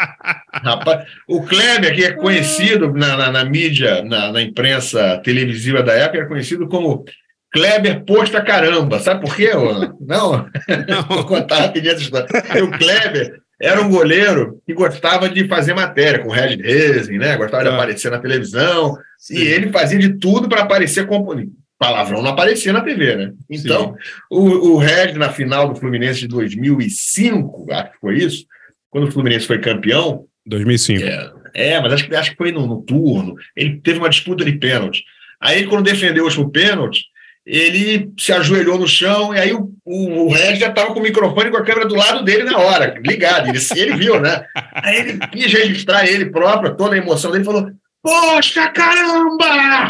Rapaz, o Kleber, que é conhecido na, na, na mídia, na, na imprensa televisiva da época, era conhecido como Kleber posta caramba. Sabe por quê? ô? Não? Vou contar rapidinho essa história. O Kleber era um goleiro que gostava de fazer matéria com o Regis Rezin, né? Gostava de Ah. aparecer na televisão. Sim. E ele fazia de tudo para aparecer como... Palavrão não aparecia na T V, né? Então, o, o Regis, na final do Fluminense de dois mil e cinco, acho que foi isso, quando o Fluminense foi campeão, dois mil e cinco. é, é, mas acho que, acho que foi no, no turno. Ele teve uma disputa de pênalti. Aí, quando defendeu o último pênalti, ele se ajoelhou no chão e aí o, o, o Regis já estava com o microfone e com a câmera do lado dele na hora, ligado. Ele, ele viu, né? Aí ele quis registrar ele próprio, toda a emoção dele, falou: poxa, caramba!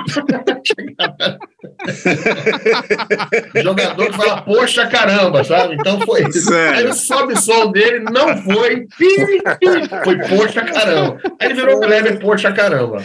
Jogador que fala, poxa, caramba, sabe? Então foi isso. Aí o sobe som dele não foi, foi poxa, caramba. Aí ele virou Kleber, poxa, caramba.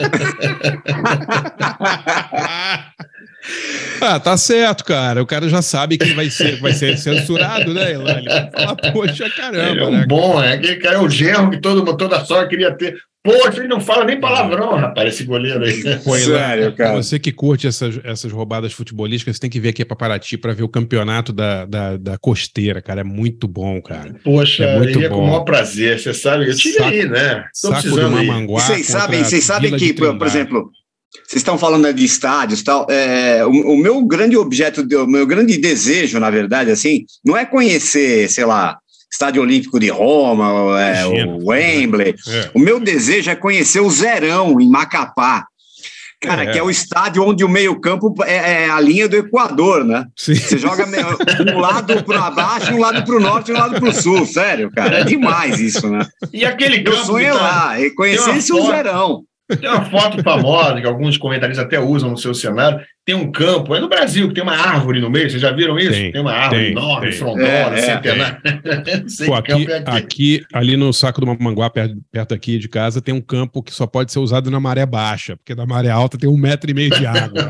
Ah, tá certo, cara. O cara já sabe que vai ser, vai ser censurado, né, Elan? Ele vai falar, poxa, caramba. Ele é um né, bom, é aquele cara é o genro que todo, toda sorte queria ter. Poxa, ele não fala nem palavrão, rapaz, esse goleiro aí. Pô, Sério, cara. Você que curte essas, essas roubadas futebolísticas, você tem que vir aqui para Paraty para ver o campeonato da, da, da Costeira, cara. É muito bom, cara. Poxa, é muito iria bom. com o maior prazer, você sabe. Eu tive saco, aí, né? Tô saco precisando do ir. Mamanguá. E vocês sabem, vocês sabem que, por, por exemplo, vocês estão falando de estádios e tal. É, o, o meu grande objeto, o meu grande desejo, na verdade, assim, não é conhecer, sei lá, Estádio Olímpico de Roma, é, o Wembley. É. O meu desejo é conhecer o Zerão, em Macapá. Cara, é. que é o estádio onde o meio-campo é, é a linha do Equador, né? Sim. Você joga um lado para baixo, um lado para o norte e um lado para o sul. Sério, cara. É demais isso, né? E aquele campo. Eu sonho tá... lá, e conhecer esse foto... Zerão. Tem uma foto famosa que alguns comentaristas até usam no seu cenário. Tem um campo, é no Brasil, que tem uma árvore no meio. Vocês já viram isso? Tem, tem uma árvore tem, enorme, tem. frondona, é, centenária. É, Pô, aqui, é aqui. aqui, ali no Saco do Mamanguá, perto, perto aqui de casa, tem um campo que só pode ser usado na maré baixa, porque na maré alta tem um metro e meio de água.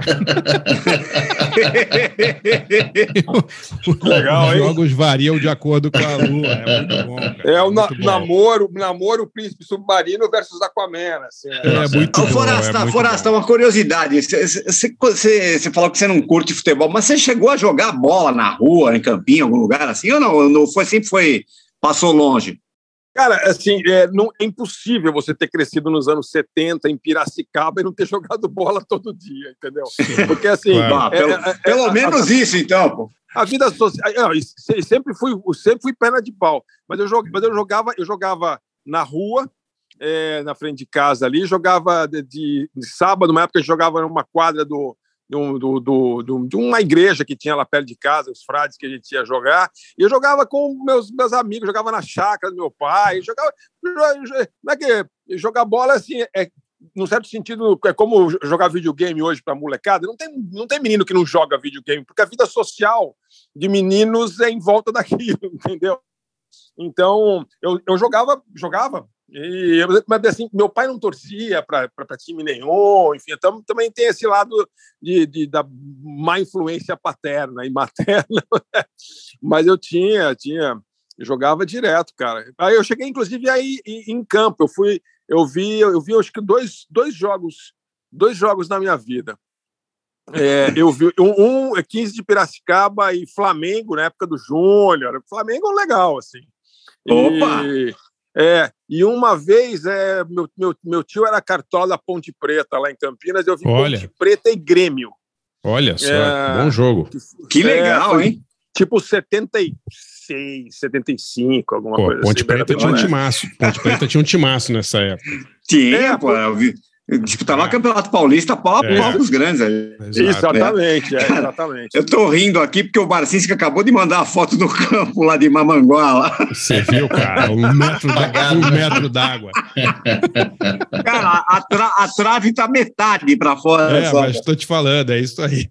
Legal, Os hein? jogos variam de acordo com a lua. É muito bom, cara. É o é na, namoro, namoro Príncipe Submarino versus Aquaman. Assim, é, é muito oh, bom. Forasta, é muito Forasta, bom. uma curiosidade. Você falou que você não curte futebol, mas você chegou a jogar bola na rua, em Campinho, em algum lugar assim, ou não? não foi, sempre foi, passou longe? Cara, assim, é, não, é impossível você ter crescido nos anos setenta em Piracicaba e não ter jogado bola todo dia, entendeu? Porque assim... Claro. É, pelo é, é, pelo é, menos a, isso, então, pô. A vida social... Eu sempre fui, sempre fui perna de pau, mas eu, jog, mas eu, jogava, eu jogava na rua, é, na frente de casa ali, jogava de, de, de sábado, numa época a gente jogava numa quadra do... Do, do, do, do, de uma igreja que tinha lá perto de casa, os frades que a gente ia jogar, e eu jogava com meus, meus amigos, jogava na chácara do meu pai, jogava, não é que jogar bola assim, é, num certo sentido, é como jogar videogame hoje para molecada, não tem, não tem menino que não joga videogame, porque a vida social de meninos é em volta daquilo, entendeu? Então, eu, eu jogava, jogava, E, mas assim, meu pai não torcia para time nenhum, enfim, então, também tem esse lado de, de, da má influência paterna e materna, mas eu tinha, tinha, eu jogava direto, cara. Aí eu cheguei, inclusive, aí em, em campo, eu fui, eu vi, eu vi, acho que dois, dois jogos, dois jogos na minha vida. É, eu vi um, um quinze de Piracicaba e Flamengo na época do Júnior. Flamengo é legal, assim. Opa! E, É, e uma vez, é, meu, meu, meu tio era cartola da Ponte Preta, lá em Campinas, eu vi Olha. Ponte Preta e Grêmio. Olha só, É, bom jogo. Que legal, é, hein? Tipo setenta e seis, setenta e cinco, alguma Pô, coisa Ponte assim. Preta tinha um timaço. Ponte Preta tinha um timaço nessa época. Tinha, É, pô. Eu vi. Disputava é. Campeonato Paulista pau a pau É. com os grandes aí. Exato. Exatamente, é, Cara, exatamente. Eu tô rindo aqui porque o Barcinski acabou de mandar a foto do campo lá de Mamanguá. Lá. Você viu, cara? Um metro d'água. Um metro d'água. Cara, a, tra a trave tá metade pra fora. É, só. mas tô te falando, é isso aí.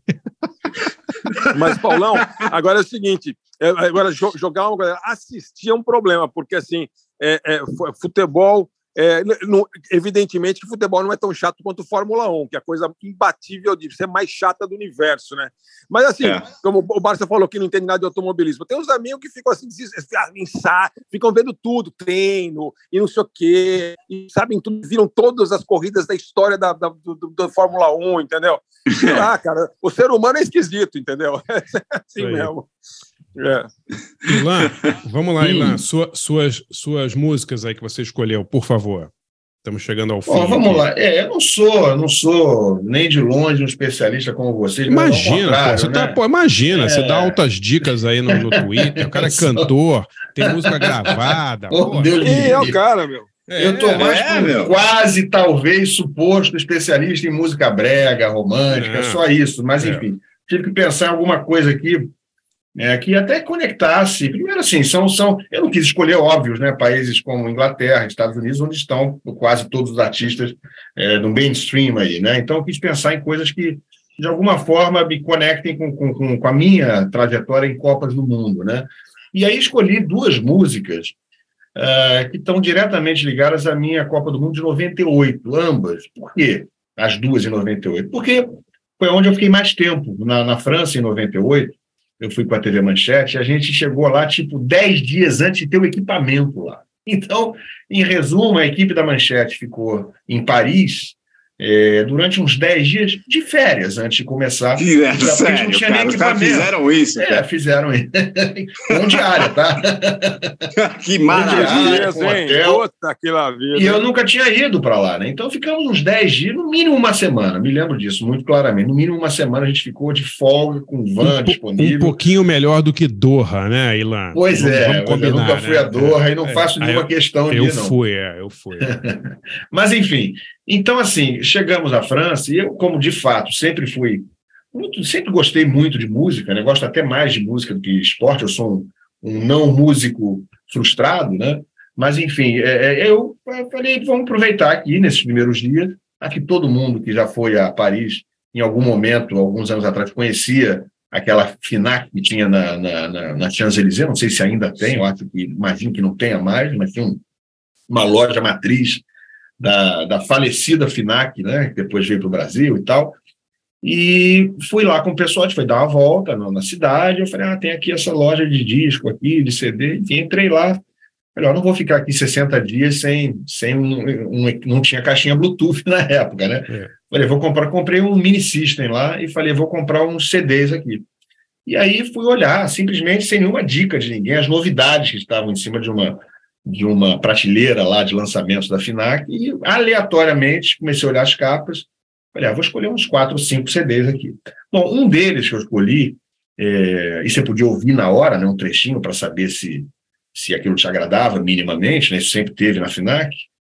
Mas, Paulão, agora é o seguinte, é, agora jo jogar uma coisa, assistir é um problema, porque assim, é, é, futebol, é, não, evidentemente que futebol não é tão chato quanto Fórmula um, que é a coisa imbatível de ser mais chata do universo, né? Mas assim, é. como o Barça falou que não entende nada de automobilismo, tem uns amigos que ficam assim, ficam vendo tudo, treino e não sei o quê, e sabem tudo, viram todas as corridas da história da, da, do, do Fórmula um, entendeu? Sei lá, cara, o ser humano é esquisito, entendeu? É assim mesmo. É. Ilan, vamos lá, Ilan. Sua, suas, suas músicas aí que você escolheu, por favor. Estamos chegando ao fim. Oh, vamos aqui. lá. É, eu não sou, eu não sou nem de longe um especialista como vocês. Imagina, mas pô, você né? tá, pô, imagina, é. você dá altas dicas aí no, no Twitter, o cara é cantor, tem música gravada. Oh, pô, Deus Quem é o cara, meu? É, eu estou mais é, um quase, talvez, suposto especialista em música brega, romântica, é. só isso. Mas, enfim, é. tive que pensar em alguma coisa aqui é, que até conectasse. Primeiro, assim, são, são, eu não quis escolher óbvios, né? Países como Inglaterra, Estados Unidos, onde estão quase todos os artistas é, do mainstream aí, né? Então, eu quis pensar em coisas que, de alguma forma, me conectem com, com, com a minha trajetória em Copas do Mundo, né? E aí escolhi duas músicas Uh, que estão diretamente ligadas à minha Copa do Mundo de noventa e oito, ambas. Por quê? As duas em noventa e oito. Porque foi onde eu fiquei mais tempo. Na, na França, em noventa e oito, eu fui com a T V Manchete, e a gente chegou lá, tipo, dez dias antes de ter o equipamento lá. Então, em resumo, a equipe da Manchete ficou em Paris é, durante uns dez dias de férias antes de começar. É, sério, não tinha cara, nem equipamento. Fizeram isso. É, cara. fizeram isso. Com diária, tá? Que maravilha. Com hotel. E eu nunca tinha ido para lá, né? Então ficamos uns dez dias, no mínimo uma semana. Me lembro disso muito claramente. No mínimo uma semana a gente ficou de folga, com van um, disponível. Um pouquinho melhor do que Doha, né, Ilan? Pois vamos, é, vamos combinar, eu nunca fui né? a Doha é, e não é, faço é, nenhuma eu, questão eu de ir, não. Fui, é, eu fui, Mas, enfim, então, assim, chegamos à França e eu, como de fato, sempre fui, muito, sempre gostei muito de música, né? Gosto até mais de música do que esporte, eu sou um, um não músico frustrado, né? Mas, enfim, é, é, eu falei, vamos aproveitar aqui, nesses primeiros dias, aqui todo mundo que já foi a Paris, em algum momento, alguns anos atrás, conhecia aquela FINAC que tinha na, na, na, na Champs-Élysées, não sei se ainda tem, eu acho que, imagino que não tenha mais, mas tinha um, uma loja matriz da, da falecida FINAC, né, que depois veio para o Brasil e tal, e fui lá com o pessoal, a gente foi dar uma volta na, na cidade, eu falei, ah, tem aqui essa loja de disco aqui, de C D, e entrei lá, falei, ó, não vou ficar aqui sessenta dias sem, sem um, um, não tinha caixinha Bluetooth na época, né, é. Falei, vou comprar, comprei um mini system lá, e falei, vou comprar uns C Ds aqui, e aí fui olhar, simplesmente sem nenhuma dica de ninguém, as novidades que estavam em cima de uma de uma prateleira lá de lançamentos da FINAC, e aleatoriamente comecei a olhar as capas, falei, ah, vou escolher uns quatro ou cinco C Ds aqui. Bom, um deles que eu escolhi, é, e você podia ouvir na hora, né, um trechinho para saber se, se aquilo te agradava minimamente, né, isso sempre teve na FINAC,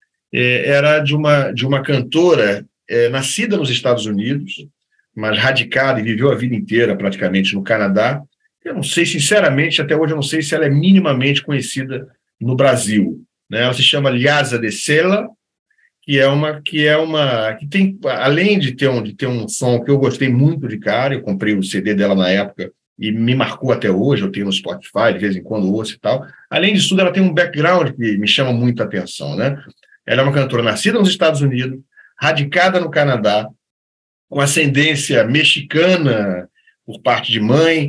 é, era de uma, de uma cantora é, nascida nos Estados Unidos, mas radicada e viveu a vida inteira praticamente no Canadá. Eu não sei, sinceramente, até hoje eu não sei se ela é minimamente conhecida no Brasil, né? Ela se chama Liasa de Sela, que é uma que é uma que tem, além de ter um de ter um som que eu gostei muito de cara, eu comprei o C D dela na época e me marcou até hoje, eu tenho no Spotify, de vez em quando ouço e tal. Além disso tudo, ela tem um background que me chama muita atenção, né? Ela é uma cantora nascida nos Estados Unidos, radicada no Canadá, com ascendência mexicana por parte de mãe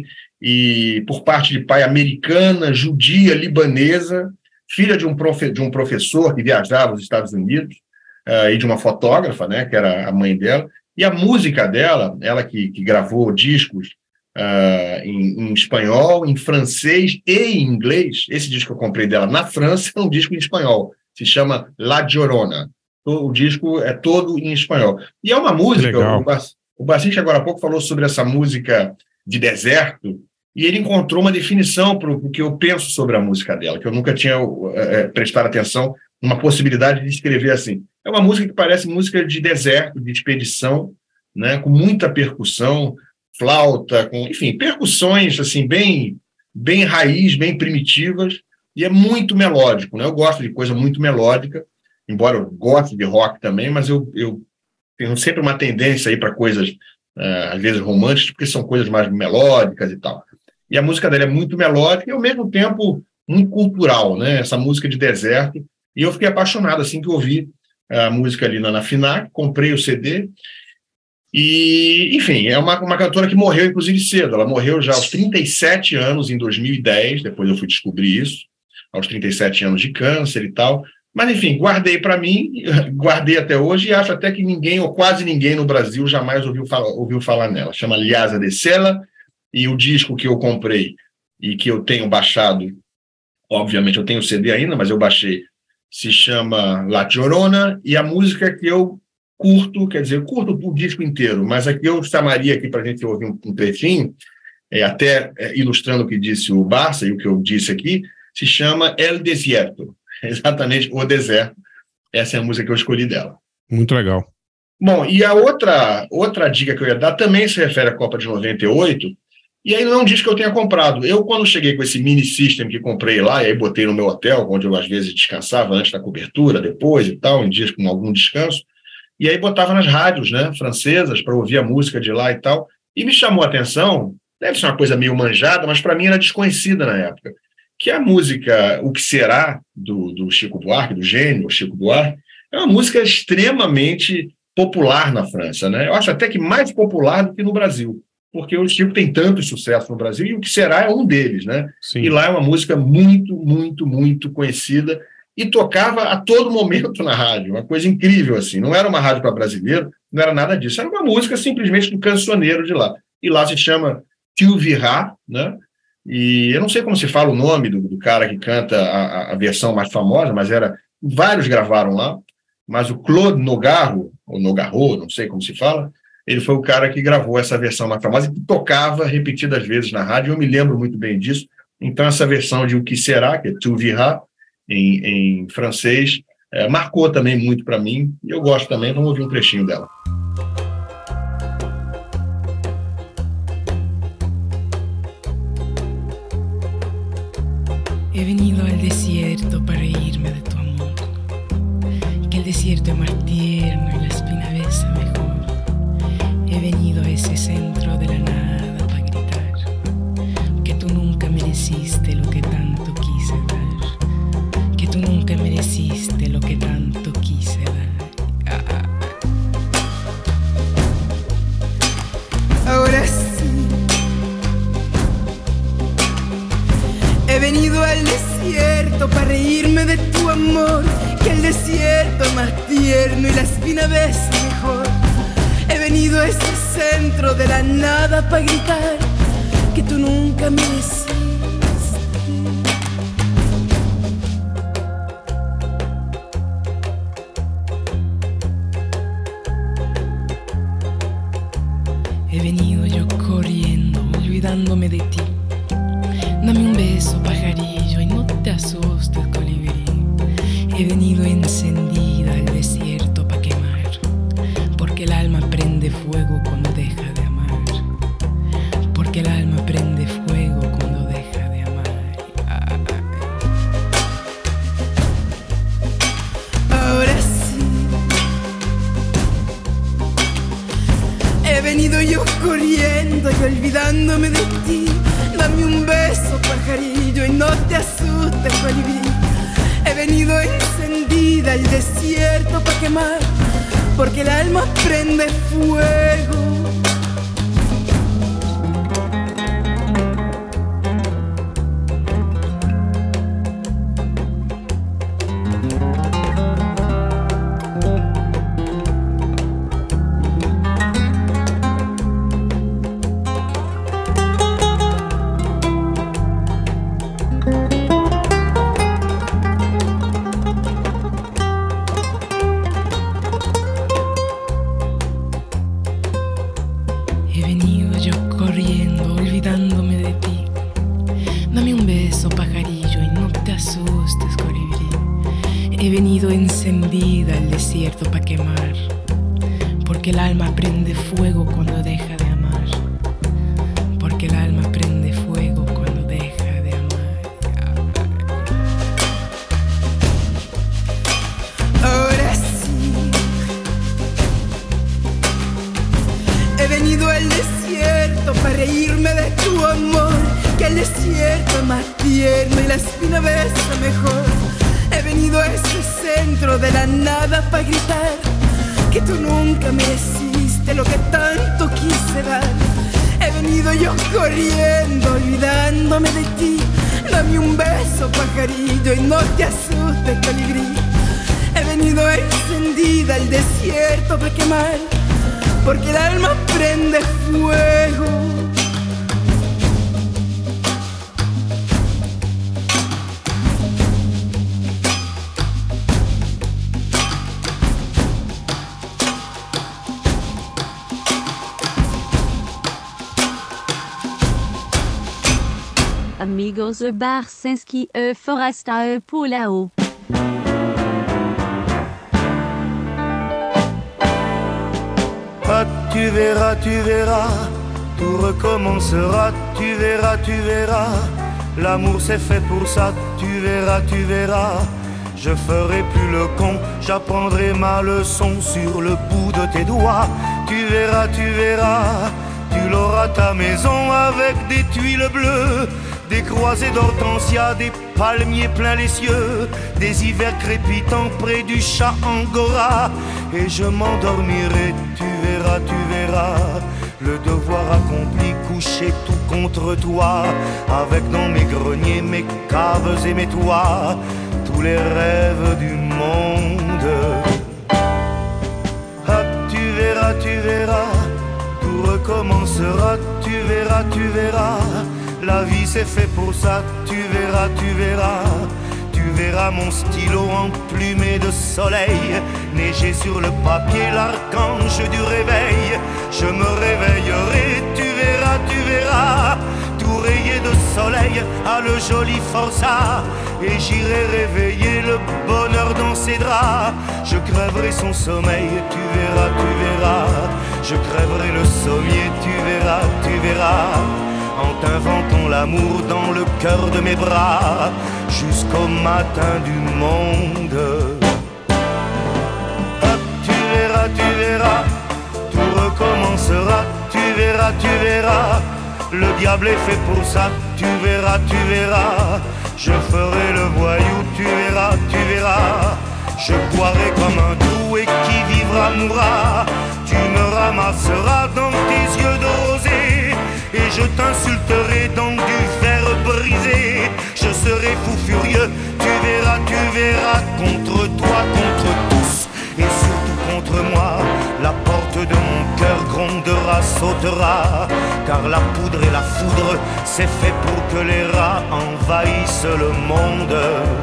e por parte de pai americana, judia, libanesa, filha de um, profe, de um professor que viajava aos Estados Unidos uh, e de uma fotógrafa, né, que era a mãe dela. E a música dela, ela que, que gravou discos uh, em, em espanhol, em francês e em inglês. Esse disco que eu comprei dela na França é um disco em espanhol, se chama La Llorona. O disco é todo em espanhol. E é uma música, o, o Bacinte agora há pouco falou sobre essa música de deserto, e ele encontrou uma definição para o que eu penso sobre a música dela, que eu nunca tinha é, prestado atenção, uma possibilidade de escrever assim. É uma música que parece música de deserto, de expedição, né, com muita percussão, flauta, com, enfim, percussões assim, bem, bem raiz, bem primitivas, e é muito melódico, né? Eu gosto de coisa muito melódica, embora eu goste de rock também, mas eu, eu tenho sempre uma tendência aí para coisas, uh, às vezes românticas, porque são coisas mais melódicas e tal. E a música dela é muito melódica e, ao mesmo tempo, muito cultural, né? Essa música de deserto. E eu fiquei apaixonado assim que ouvi a música ali na, na FINAC, comprei o C D. E, enfim, é uma, uma cantora que morreu, inclusive, cedo. Ela morreu já aos trinta e sete anos, em dois mil e dez, depois eu fui descobrir isso, aos trinta e sete anos de câncer e tal. Mas, enfim, guardei para mim, guardei até hoje, e acho até que ninguém, ou quase ninguém no Brasil, jamais ouviu falar, ouviu falar nela. Chama Liasa de Sela, e o disco que eu comprei e que eu tenho baixado, obviamente eu tenho o C D ainda, mas eu baixei, se chama La Llorona, e a música que eu curto, quer dizer, eu curto o disco inteiro, mas aqui eu chamaria aqui para a gente ouvir um, um trechinho, é, até é, ilustrando o que disse o Barça e o que eu disse aqui, se chama El Desierto, exatamente o deserto, essa é a música que eu escolhi dela. Muito legal. Bom, e a outra, outra dica que eu ia dar também se refere à Copa de noventa e oito, e aí não diz que eu tenha comprado. Eu, quando cheguei com esse mini system que comprei lá, e aí botei no meu hotel, onde eu às vezes descansava antes da cobertura, depois e tal, em dias com algum descanso, e aí botava nas rádios, né, francesas, para ouvir a música de lá e tal, e me chamou a atenção, deve ser uma coisa meio manjada, mas para mim era desconhecida na época, que a música O Que Será, do, do Chico Buarque, do gênio Chico Buarque, é uma música extremamente popular na França, né? Eu acho até que mais popular do que no Brasil, porque o Chico tem tanto sucesso no Brasil, e O Que Será é um deles, né? Sim. E lá é uma música muito, muito, muito conhecida, e tocava a todo momento na rádio, uma coisa incrível, assim, não era uma rádio para brasileiro, não era nada disso, era uma música simplesmente do cancioneiro de lá, e lá se chama Tu Verras, né? E eu não sei como se fala o nome do, do cara que canta a, a versão mais famosa, mas era, vários gravaram lá, mas o Claude Nogarro, ou Nogarro, não sei como se fala, ele foi o cara que gravou essa versão mais famosa e que tocava repetidas vezes na rádio, eu me lembro muito bem disso. Então essa versão de O Que Será, que é Tu Verras, em, em francês, é, marcou também muito para mim, e eu gosto também, vamos ouvir um trechinho dela. He venido al desierto para reírme de tu amor, que el desierto es más tierno y la espina besa mejor. He venido a ese centro de la nada para gritar que tú nunca mereciste lo que tanto quise dar, que tú nunca mereciste lo que tanto quise dar. Ah. Ahora sí, he venido al desierto para reírme de tu amor, que el desierto es más tierno y la espina besa mejor. He venido a ese centro de la nada para gritar que tú nunca mereciste. He venido yo corriendo, olvidándome de ti. Dame un beso, pajarillo, y no te asustes, colibrí. He venido encendida al desierto pa' quemar, porque el alma prende fuego cuando deja de amar, porque el alma prende fuego cuando deja de amar. Ah. Ahora sí, he venido yo corriendo y olvidándome de ti. Dame un beso, pajarillo, y no te asustes, colibrí. He venido encendida al desierto para quemar, porque el alma prende fuego. Amigos Barsinski e Forasta e Paulao. tu verras, tu verras, tout recommencera, tu verras, tu verras. L'amour c'est fait pour ça, tu verras, tu verras. Je ferai plus le con, j'apprendrai ma leçon sur le bout de tes doigts. Tu verras, tu verras, tu l'auras ta maison avec des tuiles bleues, des croisées d'hortensia, des palmiers plein les cieux, des hivers crépitants près du chat Angora. Et je m'endormirai, tu verras, tu verras, le devoir accompli, couché tout contre toi, avec dans mes greniers, mes caves et mes toits, tous les rêves du monde. Ah, tu verras, tu verras, tout recommencera, tu verras, tu verras. La vie c'est fait pour ça, tu verras, tu verras. Tu verras mon stylo emplumé de soleil, neiger sur le papier l'archange du réveil. Je me réveillerai, tu verras, tu verras, tout rayé de soleil à le joli forçat. Et j'irai réveiller le bonheur dans ses draps. Je crèverai son sommeil, tu verras, tu verras. Je crèverai le sommier, tu verras, tu verras. En t'inventant l'amour dans le cœur de mes bras, jusqu'au matin du monde. Hop, tu verras, tu verras, tout recommencera, tu verras, tu verras. Le diable est fait pour ça, tu verras, tu verras. Je ferai le voyou, tu verras, tu verras. Je boirai comme un trou et qui vivra mourra. Tu me ramasseras dans tes yeux de rosée, et je t'insulterai dans du fer brisé. Je serai fou furieux, tu verras, tu verras. Contre toi, contre tous, et surtout contre moi. La porte de mon cœur grondera, sautera, car la poudre et la foudre, c'est fait pour que les rats envahissent le monde.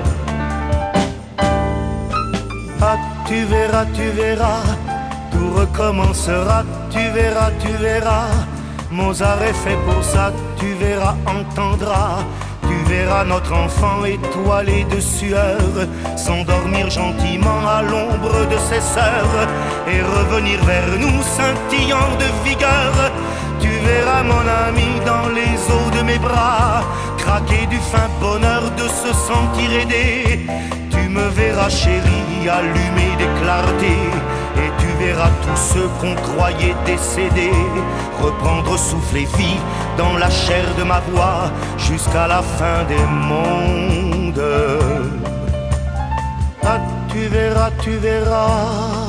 Ah, tu verras, tu verras, tout recommencera, tu verras, tu verras. Mozart est fait pour ça, tu verras, entendras. Tu verras notre enfant étoilé de sueur s'endormir gentiment à l'ombre de ses sœurs et revenir vers nous scintillant de vigueur. Tu verras mon ami dans les eaux de mes bras craquer du fin bonheur de se sentir aidé. Tu me verras chérie allumé des clartés, et tu verras tous ceux qu'on croyait décédés reprendre souffle et vie dans la chair de ma voix jusqu'à la fin des mondes. Ah, tu verras, tu verras.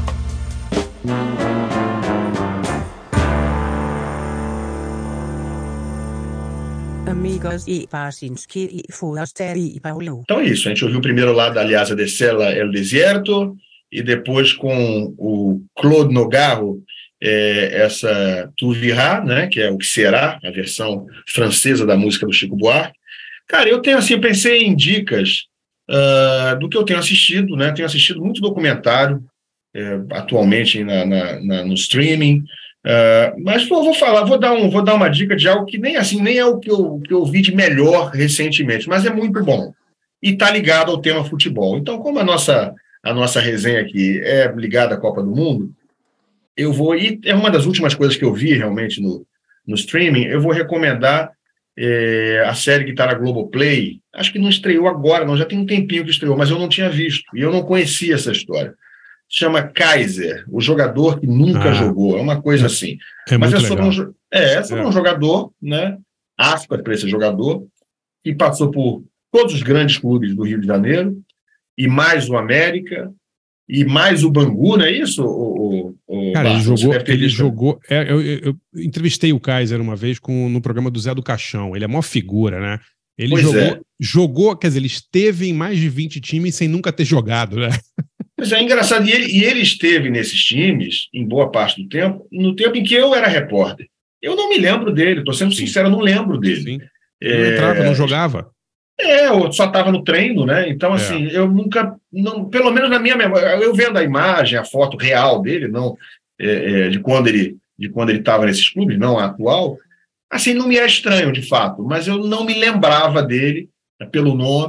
Amigos e Barsinski e Forasteri e Paulo. Então é isso, a gente ouviu primeiro lá da Alianza de Sela El Desierto, e depois com o Claude Nogarro, é, essa Tu Verras, né, que é o que será, a versão francesa da música do Chico Buarque. Cara, eu tenho assim, pensei em dicas uh, do que eu tenho assistido, né, tenho assistido muito documentário, é, atualmente na, na, na, no streaming, uh, mas pô, vou falar, vou dar, um, vou dar uma dica de algo que nem, assim, nem é o que eu, que eu vi de melhor recentemente, mas é muito bom, e está ligado ao tema futebol. Então, como a nossa... a nossa resenha aqui é ligada à Copa do Mundo, eu vou, e é uma das últimas coisas que eu vi realmente no, no streaming, eu vou recomendar é, a série que está na Globoplay, acho que não estreou agora, não, já tem um tempinho que estreou, mas eu não tinha visto, e eu não conhecia essa história. Se chama Kaiser, o jogador que nunca ah, jogou, é uma coisa assim. É mas muito é sobre, legal. um, é, é sobre é. um jogador, né, aspas para esse jogador, que passou por todos os grandes clubes do Rio de Janeiro, e mais o América, e mais o Bangu, não é isso? O, o, o Cara, Barça, ele jogou. Ele visto? jogou é, eu, eu, eu entrevistei o Kaiser uma vez com, no programa do Zé do Caixão. Ele é uma figura, né? Ele pois jogou, é. jogou, quer dizer, ele esteve em mais de vinte times sem nunca ter jogado, né? Mas é engraçado, e ele, e ele esteve nesses times, em boa parte do tempo, no tempo em que eu era repórter. Eu não me lembro dele, estou sendo Sim. sincero, eu não lembro dele. Sim. Ele é... não entrava, não jogava. É, eu só estava no treino, né? Então, assim, é. eu nunca, não, pelo menos na minha memória, eu vendo a imagem, a foto real dele, não é, é, de quando ele de quando ele estava nesses clubes, não a atual, assim, não me é estranho, de fato, mas eu não me lembrava dele, pelo nome,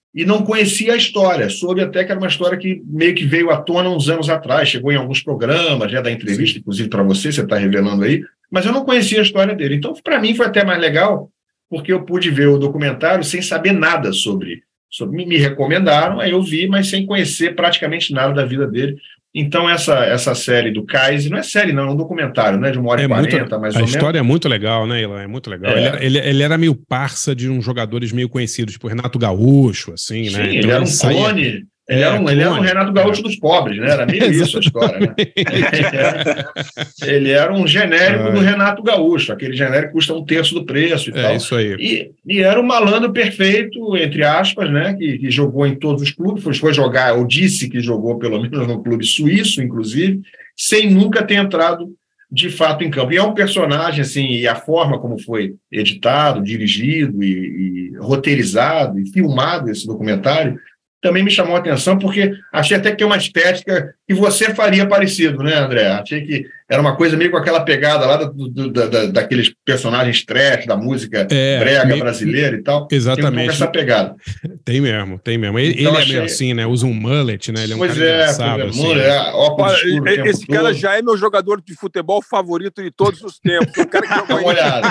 e não conhecia a história. Soube até que era uma história que meio que veio à tona uns anos atrás, chegou em alguns programas, já da entrevista, inclusive para você, você está revelando aí, mas eu não conhecia a história dele. Então, para mim, foi até mais legal, porque eu pude ver o documentário sem saber nada sobre. sobre me recomendaram, aí eu vi, mas sem conhecer praticamente nada da vida dele. Então, essa, essa série do Kaiser, não é série não, é um documentário, né, de uma hora e quarenta, mais ou menos. A história é muito legal, né, Ilan? É muito legal. É. Ele, ele, ele era meio parça de uns jogadores meio conhecidos, tipo Renato Gaúcho, assim, Sim, né? Sim, então, ele era um saía... clone... Ele, é, era um, clone, ele era um Renato Gaúcho é. dos pobres, né? Era meio isso a história, né? Ele era, ele era um genérico é. do Renato Gaúcho, aquele genérico que custa um terço do preço e é, tal. Isso aí. E, e era um malandro perfeito, entre aspas, né? Que, que jogou em todos os clubes, foi, foi jogar, ou disse que jogou pelo menos no clube suíço, inclusive, sem nunca ter entrado de fato em campo. E é um personagem, assim, e a forma como foi editado, dirigido e, e roteirizado e filmado esse documentário também me chamou a atenção, porque achei até que tem uma estética que você faria parecido, né, André? Achei que era uma coisa meio com aquela pegada lá do, do, da, daqueles personagens trash, da música é, brega meio, brasileira e tal. Exatamente. Tem um pouco essa pegada. Tem mesmo, tem mesmo. Ele, então, ele achei... é meio assim, né? Usa um mullet, né? Ele é um pois cara é, engraçado, pois é, assim. É, óculos escuro, Olha, esse cara todo. Já é meu jogador de futebol favorito de todos os tempos. O cara que jogou Dá uma olhada.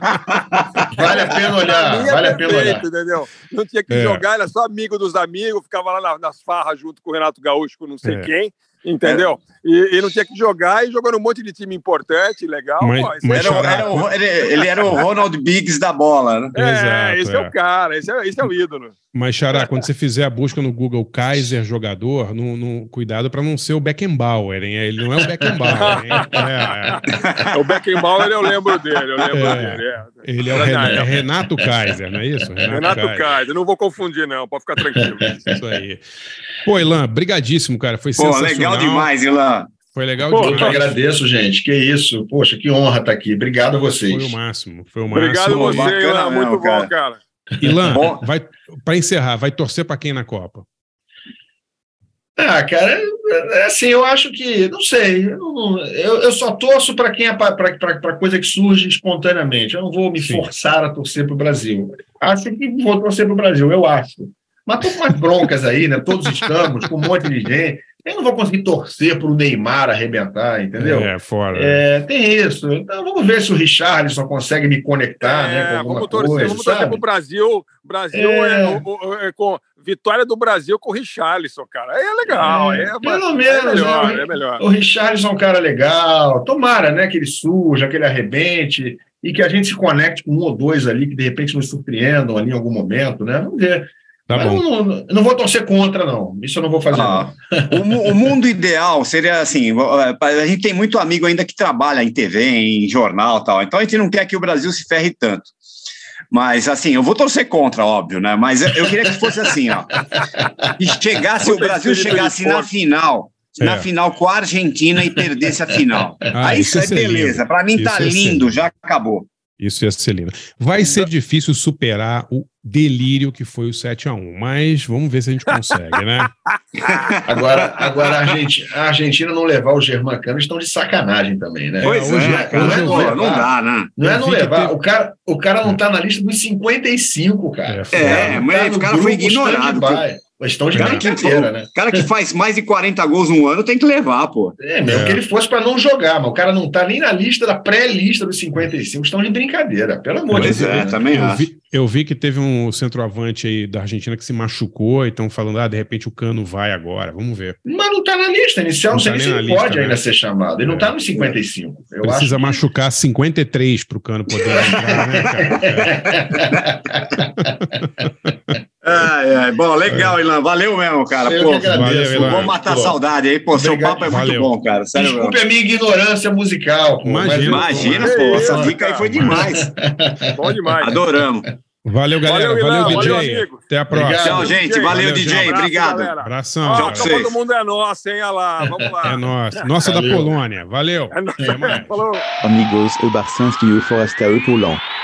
Vale a pena olhar, vale a pena olhar. Entendeu? Não tinha que é. jogar, era só amigo dos amigos, ficava lá na, nas farras junto com o Renato Gaúcho, com não sei é. quem. Entendeu? É. E, e não tinha que jogar e jogando um monte de time importante, legal. Mas, pô, mas era, era o, ele, ele era o Ronald Biggs da bola, né? É, Exato, esse é. é o cara, esse é, esse é o ídolo. Mas, Xará, quando você fizer a busca no Google Kaiser jogador, no, no, cuidado para não ser o Beckenbauer, hein? Ele não é o Beckenbauer, hein? É, é. O Beckenbauer eu lembro dele, eu lembro é. dele. É. Ele é o Renato, é Renato Kaiser, não é isso? Renato, Renato Kaiser. Kaiser, não vou confundir não, pode ficar tranquilo. Isso aí. Pô, Ilan, brigadíssimo, cara, foi Pô, sensacional. Legal demais, Ilan. Foi legal Pô, demais. Eu que agradeço, gente. Que isso. Poxa, que honra estar aqui. Obrigado a vocês. Foi o máximo. Foi o máximo. Obrigado a você, Bacana, Ilan. Muito não, bom, cara. cara. Ilan, vai, para encerrar, vai torcer para quem na Copa? Ah, cara, é assim, eu acho que, não sei, eu, eu, eu só torço para quem é para coisa que surge espontaneamente. Eu não vou me Sim. forçar a torcer para o Brasil. Acho que vou torcer para o Brasil, eu acho. Mas estou com umas broncas aí, né? Todos estamos, com um monte de gente. Eu não vou conseguir torcer para o Neymar arrebentar, entendeu? É, fora. É, tem isso. Então vamos ver se o Richarlison consegue me conectar, é, né? Com alguma vamos torcer, coisa, vamos torcer para o Brasil. Brasil é, é, é, é com vitória do Brasil com o Richarlison, cara. Aí é legal. É, é, pelo menos. É melhor, é, é melhor. O Richarlison é um cara legal. Tomara, né? Que ele surja, que ele arrebente e que a gente se conecte com um ou dois ali que de repente nos surpreendam ali em algum momento, né? Vamos ver. Tá Mas bom. Não, não, não vou torcer contra, não. Isso eu não vou fazer. Ah, o, o mundo ideal seria assim: a gente tem muito amigo ainda que trabalha em T V, em jornal e tal, então a gente não quer que o Brasil se ferre tanto. Mas, assim, eu vou torcer contra, óbvio, né? Mas eu queria que fosse assim, ó. E chegasse, o Brasil chegasse na final, é. na final com a Argentina e perdesse a final. Ah, Aí isso é beleza. Para mim tá lindo, já acabou. Isso ia ser lindo. Vai ser difícil superar o delírio que foi o sete a um, mas vamos ver se a gente consegue, né? Agora, agora a, Argentina, a Argentina não levar o Germancano estão de sacanagem também, né? Pois hoje, é, não, é não, levar, não dá, né? Não é não levar. Teve... O, cara, o cara não tá na lista dos cinquenta e cinco, cara. É, é mas tá o cara foi ignorado. Questão de brincadeira, né? O cara que faz mais de quarenta gols no ano tem que levar, pô. É, mesmo é. que ele fosse para não jogar, mas o cara não tá nem na lista da pré-lista dos cinquenta e cinco, estão de brincadeira, pelo amor de Deus. É, também eu acho. Vi, eu vi que teve um centroavante aí da Argentina que se machucou e estão falando, ah, de repente o Cano vai agora, vamos ver. Mas não tá na lista inicial, não, não sei tá nem se ele lista, pode né? ainda ser chamado, ele é. não tá nos cinquenta e cinco. Eu Precisa acho machucar que... cinquenta e três pro Cano poder entrar, né, cara? Ai, ai, bom, legal, Ilan, valeu mesmo, cara. Eu pô, agradeço, valeu, vou matar a saudade aí, pô, Obrigado. Seu papo é valeu. Muito bom, cara. Sério, Desculpe mesmo. a minha ignorância musical. Pô, imagina, imagina, pô, essa dica aí foi demais. Bom demais. Adoramos. Valeu, galera. Valeu, valeu, valeu D J. Valeu, Até a próxima. Obrigado. Tchau, gente. Valeu, valeu D J. Abraço, obrigado. Galera. Abração. Ó, tchau, todo mundo é nosso, hein? Olha lá. Vamos lá. É nossa. Nossa da Polônia. Valeu. É nossa. Falou. Amigos, o Barcinski e o Forasta e o Paulão.